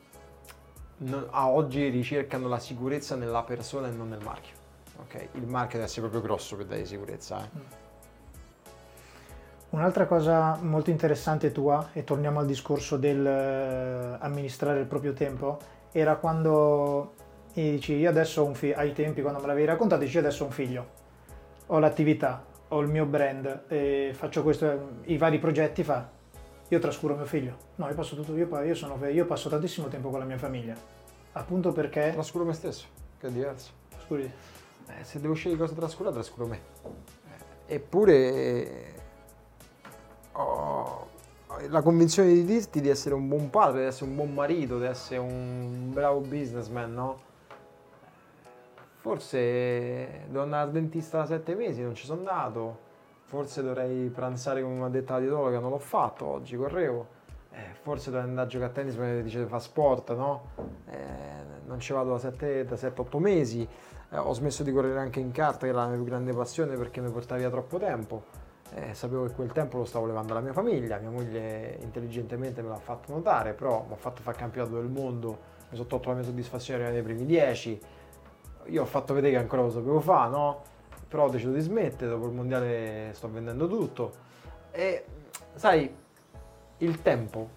A: a oggi ricercano la sicurezza nella persona e non nel marchio. Ok, il marchio deve essere proprio grosso per dare sicurezza.
B: Un'altra cosa molto interessante tua, e torniamo al discorso del amministrare il proprio tempo, era quando dici io adesso ho un figlio, ai tempi quando me l'avevi raccontato, dici io adesso ho un figlio, ho l'attività, ho il mio brand, faccio questo, i vari progetti, io trascuro mio figlio. No, io passo tutto, io passo tantissimo tempo con la mia famiglia, appunto perché...
A: Trascuro me stesso, che è diverso.
B: Scusi.
A: Se devo scegliere cosa trascurare, trascuro me. Eppure ho la convinzione di dirti di essere un buon padre, di essere un buon marito, di essere un bravo businessman, no? Forse devo andare al dentista da 7 mesi, non ci sono andato. Forse dovrei pranzare come mi ha detto la dietologa, non l'ho fatto oggi, correvo. Forse dovrei andare a giocare a tennis perché dice di fare sport, no? Non ci vado da 7-8 mesi. Ho smesso di correre anche in karting, che era la mia più grande passione perché mi portava via troppo tempo. Sapevo che quel tempo lo stavo levando alla mia famiglia, mia moglie intelligentemente me l'ha fatto notare, però mi ha fatto fare campionato del mondo, mi sono tolto la mia soddisfazione nei primi 10. Io ho fatto vedere che ancora lo sapevo fare, no? Però ho deciso di smettere, dopo il mondiale sto vendendo tutto. E sai, il tempo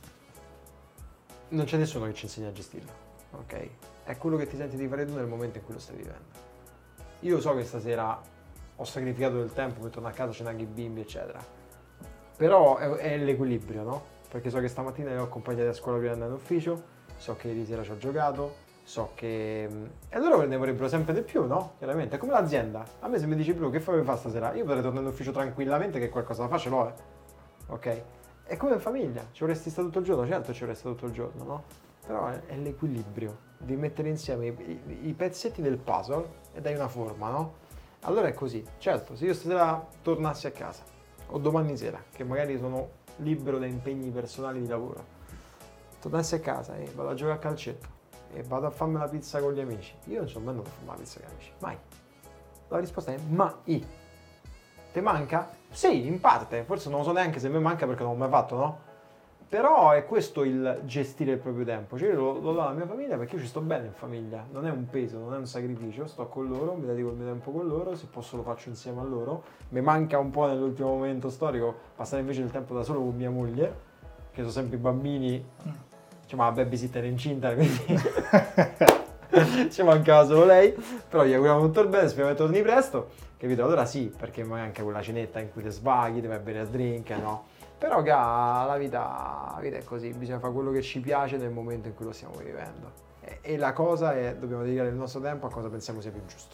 A: non c'è nessuno che ci insegna a gestirlo, ok? È quello che ti senti di fare tu nel momento in cui lo stai vivendo. Io so che stasera ho sacrificato del tempo per tornare a casa, cenare i bimbi, eccetera. Però è l'equilibrio, no? Perché so che stamattina li ho accompagnati a scuola prima di andare in ufficio, so che ieri sera ci ho giocato, so che... E loro ne vorrebbero sempre di più, no? Chiaramente, è come l'azienda. A me se mi dici Bru, che fai stasera? Io potrei tornare in ufficio tranquillamente che qualcosa da fare ce l'ho, ok? È come in famiglia, ci vorresti stare tutto il giorno? Certo ci vorresti stare tutto il giorno, no? Però è l'equilibrio di mettere insieme i pezzetti del puzzle e dai una forma, no? Allora è così. Certo, se io stasera tornassi a casa, o domani sera, che magari sono libero da impegni personali di lavoro, tornassi a casa e vado a giocare a calcetto e vado a farmi la pizza con gli amici, io non sono mai andato a farmi la pizza con gli amici, mai. La risposta è mai. Te manca? Sì, in parte, forse non lo so neanche se mi manca perché non l'ho mai fatto, no? Però è questo il gestire il proprio tempo, cioè io lo do alla mia famiglia perché io ci sto bene in famiglia, non è un peso, non è un sacrificio, sto con loro, mi dedico il mio tempo con loro, se posso lo faccio insieme a loro. Mi manca un po' nell'ultimo momento storico passare invece il tempo da solo con mia moglie, che sono sempre i bambini, diciamo la babysitter incinta, quindi ci mancava solo lei, però gli auguriamo tutto il bene, speriamo che torni presto, capito? Allora sì, perché manca quella cenetta in cui ti svaghi, ti vai a bere a drink, no? Però la vita è così, bisogna fare quello che ci piace nel momento in cui lo stiamo vivendo. E la cosa è, dobbiamo dedicare il nostro tempo a cosa pensiamo sia più giusto.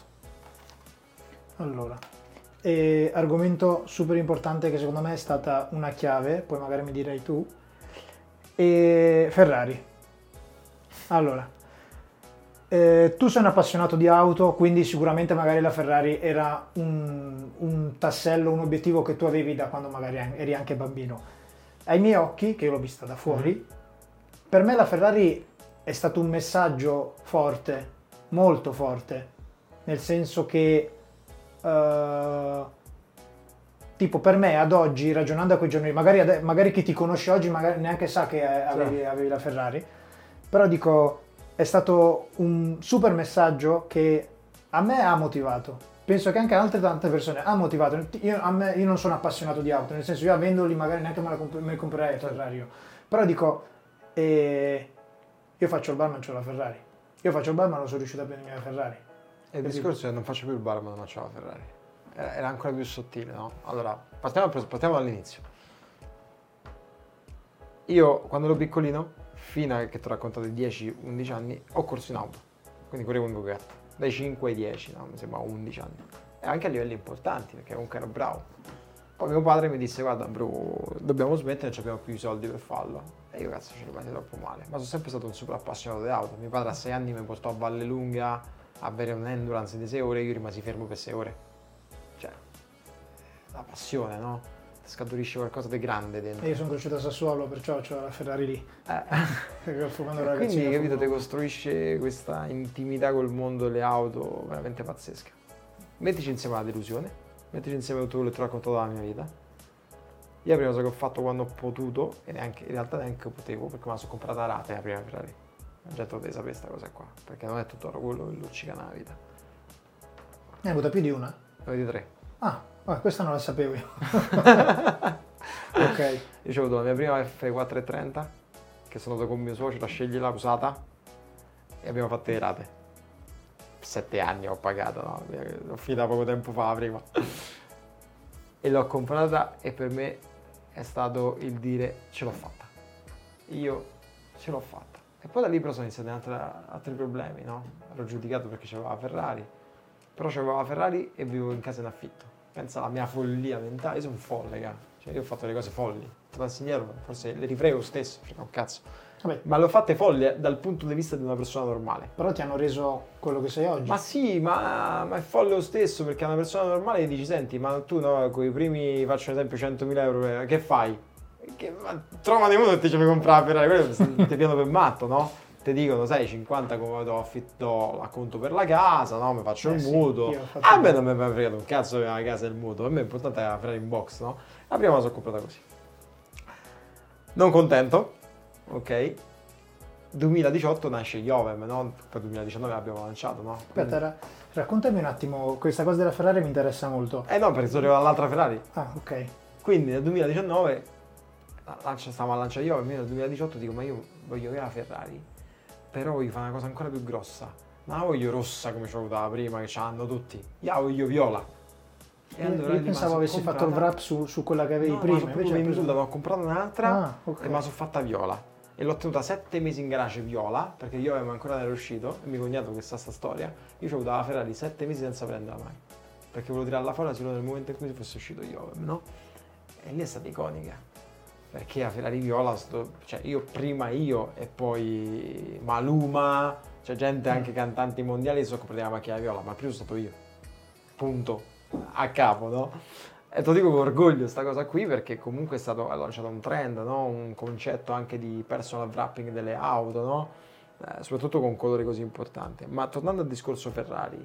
B: Allora, argomento super importante che secondo me è stata una chiave, poi magari mi direi tu, Ferrari. Allora, Tu sei un appassionato di auto, quindi sicuramente magari la Ferrari era un tassello, un obiettivo che tu avevi da quando magari eri anche bambino. Ai miei occhi, che io l'ho vista da fuori, per me la Ferrari è stato un messaggio forte, molto forte, nel senso che tipo per me ad oggi, ragionando a quei giorni, magari chi ti conosce oggi magari neanche sa che avevi la Ferrari, però dico, è stato un super messaggio che a me ha motivato. Penso che anche a altre tante persone ha motivato. Io non sono appassionato di auto, nel senso io avendoli magari neanche me comprerei la Ferrari. Però dico, io faccio il barman, c'ho la Ferrari. Io faccio il barman, non sono riuscito a prendermi la Ferrari.
A: E il discorso è che non faccio più il barman, ma c'ho la Ferrari. Era ancora più sottile, no? Allora, partiamo dall'inizio. Io, quando ero piccolino, fino a che ti ho raccontato i 10-11 anni, ho corso in auto. Quindi correvo in go-kart. Dai 5 ai 10, no? Mi sembra 11 anni. E anche a livelli importanti, perché comunque ero bravo. Poi mio padre mi disse, guarda bro, dobbiamo smettere, non abbiamo più i soldi per farlo. E io cazzo ce l'ho fatto troppo male. Ma sono sempre stato un super appassionato di auto. Mio padre a 6 anni mi portò a Vallelunga a avere un endurance di 6 ore, io rimasi fermo per 6 ore. Cioè, la passione, no? Ti scaturisce qualcosa di grande dentro.
B: E io sono cresciuto a Sassuolo, perciò ho la Ferrari lì.
A: Quindi, capito, ti costruisce questa intimità col mondo delle auto veramente pazzesca. Mettici insieme la delusione, mettici insieme tutto quello che ti ho raccontato della mia vita. Io la prima cosa che ho fatto quando ho potuto, e neanche, in realtà neanche potevo, perché me la sono comprata a rate la prima Ferrari. La gente lo deve sapere questa cosa qua, perché non è tutto quello che luccica nella vita.
B: Ne hai avuta più di una?
A: Ne avete 3.
B: Ah, questa non la sapevo io. Ok.
A: Io ho avuto la mia prima F430, che sono andato con mio suocero a sceglierla usata, e abbiamo fatto le rate. 7 anni ho pagato, no? L'ho finita poco tempo fa prima. E l'ho comprata e per me è stato il dire ce l'ho fatta. Io ce l'ho fatta. E poi da lì però sono iniziati altri problemi, no? Ero giudicato perché c'avevo la Ferrari, però c'avevo la Ferrari e vivevo in casa in affitto. Pensa alla mia follia mentale, io sono folle, cara. Cioè io ho fatto le cose folli. Tornassi indietro, forse le rifarei lo stesso, frega un cazzo.
B: Vabbè.
A: Ma le ho fatte folli dal punto di vista di una persona normale.
B: Però ti hanno reso quello che sei oggi.
A: Ma sì, ma è folle lo stesso, perché a una persona normale gli dici, senti, ma tu no, con i primi, faccio un esempio, 100.000 euro, che fai? Trovane uno e ti ci fai comprare la Ferrari, quello ti piano per matto, no? Ti dicono, sai, 50 come do a conto per la casa, no? Mi faccio il mutuo. A me non mi è fregato un cazzo la casa e il mutuo, per me è importante la Ferrari in box, no? La prima la sono comprata così. Non contento, ok? 2018 nasce Jovem, no? Poi 2019 l'abbiamo lanciato, no?
B: Aspetta, raccontami un attimo, questa cosa della Ferrari mi interessa molto.
A: No, perché sono arrivato all'altra Ferrari.
B: Ah, ok.
A: Quindi nel 2019 stavamo a lanciare Jovem, io nel 2018 dico, ma io voglio avere la Ferrari, però voglio fare una cosa ancora più grossa. Non la voglio rossa come ce l'ho avuta prima, che ce l'hanno tutti. Io la voglio viola. E allora
B: io pensavo avessi fatto il wrap su quella che avevi prima.
A: No, invece venduta, ho comprato un'altra
B: okay.
A: E me la sono fatta viola. E l'ho tenuta 7 mesi in garage viola, perché io ancora non ero uscito, e mio cognato che sa sta storia, io ho avuto la Ferrari 7 mesi senza prenderla mai. Perché volevo tirarla fuori solo nel momento in cui fosse uscito io, no? E lì è stata iconica. Perché la Ferrari viola, cioè io e poi Maluma, c'è gente anche cantanti mondiali che sono comprati la macchina viola, ma più sono stato io. Punto. A capo, no? E te lo dico con orgoglio sta cosa qui, perché comunque è lanciato un trend, no? Un concetto anche di personal wrapping delle auto, no? Soprattutto con colori così importanti. Ma tornando al discorso Ferrari,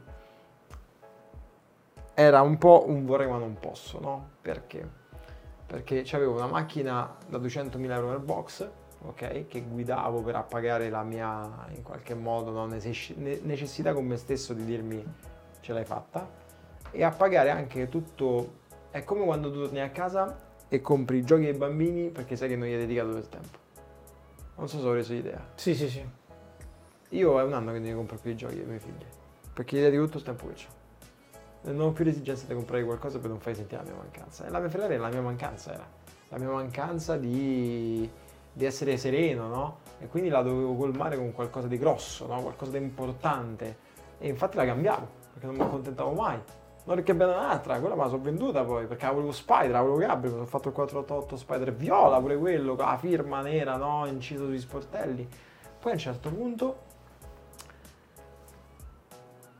A: era un po' un vorrei ma non posso, no? Perché? Perché c'avevo una macchina da 200.000 euro nel box, ok? Che guidavo per appagare la mia, in qualche modo, no? Necessità con me stesso di dirmi ce l'hai fatta, e appagare anche tutto. È come quando tu torni a casa e compri i giochi ai bambini perché sai che non gli hai dedicato del tempo. Non so se ho reso l'idea.
B: Sì.
A: Io è un anno che non compro più i giochi ai miei figli, perché gli dedico tutto il tempo che ho. Non ho più l'esigenza di comprare qualcosa per non far sentire la mia mancanza. E la mia Ferrari la mia mancanza era. La mia mancanza di essere sereno, no? E quindi la dovevo colmare con qualcosa di grosso, no? Qualcosa di importante. E infatti la cambiavo, perché non mi accontentavo mai. Non perché abbiamo un'altra, quella me la sono venduta poi, perché la volevo Spider, la volevo Gabriel, mi sono fatto il 488 Spider viola, pure quello, con la firma nera, no? Inciso sui sportelli. Poi a un certo punto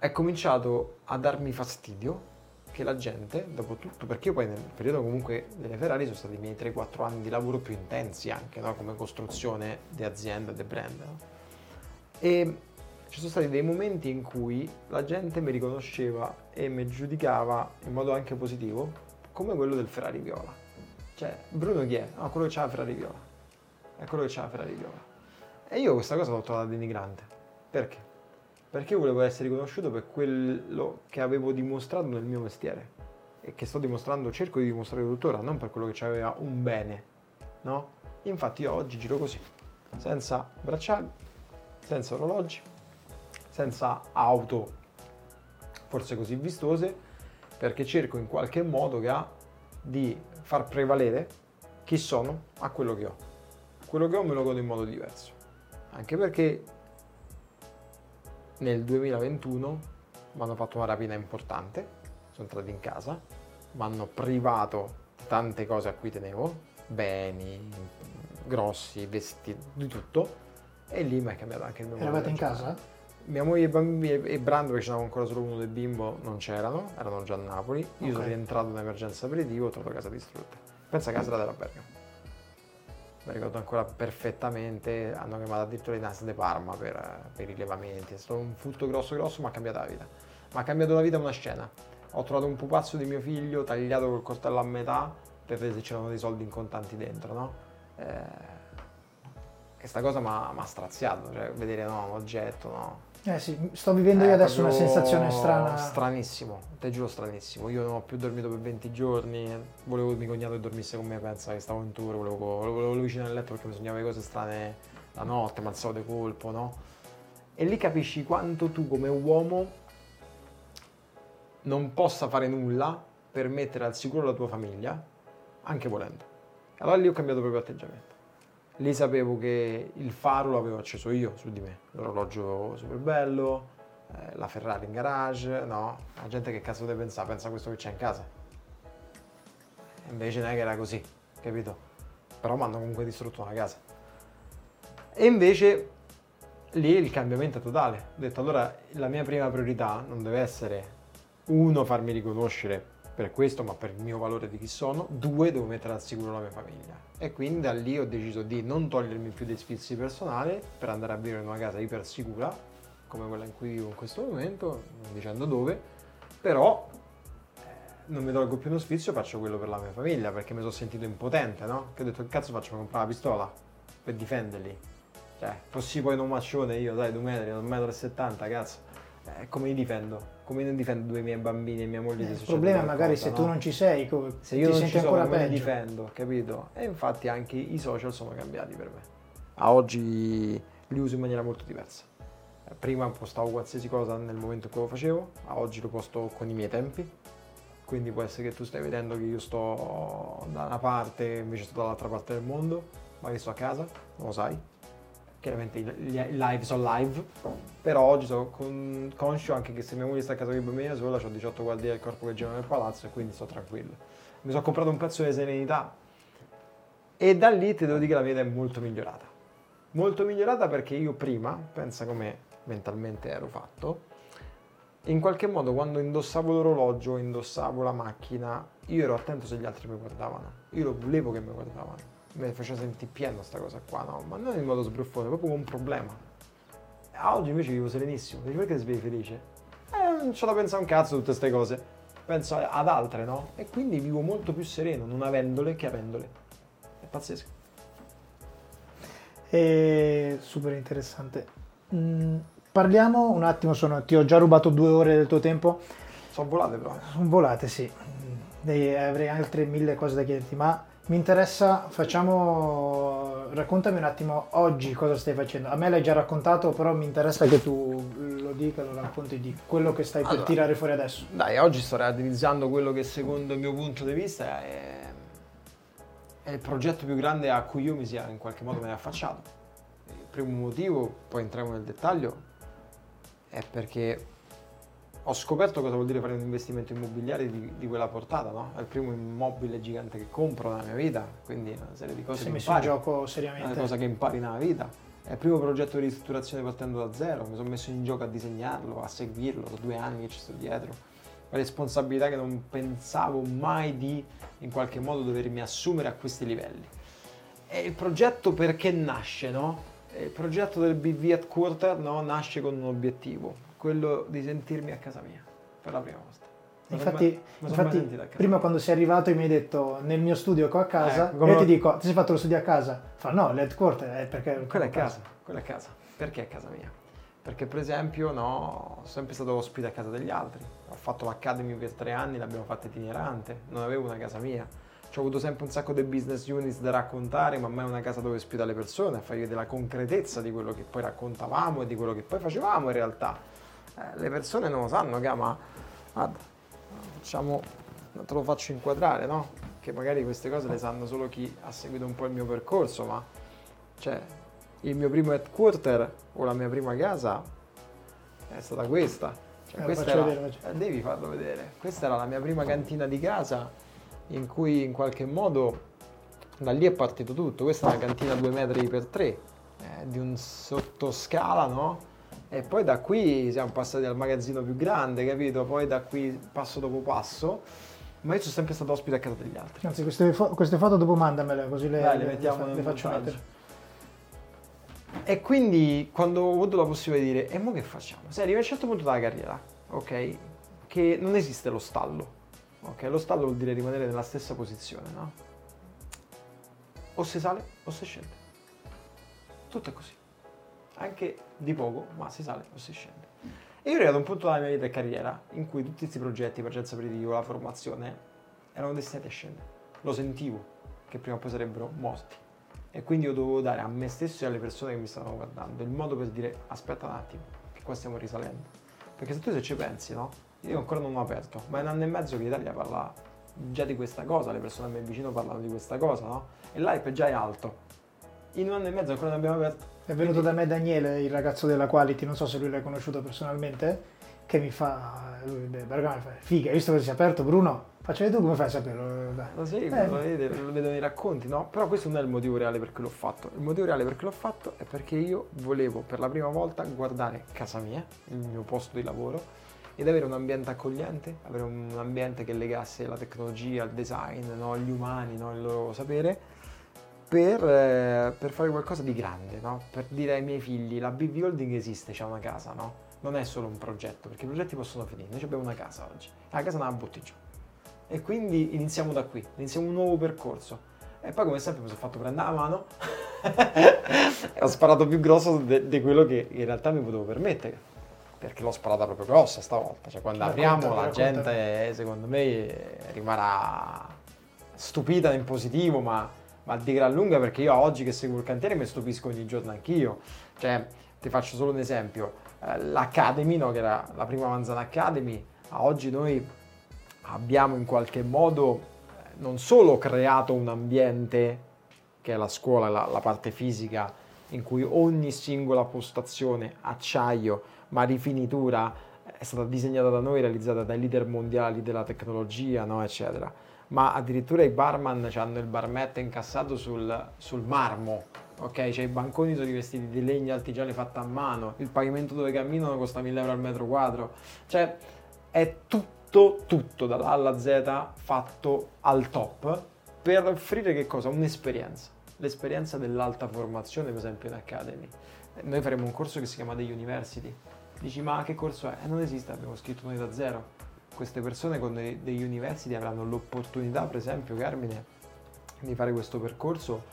A: è cominciato a darmi fastidio che la gente, dopo tutto, perché io poi nel periodo comunque delle Ferrari sono stati i miei 3-4 anni di lavoro più intensi anche, no? Come costruzione di azienda, di brand, no? E ci sono stati dei momenti in cui la gente mi riconosceva e mi giudicava in modo anche positivo come quello del Ferrari viola. Cioè, Bruno chi è? No, quello che c'ha la Ferrari viola. È quello che c'ha la Ferrari viola. E io questa cosa l'ho trovata denigrante. Perché? Perché io volevo essere riconosciuto per quello che avevo dimostrato nel mio mestiere e che sto dimostrando, cerco di dimostrare tuttora, non per quello che c'aveva un bene, no? Infatti io oggi giro così, senza bracciali, senza orologi, senza auto forse così vistose, perché cerco in qualche modo di far prevalere chi sono a quello che ho. Quello che ho me lo godo in modo diverso, anche perché nel 2021 mi hanno fatto una rapina importante, sono entrati in casa, mi hanno privato di tante cose a cui tenevo, beni, grossi, vestiti, di tutto, e lì mi è cambiato anche il mio modo.
B: Eravate in casa?
A: Mia moglie e i bambini e Brando, perché c'era ancora solo uno del bimbo, non c'erano, erano già a Napoli. Io sono rientrato in emergenza aperitivo, ho trovato casa distrutta. Pensa che la strada era Bergamo. Mi ricordo ancora perfettamente, hanno chiamato addirittura i NAS di Parma per i rilevamenti. È stato un furto grosso, ma ha cambiato la vita. Ma ha cambiato la vita una scena. Ho trovato un pupazzo di mio figlio tagliato col coltello a metà per vedere se c'erano dei soldi in contanti dentro, no? E sta cosa mi ha straziato, cioè vedere un oggetto, no?
B: Sì, sto vivendo io adesso una sensazione strana.
A: Stranissimo, te giuro stranissimo. Io non ho più dormito per 20 giorni, volevo il mio cognato che dormisse con me, pensa che stavo in tour, volevo vicino al letto perché mi sognavo cose strane la notte, mi alzavo di colpo, no? E lì capisci quanto tu come uomo non possa fare nulla per mettere al sicuro la tua famiglia, anche volendo. Allora lì ho cambiato proprio atteggiamento. Lì sapevo che il faro l'avevo acceso io su di me, l'orologio super bello, la Ferrari in garage, no? La gente che cazzo deve pensare? Pensa a questo che c'è in casa. E invece non è che era così, capito? Però mi hanno comunque distrutto una casa. E invece lì il cambiamento è totale. Ho detto allora la mia prima priorità non deve essere uno, farmi riconoscere per questo, ma per il mio valore di chi sono. 2, devo mettere al sicuro la mia famiglia. E quindi da lì ho deciso di non togliermi più dei sfizi personali per andare a vivere in una casa iper sicura, come quella in cui vivo in questo momento, non dicendo dove, però non mi tolgo più uno sfizio, faccio quello per la mia famiglia, perché mi sono sentito impotente, no? Che ho detto, che cazzo faccio? Mi comprare la pistola per difenderli. Cioè, fossi poi un maccione io, dai, 2 metri, 1,70 m, cazzo. Come li difendo? Come ne difendo 2 miei bambini e mia moglie?
B: Il problema è magari se tu non ci sei,
A: se io
B: ti
A: non
B: senti
A: ci sono,
B: ancora
A: come li
B: peggio.
A: difendo, capito? E infatti anche i social sono cambiati per me. A oggi li uso in maniera molto diversa. Prima postavo qualsiasi cosa nel momento in cui lo facevo, a oggi lo posto con i miei tempi. Quindi può essere che tu stai vedendo che io sto da una parte, invece sto dall'altra parte del mondo, magari sto a casa, non lo sai. Chiaramente i live sono live, però oggi sono conscio anche che se mia moglie sta a casa con i bambini da sola, ho 18 guardie del corpo che girano nel palazzo e quindi sto tranquillo. Mi sono comprato un pezzo di serenità e da lì ti devo dire che la mia vita è molto migliorata. Molto migliorata perché io prima, pensa come mentalmente ero fatto, in qualche modo quando indossavo l'orologio, indossavo la macchina, io ero attento se gli altri mi guardavano, io lo volevo che mi guardavano. Mi faceva sentire pieno sta cosa qua, no? Ma non in modo sbruffone, proprio come un problema. E oggi invece vivo serenissimo. Dici perché ti svegli felice? Non c'ho da pensare un cazzo tutte queste cose. Penso ad altre, no? E quindi vivo molto più sereno, non avendole che avendole. È pazzesco.
B: È super interessante. Parliamo un attimo, ti ho già rubato 2 ore del tuo tempo.
A: Sono volate però.
B: Sono volate, sì. Avrei altre 1000 cose da chiederti, ma mi interessa, raccontami un attimo oggi cosa stai facendo. A me l'hai già raccontato, però mi interessa che tu lo dica, lo racconti di quello che stai per tirare fuori adesso.
A: Dai, oggi sto realizzando quello che secondo il mio punto di vista è il progetto più grande a cui io mi sia in qualche modo affacciato. Il primo motivo, poi entriamo nel dettaglio, è perché ho scoperto cosa vuol dire fare un investimento immobiliare di quella portata, no? È il primo immobile gigante che compro nella mia vita, quindi una serie di cose
B: si è
A: che
B: messo
A: impari.
B: in gioco seriamente.
A: Una cosa che impari nella vita. È il primo progetto di ristrutturazione partendo da zero, mi sono messo in gioco a disegnarlo, a seguirlo, da 2 anni che ci sto dietro. Responsabilità che non pensavo mai di in qualche modo dovermi assumere a questi livelli. E il progetto perché nasce, no? Il progetto del BV Headquarter, no? Nasce con un obiettivo, quello di sentirmi a casa mia, per la prima volta.
B: Infatti prima quando sei arrivato mi hai detto nel mio studio qua a casa, e io ti dico, ti sei fatto lo studio a casa? Fa no, l'headquarter è perché...
A: Quella è casa. Perché è casa mia? Perché per esempio no, sono sempre stato ospite a casa degli altri, ho fatto l'Academy per 3 anni, l'abbiamo fatta itinerante, non avevo una casa mia. Ci ho avuto sempre un sacco di business units da raccontare, ma mai una casa dove ospitare le persone, a fargli vedere la concretezza di quello che poi raccontavamo e di quello che poi facevamo in realtà. Le persone non lo sanno, ma guarda, te lo faccio inquadrare, no? Che magari queste cose le sanno solo chi ha seguito un po' il mio percorso, ma cioè il mio primo headquarter o la mia prima casa è stata questa. Cioè, questa era, devi farlo vedere. Questa era la mia prima cantina di casa, in cui in qualche modo da lì è partito tutto. Questa è una cantina 2 metri per 3 di un sottoscala, no? E poi da qui siamo passati al magazzino più grande, capito? Poi da qui passo dopo passo, ma io sono sempre stato ospite a casa degli altri.
B: Anzi, queste foto dopo mandamele, così le
A: mettiamo
B: le faccio mettere.
A: E quindi quando ho avuto la possibilità di dire, e mo che facciamo? Se arrivi a un certo punto della carriera, ok? Che non esiste lo stallo. Ok, lo stallo vuol dire rimanere nella stessa posizione, no? O si sale o si scende. Tutto è così. Anche di poco, ma si sale o si scende. E io ero arrivato a un punto della mia vita e carriera in cui tutti questi progetti, partenza aperitivo, la formazione, erano destinati a scendere. Lo sentivo che prima o poi sarebbero morti. E quindi io dovevo dare a me stesso e alle persone che mi stavano guardando il modo per dire aspetta un attimo, che qua stiamo risalendo. Perché se ci pensi, no? Io ancora non ho aperto, ma è 1 anno e mezzo che l'Italia parla già di questa cosa, le persone a me vicino parlano di questa cosa, no? E l'hype già è alto. In 1 anno e mezzo ancora non abbiamo aperto.
B: È venuto da me Daniele, il ragazzo della Quality, non so se lui l'hai conosciuto personalmente, che mi fa, Bergamo mi fa, figa, hai visto che si è aperto Bruno? Faccio, tu come fai a saperlo?
A: Lo seguo, lo vedo nei racconti, no? Però questo non è il motivo reale per cui l'ho fatto. Il motivo reale per cui l'ho fatto è perché io volevo per la prima volta guardare casa mia, il mio posto di lavoro, ed avere un ambiente accogliente, avere un ambiente che legasse la tecnologia, il design, no? Gli umani, no? Il loro sapere, per fare qualcosa di grande, no? Per dire ai miei figli, la BV Holding esiste, c'è una casa, no? Non è solo un progetto, perché i progetti possono finire, noi abbiamo una casa oggi, la casa non la butti giù. E quindi iniziamo da qui, iniziamo un nuovo percorso. E poi come sempre mi sono fatto prendere la mano e ho sparato più grosso di quello che in realtà mi potevo permettere, perché l'ho sparata proprio grossa stavolta. Cioè quando apriamo la gente secondo me rimarrà stupita in positivo, ma di gran lunga, perché io oggi che seguo il cantiere mi stupisco ogni giorno anch'io. Cioè ti faccio solo un esempio, l'Academy, no, che era la prima Manzana Academy, a oggi noi abbiamo in qualche modo non solo creato un ambiente che è la scuola, la parte fisica, in cui ogni singola postazione, acciaio, ma rifinitura è stata disegnata da noi, realizzata dai leader mondiali della tecnologia, no, eccetera. Ma addirittura i barman hanno il barmetto incassato sul marmo, ok? Cioè i banconi sono rivestiti di legno artigiani fatta a mano, il pavimento dove camminano costa 1.000 euro al metro quadro. Cioè è tutto dalla A alla Z fatto al top per offrire che cosa? Un'esperienza, l'esperienza dell'alta formazione, per esempio in Academy. Noi faremo un corso che si chiama The University. Dici, ma che corso è? Non esiste, abbiamo scritto noi da zero. Queste persone con The University avranno l'opportunità, per esempio, Carmine, di fare questo percorso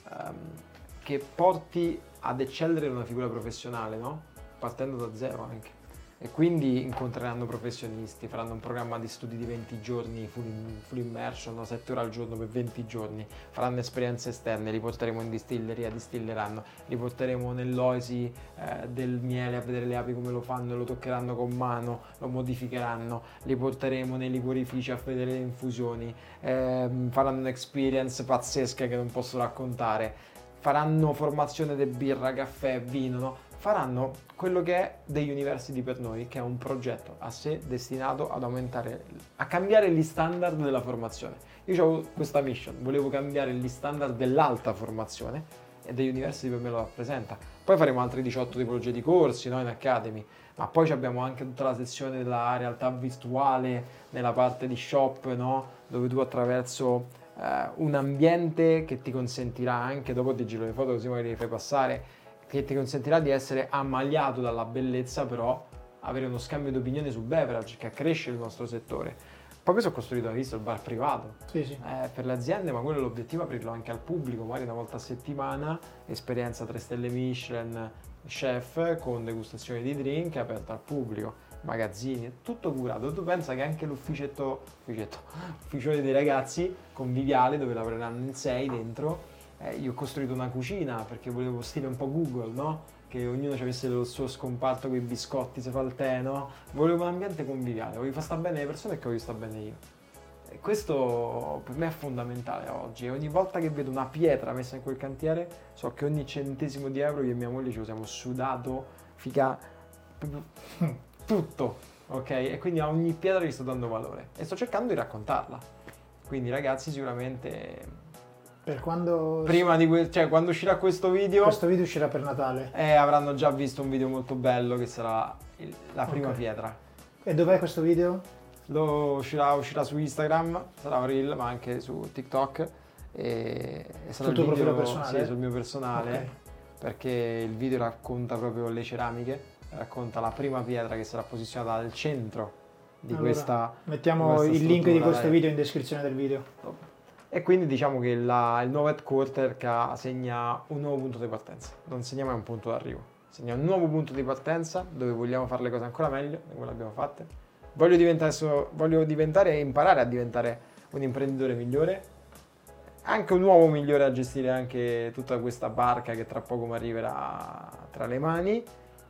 A: che porti ad eccellere una figura professionale, no? Partendo da zero anche. E quindi incontreranno professionisti, faranno un programma di studi di 20 giorni, full immersion, 7 ore al giorno per 20 giorni, faranno esperienze esterne, li porteremo in distilleria, distilleranno, li porteremo nell'oasi del miele a vedere le api come lo fanno, lo toccheranno con mano, lo modificheranno, li porteremo nei liquorifici a vedere le infusioni, faranno un'experience pazzesca che non posso raccontare, faranno formazione di birra, caffè, vino, no? Faranno quello che è The University per noi, che è un progetto a sé destinato ad aumentare, a cambiare gli standard della formazione. Io avevo questa mission, volevo cambiare gli standard dell'alta formazione e The University per me lo rappresenta. Poi faremo altre 18 tipologie di corsi, no, in Academy, ma poi abbiamo anche tutta la sezione della realtà virtuale nella parte di shop, no, dove tu attraverso un ambiente che ti consentirà anche, dopo ti giro le foto così magari le fai passare, che ti consentirà di essere ammaliato dalla bellezza, però avere uno scambio di opinioni sul beverage che accresce il nostro settore. Poi questo ho costruito, hai visto, il bar privato per le aziende, ma quello è l'obiettivo, aprirlo anche al pubblico, magari una volta a settimana, esperienza 3 stelle Michelin, chef con degustazioni di drink aperta al pubblico, magazzini, tutto curato. Tu pensa che anche l'ufficione dei ragazzi conviviale, dove lavoreranno in 6 dentro, io ho costruito una cucina perché volevo stile un po' Google, no? Che ognuno avesse il suo scomparto con i biscotti, se fa il tè, no? Volevo un ambiente conviviale, voglio far stare bene le persone e che voglio stare bene io. E questo per me è fondamentale oggi, e ogni volta che vedo una pietra messa in quel cantiere so che ogni centesimo di euro io e mia moglie ci siamo sudato, tutto, ok? E quindi a ogni pietra gli sto dando valore e sto cercando di raccontarla. Quindi ragazzi, sicuramente
B: per quando
A: prima di quando uscirà questo video
B: uscirà per Natale,
A: avranno già visto un video molto bello che sarà la prima pietra.
B: E dov'è questo video?
A: Uscirà su Instagram, sarà un reel, ma anche su TikTok, e sarà
B: sul tuo profilo personale?
A: Sì, sul mio personale, perché il video racconta proprio le ceramiche, racconta la prima pietra che sarà posizionata al centro di questa.
B: Mettiamo il link di questo video in descrizione del video.
A: E quindi diciamo che il nuovo headquarter segna un nuovo punto di partenza, non segna mai un punto d'arrivo, segna un nuovo punto di partenza dove vogliamo fare le cose ancora meglio di come le abbiamo fatte. Voglio diventare e imparare a diventare un imprenditore migliore, anche un uomo migliore a gestire anche tutta questa barca che tra poco mi arriverà tra le mani,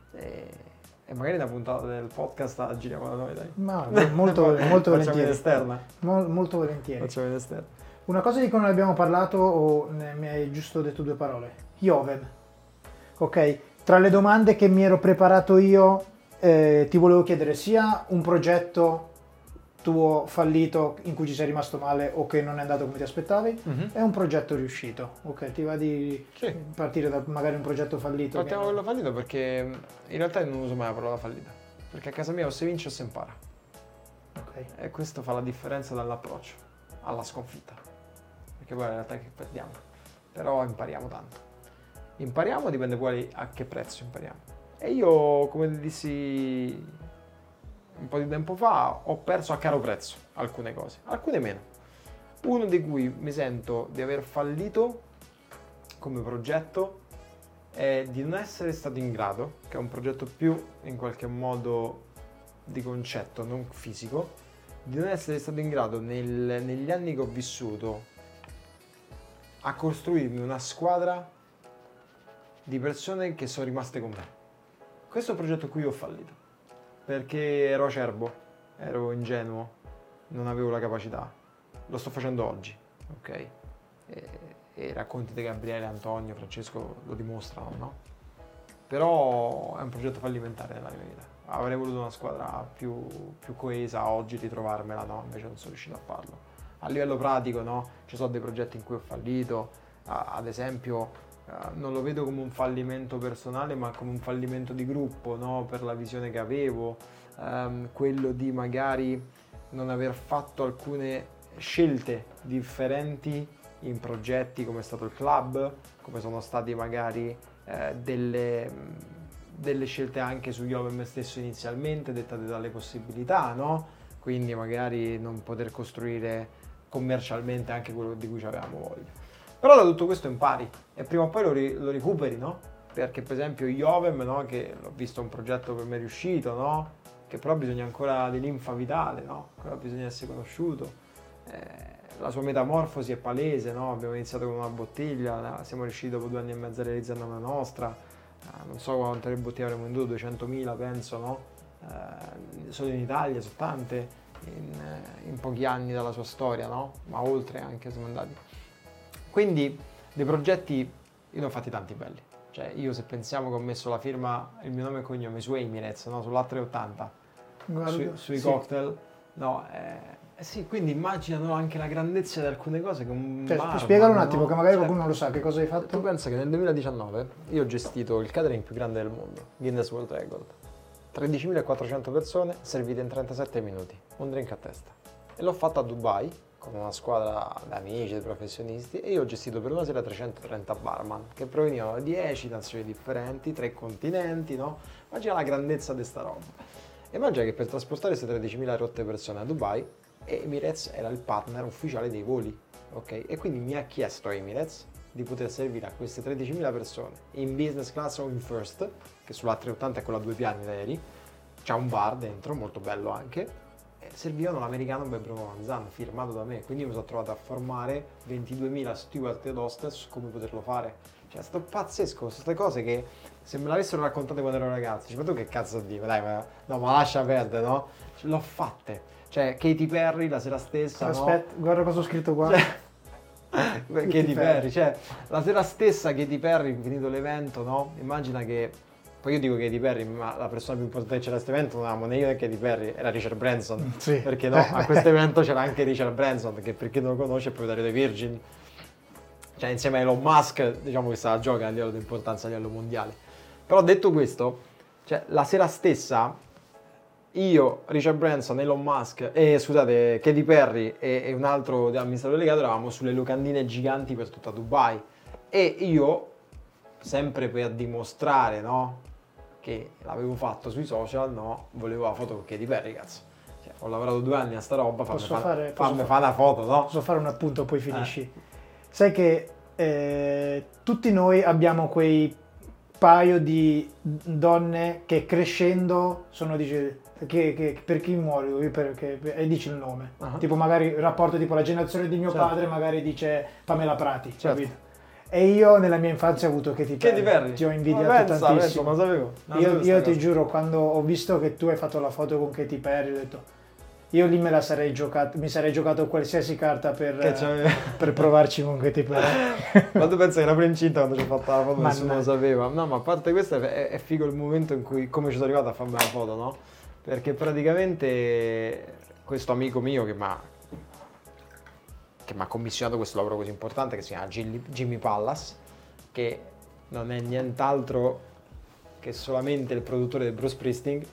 A: e magari una puntata del podcast la giriamo da noi, dai.
B: Ma molto volentieri.
A: Esterna.
B: Molto volentieri.
A: Facciamo in esterna.
B: Una cosa di cui non abbiamo parlato, o mi hai giusto detto 2 parole. Jovem. Ok, tra le domande che mi ero preparato io, ti volevo chiedere sia un progetto tuo fallito in cui ci sei rimasto male o che non è andato come ti aspettavi, e un progetto riuscito. Ok, ti va di partire da magari un progetto fallito?
A: Partiamo da quello fallito perché in realtà io non uso mai la parola fallita, perché a casa mia o si vince o si impara.
B: Ok.
A: E questo fa la differenza dall'approccio alla sconfitta, perché poi in realtà è che perdiamo, però impariamo tanto. Impariamo, dipende poi a che prezzo impariamo. E io, come dissi un po' di tempo fa, ho perso a caro prezzo alcune cose, alcune meno. Uno di cui mi sento di aver fallito come progetto è di non essere stato in grado, che è un progetto più in qualche modo di concetto, non fisico, di non essere stato in grado negli anni che ho vissuto a costruirmi una squadra di persone che sono rimaste con me. Questo è un progetto qui ho fallito, perché ero acerbo, ero ingenuo, non avevo la capacità. Lo sto facendo oggi, ok? E i racconti di Gabriele, Antonio, Francesco lo dimostrano, no? Però è un progetto fallimentare nella mia vita. Avrei voluto una squadra più coesa oggi, ritrovarmela, no? Invece non sono riuscito a farlo. A livello pratico, no? Ci sono dei progetti in cui ho fallito, ad esempio non lo vedo come un fallimento personale, ma come un fallimento di gruppo, no? Per la visione che avevo, quello di magari non aver fatto alcune scelte differenti in progetti come è stato il club, come sono stati magari delle scelte anche su Jovem stesso inizialmente, dettate dalle possibilità, no? Quindi magari non poter costruire commercialmente anche quello di cui avevamo voglia. Però da tutto questo impari e prima o poi lo recuperi, no? Perché per esempio Jovem, no? Che l'ho visto un progetto per me riuscito, no? Che però bisogna ancora di linfa vitale, no? Ancora bisogna essere conosciuto. La sua metamorfosi è palese, no? Abbiamo iniziato con una bottiglia, siamo riusciti dopo 2 anni e mezzo a realizzarne una nostra. Non so quante bottiglie avremo venduto, 200.000 penso, no? Solo in Italia, sono tante, in pochi anni dalla sua storia, no? Ma oltre anche siamo andati. Quindi dei progetti io ne ho fatti tanti belli. Cioè io, se pensiamo che ho messo la firma, il mio nome e cognome su Emirates, no? Sull'A380, sui cocktail, No, sì, quindi immaginano anche la grandezza di alcune cose che un
B: Cioè,
A: barman,
B: spiegalo un attimo,
A: no?
B: che magari
A: Cioè,
B: qualcuno non lo sa, che cosa hai
A: tu
B: fatto?
A: pensa che nel 2019 io ho gestito il catering più grande del mondo, Guinness World Record. 13.400 persone servite in 37 minuti, un drink a testa. E l'ho fatto a Dubai con una squadra di amici, di professionisti, e io ho gestito per una sera 330 barman che provenivano da 10 nazioni differenti, 3 continenti, no? Immagina la grandezza di sta roba. E immagina che per trasportare queste 13.000 rotte persone a Dubai, Emirates era il partner ufficiale dei voli, ok? E quindi mi ha chiesto Emirates di poter servire a queste 13.000 persone in business class o in first, che sull'A380 è quella a 2 piani d'aerei, c'ha un bar dentro, molto bello anche, e servivano l'americano Bebrono Manzan, firmato da me, quindi mi sono trovato a formare 22.000 steward ed hostess su come poterlo fare. Cioè, è stato pazzesco, queste cose che se me l'avessero raccontate quando ero ragazzo, dici, ma tu che cazzo dico, dai, no, ma lascia perdere, no? Cioè, l'ho fatte. Cioè, Katy Perry la sera stessa,
B: Aspetta,
A: no?
B: guarda cosa ho scritto qua.
A: Cioè, Katy Perry, cioè, la sera stessa Katy Perry, finito l'evento, no? Immagina che, poi io dico Katy Perry, ma la persona più importante che c'era a questo evento non eravamo né io né Katy Perry, era Richard Branson.
B: Sì.
A: Perché no, a questo evento c'era anche Richard Branson, che per chi non lo conosce è proprietario dei Virgin. Cioè, insieme a Elon Musk, diciamo che sta a gioco a livello di importanza a livello mondiale. Però detto questo, cioè, la sera stessa io, Richard Branson, Elon Musk, scusate, Katy Perry e un altro amministratore delegato eravamo sulle locandine giganti per tutta Dubai. E io, sempre per dimostrare, no, che l'avevo fatto sui social, no, volevo la foto con Katy Perry, cazzo. Cioè, ho lavorato 2 anni a sta roba, fammi fare una foto, no?
B: Posso fare un appunto, poi finisci. Sai che tutti noi abbiamo quei paio di donne che crescendo sono, dice, che per chi muore e dici il nome. Tipo magari il rapporto tipo la generazione di mio padre magari dice Pamela Prati, capito? E io nella mia infanzia ho avuto Katy Perry. Ti ho invidiato tantissimo.
A: Ma sapevo.
B: Io ti giuro, quando ho visto che tu hai fatto la foto con Katy Perry, ho detto, io lì mi sarei giocato qualsiasi carta per provarci con Katy Perry.
A: Ma tu pensi che era pure incinta quando ci ho fatto la foto, nessuno lo sapeva. No, ma a parte questo è figo il momento in cui, come ci sono arrivato a farmi la foto, no? Perché praticamente questo amico mio che mi ha commissionato questo lavoro così importante, che si chiama Jimmy Pallas, che non è nient'altro che solamente il produttore di Bruce Springsteen,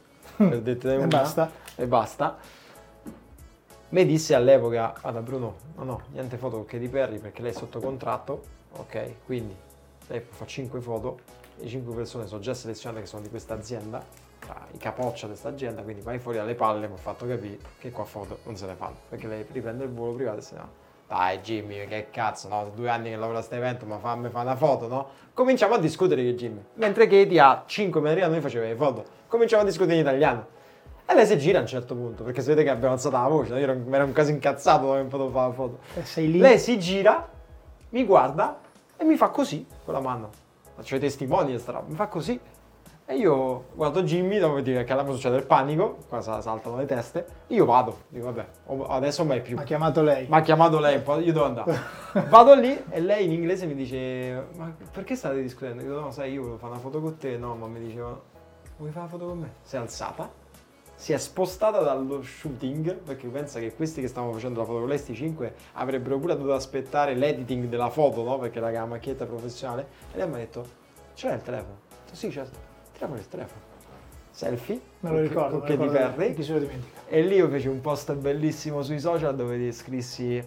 A: e basta, mi disse all'epoca, guarda Bruno, no, niente foto con Katy Perry perché lei è sotto contratto, ok, quindi lei fa 5 foto, le 5 persone sono già selezionate che sono di questa azienda, i capoccia di questa azienda, quindi vai fuori alle palle, mi ha fatto capire che qua foto non se ne fanno, perché lei riprende il volo privato e se ne va. Dai Jimmy, che cazzo, no? 2 anni che lavoro a questo evento, ma fammi fare una foto, no? Cominciamo a discutere con Jimmy, mentre Katy ha 5 metri da noi faceva le foto, cominciamo a discutere in italiano. E lei si gira a un certo punto, perché si vede che abbiamo alzato la voce, io mi ero un caso incazzato dove non potevo fare la foto.
B: Sei lì.
A: Lei si gira, mi guarda e mi fa così con la mano. Faccio i testimoni di sta roba, mi fa così. E io guardo Jimmy, devo dire che all'anno succede il panico, qua saltano le teste, io vado, dico vabbè, adesso mai più.
B: Mi ha chiamato lei.
A: Io devo andare. Vado lì e lei in inglese mi dice, ma perché state discutendo? Io dico, no, sai, io volevo fare una foto con te, no, ma mi diceva, vuoi fare una foto con me? Si è alzata, si è spostata dallo shooting, perché pensa che questi che stavano facendo la foto con lei, sti 5, avrebbero pure dovuto aspettare l'editing della foto, no? Perché era una macchietta professionale, e lei mi ha detto, c'è il telefono? Ho detto, sì, c'è. Tiriamo il telefono. Selfie.
B: Me lo ricordo.
A: Con Katy Perry.
B: Chi se lo dimentica.
A: E lì io feci un post bellissimo sui social dove scrissi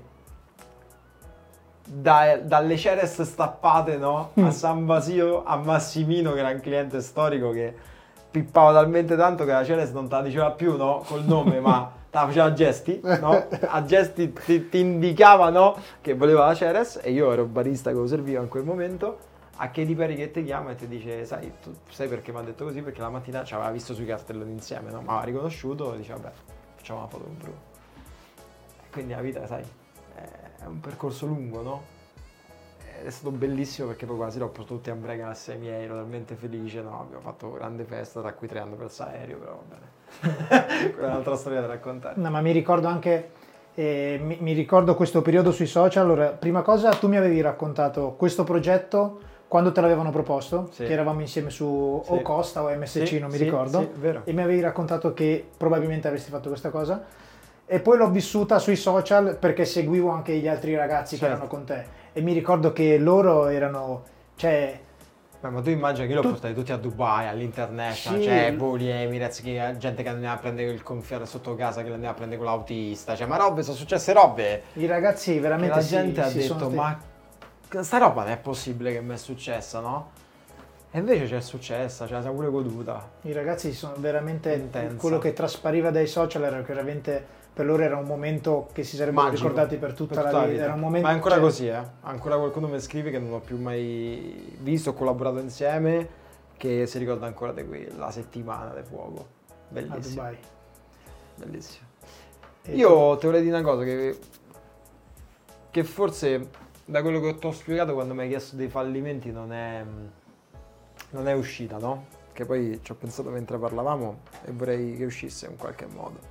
A: dalle Ceres stappate, no? A San Basilio, a Massimino, che era un cliente storico che pippava talmente tanto che la Ceres non te la diceva più, no? Col nome, ma te la faceva a gesti, no? A gesti ti indicava, no? Che voleva la Ceres, e io ero barista che lo serviva in quel momento. A Katy Perry che ti chiama e ti dice, sai, tu sai perché mi ha detto così? Perché la mattina ci aveva visto sui cartelloni insieme, no? Ma aveva riconosciuto e dice, vabbè, facciamo una foto con Bruno. Quindi la vita, sai, è un percorso lungo, no? Ed è stato bellissimo perché poi quasi l'ho portato tutti a Bregas ai miei, ero talmente felice, no? Abbiamo fatto grande festa, da cui 3 hanno perso aereo, però va bene. Quella è un'altra storia da raccontare.
B: No, ma mi ricordo anche, mi ricordo questo periodo sui social. Allora, prima cosa, tu mi avevi raccontato questo progetto quando te l'avevano proposto,
A: sì,
B: che eravamo insieme su o Costa o MSC,
A: sì,
B: non mi ricordo,
A: sì, vero.
B: E mi avevi raccontato che probabilmente avresti fatto questa cosa. e poi l'ho vissuta sui social perché seguivo anche gli altri ragazzi che erano con te e mi ricordo che loro erano, cioè...
A: Ma tu immagini che io l'ho portati tutti a Dubai, all'International,
B: Sì.
A: cioè voli Emirates, gente che andava a prendere il gonfiore sotto casa, che andava a prendere con l'autista, cioè ma robe, sono successe robe.
B: I ragazzi veramente
A: La gente ha
B: si
A: detto, ma sta roba non è possibile che mi è successa, no? E invece c'è successa, ce la siamo pure goduta.
B: I ragazzi sono veramente
A: Intensa.
B: quello che traspariva dai social era che veramente per loro era un momento che si sarebbero
A: Magico,
B: ricordati per tutta la vita. Era un momento,
A: ma è ancora così, ancora qualcuno mi scrive che non ho più mai visto, ho collaborato insieme, che si ricorda ancora di quella settimana di fuoco. Bellissimo.
B: A Dubai.
A: Bellissimo. Io ti vorrei dire una cosa che forse da quello che ti ho spiegato quando mi hai chiesto dei fallimenti non è uscita, no? Che poi ci ho pensato mentre parlavamo e vorrei che uscisse in qualche modo.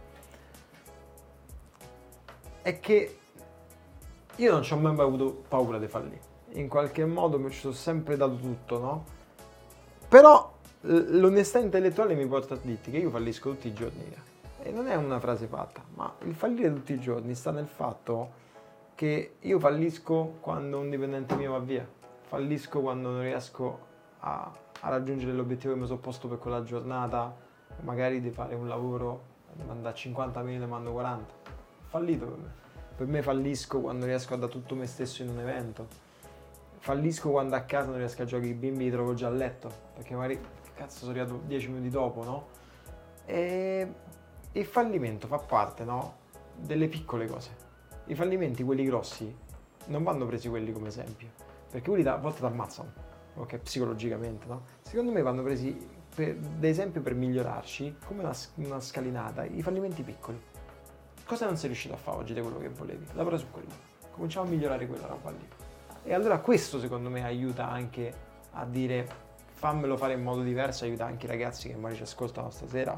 A: È che io non ci ho mai avuto paura di fallire. In qualche modo mi ci sono sempre dato tutto, no? Però l'onestà intellettuale mi porta a dirti che io fallisco tutti i giorni. E non è una frase fatta, ma il fallire tutti i giorni sta nel fatto che io fallisco quando un dipendente mio va via. Fallisco quando non riesco a raggiungere l'obiettivo che mi sono posto per quella giornata, magari di fare un lavoro, manda 50 mail, ne mando 40. Fallito per me. Per me fallisco quando riesco a dare tutto me stesso in un evento. Fallisco quando a casa non riesco a giocare i bimbi, li trovo già a letto, perché magari cazzo sono arrivato 10 minuti dopo, no? E il fallimento fa parte, no? Delle piccole cose. I fallimenti, quelli grossi, non vanno presi quelli come esempio, perché quelli a volte ti ammazzano, ok? Psicologicamente, no? Secondo me vanno presi da esempio per migliorarci, come una scalinata, i fallimenti piccoli. Cosa non sei riuscito a fare oggi di quello che volevi? Lavora su quello. Cominciamo a migliorare quella roba lì. E allora questo secondo me aiuta anche a dire fammelo fare in modo diverso, aiuta anche i ragazzi che magari ci ascoltano stasera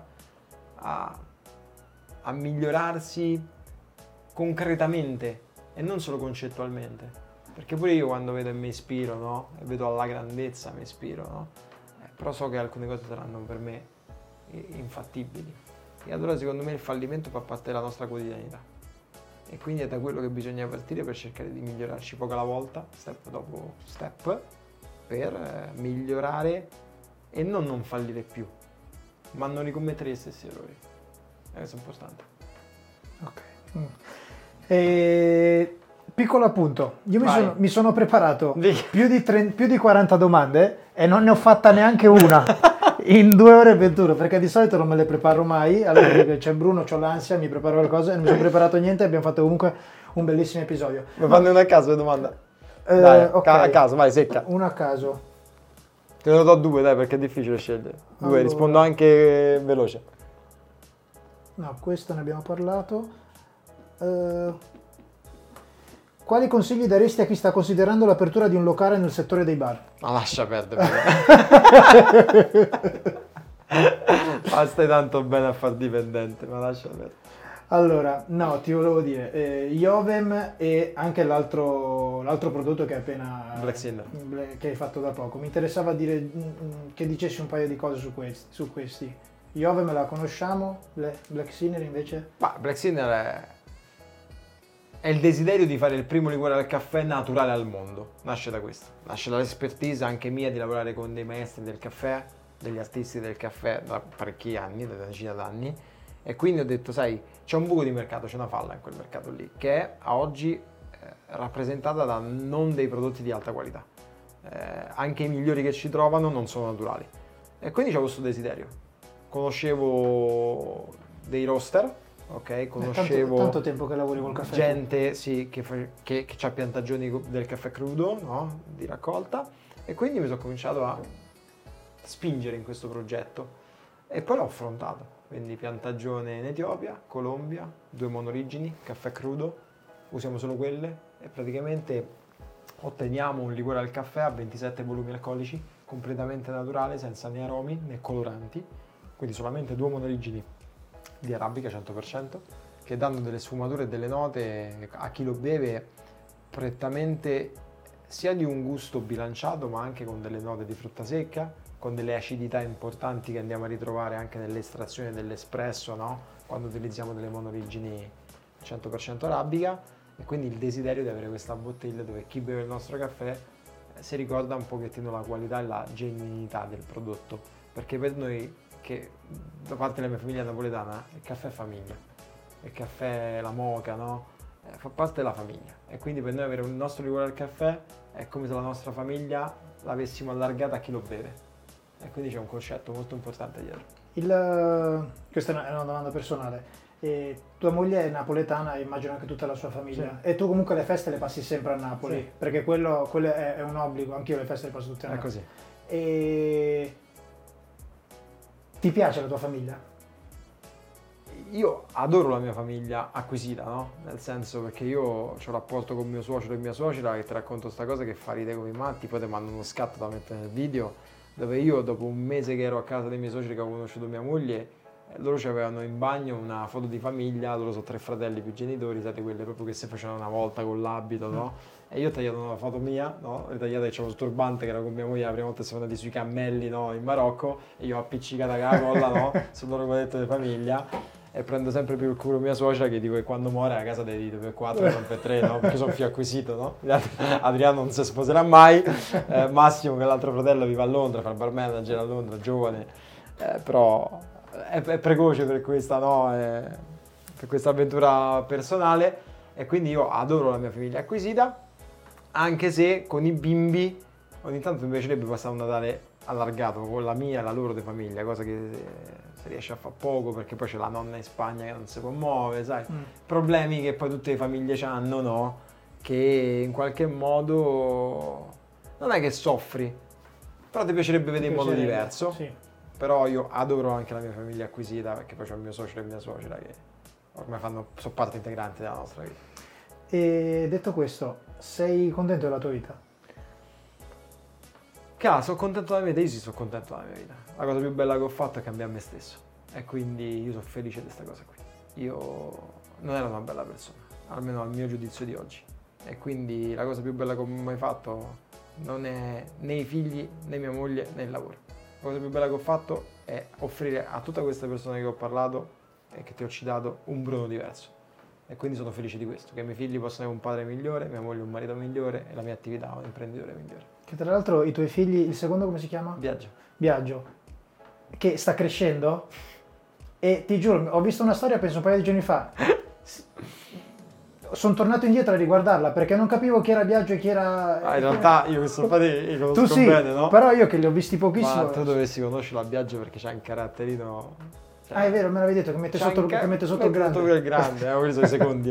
A: a migliorarsi concretamente e non solo concettualmente. Perché pure io quando vedo e mi ispiro, no? E vedo alla grandezza mi ispiro, no? Però so che alcune cose saranno per me infattibili. E allora secondo me il fallimento fa parte della nostra quotidianità e quindi è da quello che bisogna partire per cercare di migliorarci poco alla volta, step dopo step, per migliorare e non fallire più, ma non ricommettere gli stessi errori. Questo è importante.
B: Ok. Piccolo appunto, io mi sono preparato più di 40 domande e non ne ho fatta neanche una. In 2 ore e 21, perché di solito non me le preparo mai, allora perché c'è Bruno, c'ho l'ansia, mi preparo qualcosa e non mi sono preparato niente e abbiamo fatto comunque un bellissimo episodio.
A: Ma fanno una a caso le domande.
B: Dai, okay.
A: A caso, vai, secca.
B: Una a caso.
A: Te ne do 2, dai, perché è difficile scegliere. 2, allora, rispondo anche veloce.
B: No, questo ne abbiamo parlato. Quali consigli daresti a chi sta considerando l'apertura di un locale nel settore dei bar?
A: Ma lascia perdere. Ma stai tanto bene a far dipendente, ma lascia perdere.
B: Allora, no, ti volevo dire, Iovem e anche l'altro prodotto che hai appena...
A: Black Sinner.
B: Che hai fatto da poco. Mi interessava dire che dicessi un paio di cose su questi. Iovem la conosciamo, Black Sinner invece?
A: Ma Black Sinner è il desiderio di fare il primo liquore al caffè naturale al mondo. Nasce da questo. Nasce dall'espertise anche mia di lavorare con dei maestri del caffè, degli artisti del caffè da parecchi anni, da una decina d'anni. E quindi ho detto, sai, c'è un buco di mercato, c'è una falla in quel mercato lì, che è a oggi rappresentata da non dei prodotti di alta qualità. Anche i migliori che ci trovano non sono naturali. E quindi c'ho questo desiderio. Conoscevo dei roaster, ok? Conoscevo
B: tanto tempo che lavori col caffè.
A: Gente sì, che ha piantagioni del caffè crudo, no? Di raccolta. E quindi mi sono cominciato a spingere in questo progetto. E poi l'ho affrontato. Quindi piantagione in Etiopia, Colombia, 2 monorigini, caffè crudo, usiamo solo quelle e praticamente otteniamo un liquore al caffè a 27 volumi alcolici, completamente naturale, senza né aromi né coloranti, quindi solamente 2 monorigini di arabica 100%, che danno delle sfumature e delle note a chi lo beve prettamente sia di un gusto bilanciato ma anche con delle note di frutta secca, con delle acidità importanti che andiamo a ritrovare anche nell'estrazione dell'espresso, no? Quando utilizziamo delle monorigini 100% arabica, e quindi il desiderio di avere questa bottiglia dove chi beve il nostro caffè si ricorda un pochettino la qualità e la genuinità del prodotto, perché per noi, che da parte della mia famiglia napoletana, il caffè è famiglia, il caffè, la moka, no? Fa parte della famiglia, e quindi per noi avere il nostro liquore al caffè è come se la nostra famiglia l'avessimo allargata a chi lo beve, e quindi c'è un concetto molto importante dietro.
B: Questa è una domanda personale. E tua moglie è napoletana, immagino anche tutta la sua famiglia. Sì. E tu comunque le feste le passi sempre a Napoli, sì, perché quello è un obbligo, anch'io le feste le passo tutte a Napoli.
A: È così.
B: E ti piace la tua famiglia?
A: Io adoro la mia famiglia acquisita, no? Nel senso, perché io ho un rapporto con mio suocero e mia suocera, che ti racconto sta cosa che fa ridere come i matti, poi ti mando uno scatto da mettere nel video, dove io dopo un mese che ero a casa dei miei suoceri, che avevo conosciuto mia moglie, loro avevano in bagno una foto di famiglia, loro sono 3 fratelli più genitori, sai, quelle proprio che si facevano una volta con l'abito, no? E io ho tagliato una foto mia, no? Ritagliata, che c'avevo il turbante, che era con mia moglie la prima volta che siamo andati sui cammelli, no? In Marocco, e io ho appiccicata la colla, no? Sul loro quadretto di famiglia, e prendo sempre più il culo mia suocera, che dico che quando muore a casa devi 2 per 4, non per 3, no? Perché sono più acquisito, no? Adriano non si sposerà mai, Massimo, che è l'altro fratello, vive a Londra, fa il bar manager a Londra, giovane, però è precoce per questa, no? Per questa avventura personale, e quindi io adoro la mia famiglia acquisita, anche se con i bimbi ogni tanto mi piacerebbe passare un Natale allargato con la mia e la loro di famiglia, cosa che si riesce a fare poco, perché poi c'è la nonna in Spagna che non si può muovere, sai, problemi che poi tutte le famiglie hanno, no? Che in qualche modo non è che soffri, però ti piacerebbe vedere in modo diverso.
B: Sì.
A: Però io adoro anche la mia famiglia acquisita, perché poi c'ho il mio suocero e mia suocera che ormai sono parte integrante della nostra vita.
B: E detto questo, sei contento della tua vita?
A: Sono contento della mia vita, io sì, sono contento della mia vita. La cosa più bella che ho fatto è cambiare me stesso, e quindi io sono felice di questa cosa qui. Io non ero una bella persona, almeno al mio giudizio di oggi, e quindi la cosa più bella che ho mai fatto non è né i figli, né mia moglie, né il lavoro. La cosa più bella che ho fatto è offrire a tutte queste persone che ho parlato e che ti ho citato un Bruno diverso, e quindi sono felice di questo, che i miei figli possano avere un padre migliore, mia moglie un marito migliore, e la mia attività un imprenditore migliore.
B: Che tra l'altro i tuoi figli, il secondo come si chiama? Biagio, che sta crescendo, e ti giuro, ho visto una storia, penso un paio di giorni fa, sono tornato indietro a riguardarla perché non capivo chi era Biagio e chi era...
A: in realtà io questo padre li conosco
B: tu sì,
A: bene, no?
B: Però io che li ho visti pochissimo...
A: Ma tu dovresti conoscere la Biagio, perché c'ha un caratterino...
B: È vero, me l'avevi detto, che mette sotto il grande.
A: Il grande, quelli sono i secondi,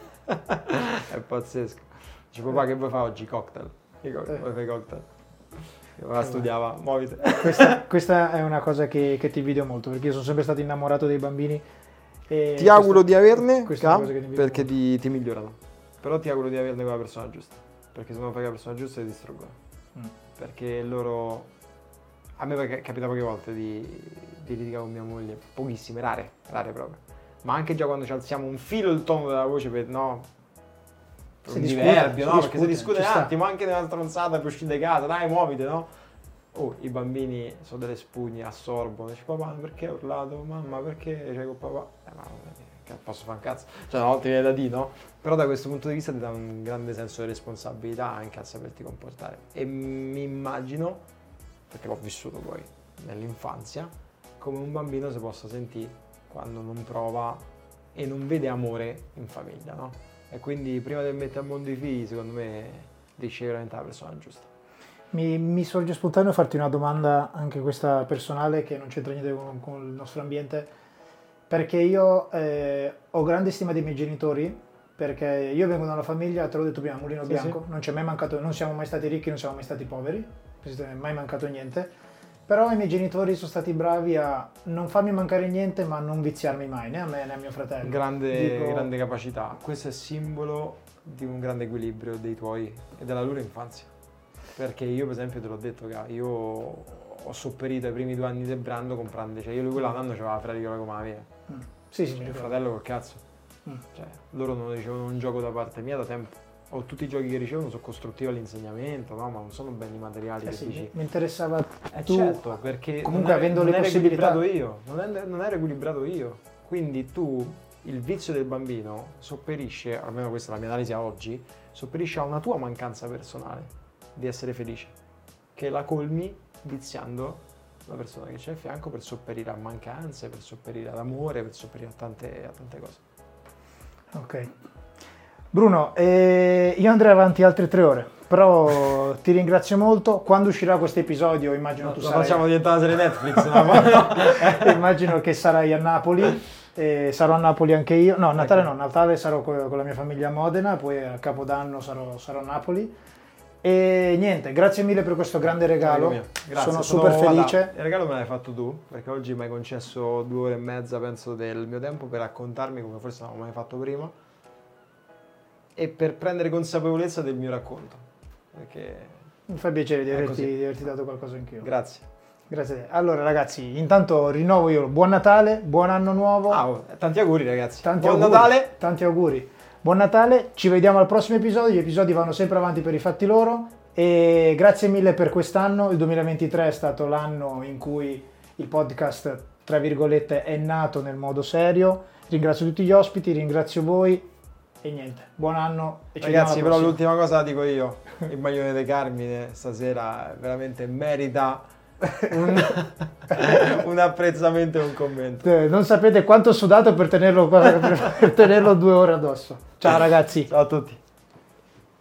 A: È pazzesco. Dice, papà, che vuoi fare oggi? Cocktail. Vuoi fare cocktail? Io studiava, muoviti.
B: Questa è una cosa che ti invidio molto, perché io sono sempre stato innamorato dei bambini. E
A: ti auguro di averne,
B: perché
A: ti migliorano. Però ti auguro di averne quella persona giusta, perché se non fai la persona giusta ti distruggono. Perché loro... A me capita poche volte di litigare con mia moglie, pochissime, rare proprio. Ma anche già quando ci alziamo un filo il tono della voce per un diverbio, no? Perché si discute un attimo, anche nella stronzata per uscire da casa, dai, muoviti, no? Oh, i bambini sono delle spugne, assorbono, dice, papà, perché hai urlato? Mamma, perché c'hai con papà? Ma posso fare un cazzo? Cioè, una volta viene da dire, no? Però da questo punto di vista ti dà un grande senso di responsabilità anche a saperti comportare. E mi immagino, perché l'ho vissuto poi nell'infanzia, come un bambino si possa sentire quando non prova e non vede amore in famiglia, no? E quindi prima di mettere al mondo i figli, secondo me, riesci veramente la persona giusta.
B: Mi sorge spontaneo farti una domanda, anche questa personale, che non c'entra niente con il nostro ambiente, perché io ho grande stima dei miei genitori, perché io vengo da una famiglia, te l'ho detto prima, mulino bianco, non c'è mai mancato, non siamo mai stati ricchi, non siamo mai stati poveri, non è mai mancato niente, però i miei genitori sono stati bravi a non farmi mancare niente, ma a non viziarmi mai, né a me né a mio fratello.
A: Grande capacità, questo è simbolo di un grande equilibrio dei tuoi e della loro infanzia, perché io per esempio te l'ho detto, io ho sopperito ai primi 2 anni del brando comprando, cioè io quell'anno c'aveva la fradicola come la mia, mio fratello col cazzo, cioè loro non ricevono un gioco da parte mia da tempo, o tutti i giochi che ricevono sono costruttivi all'insegnamento, no? Ma non sono beni materiali che dici.
B: Mi interessava tu,
A: certo, perché
B: comunque avendo le possibilità
A: non ero equilibrato io, quindi tu il vizio del bambino sopperisce, almeno questa è la mia analisi a oggi, sopperisce a una tua mancanza personale di essere felice, che la colmi viziando la persona che c'è a fianco per sopperire a mancanze, per sopperire ad amore, per sopperire a tante cose.
B: Ok. Bruno, io andrei avanti altre 3 ore, però ti ringrazio molto. Quando uscirà questo episodio, immagino tu sarai...
A: facciamo diventare una serie Netflix, no?
B: Immagino che sarai a Napoli, sarò a Napoli anche io. No, Natale no, Natale sarò con la mia famiglia a Modena, poi a Capodanno sarò a Napoli. E niente, grazie mille per questo grande regalo. Sono super felice.
A: Guarda, il regalo me l'hai fatto tu, perché oggi mi hai concesso 2 ore e mezza, penso, del mio tempo per raccontarmi come forse non avevo mai fatto prima e per prendere consapevolezza del mio racconto. Perché
B: mi fa piacere di averti dato qualcosa anch'io.
A: Grazie.
B: Grazie a te. Allora ragazzi, intanto rinnovo io buon Natale, buon anno nuovo.
A: Tanti auguri ragazzi.
B: Buon Natale. Tanti auguri. Buon Natale, ci vediamo al prossimo episodio, gli episodi vanno sempre avanti per i fatti loro e grazie mille per quest'anno, il 2023 è stato l'anno in cui il podcast, tra virgolette, è nato nel modo serio. Ringrazio tutti gli ospiti, ringrazio voi e niente, buon anno. E ci
A: ragazzi, però l'ultima cosa la dico io, il maglione di Carmine stasera veramente merita un apprezzamento e un commento.
B: Non sapete quanto ho sudato per tenerlo 2 ore addosso. Ciao ragazzi.
A: Ciao a tutti.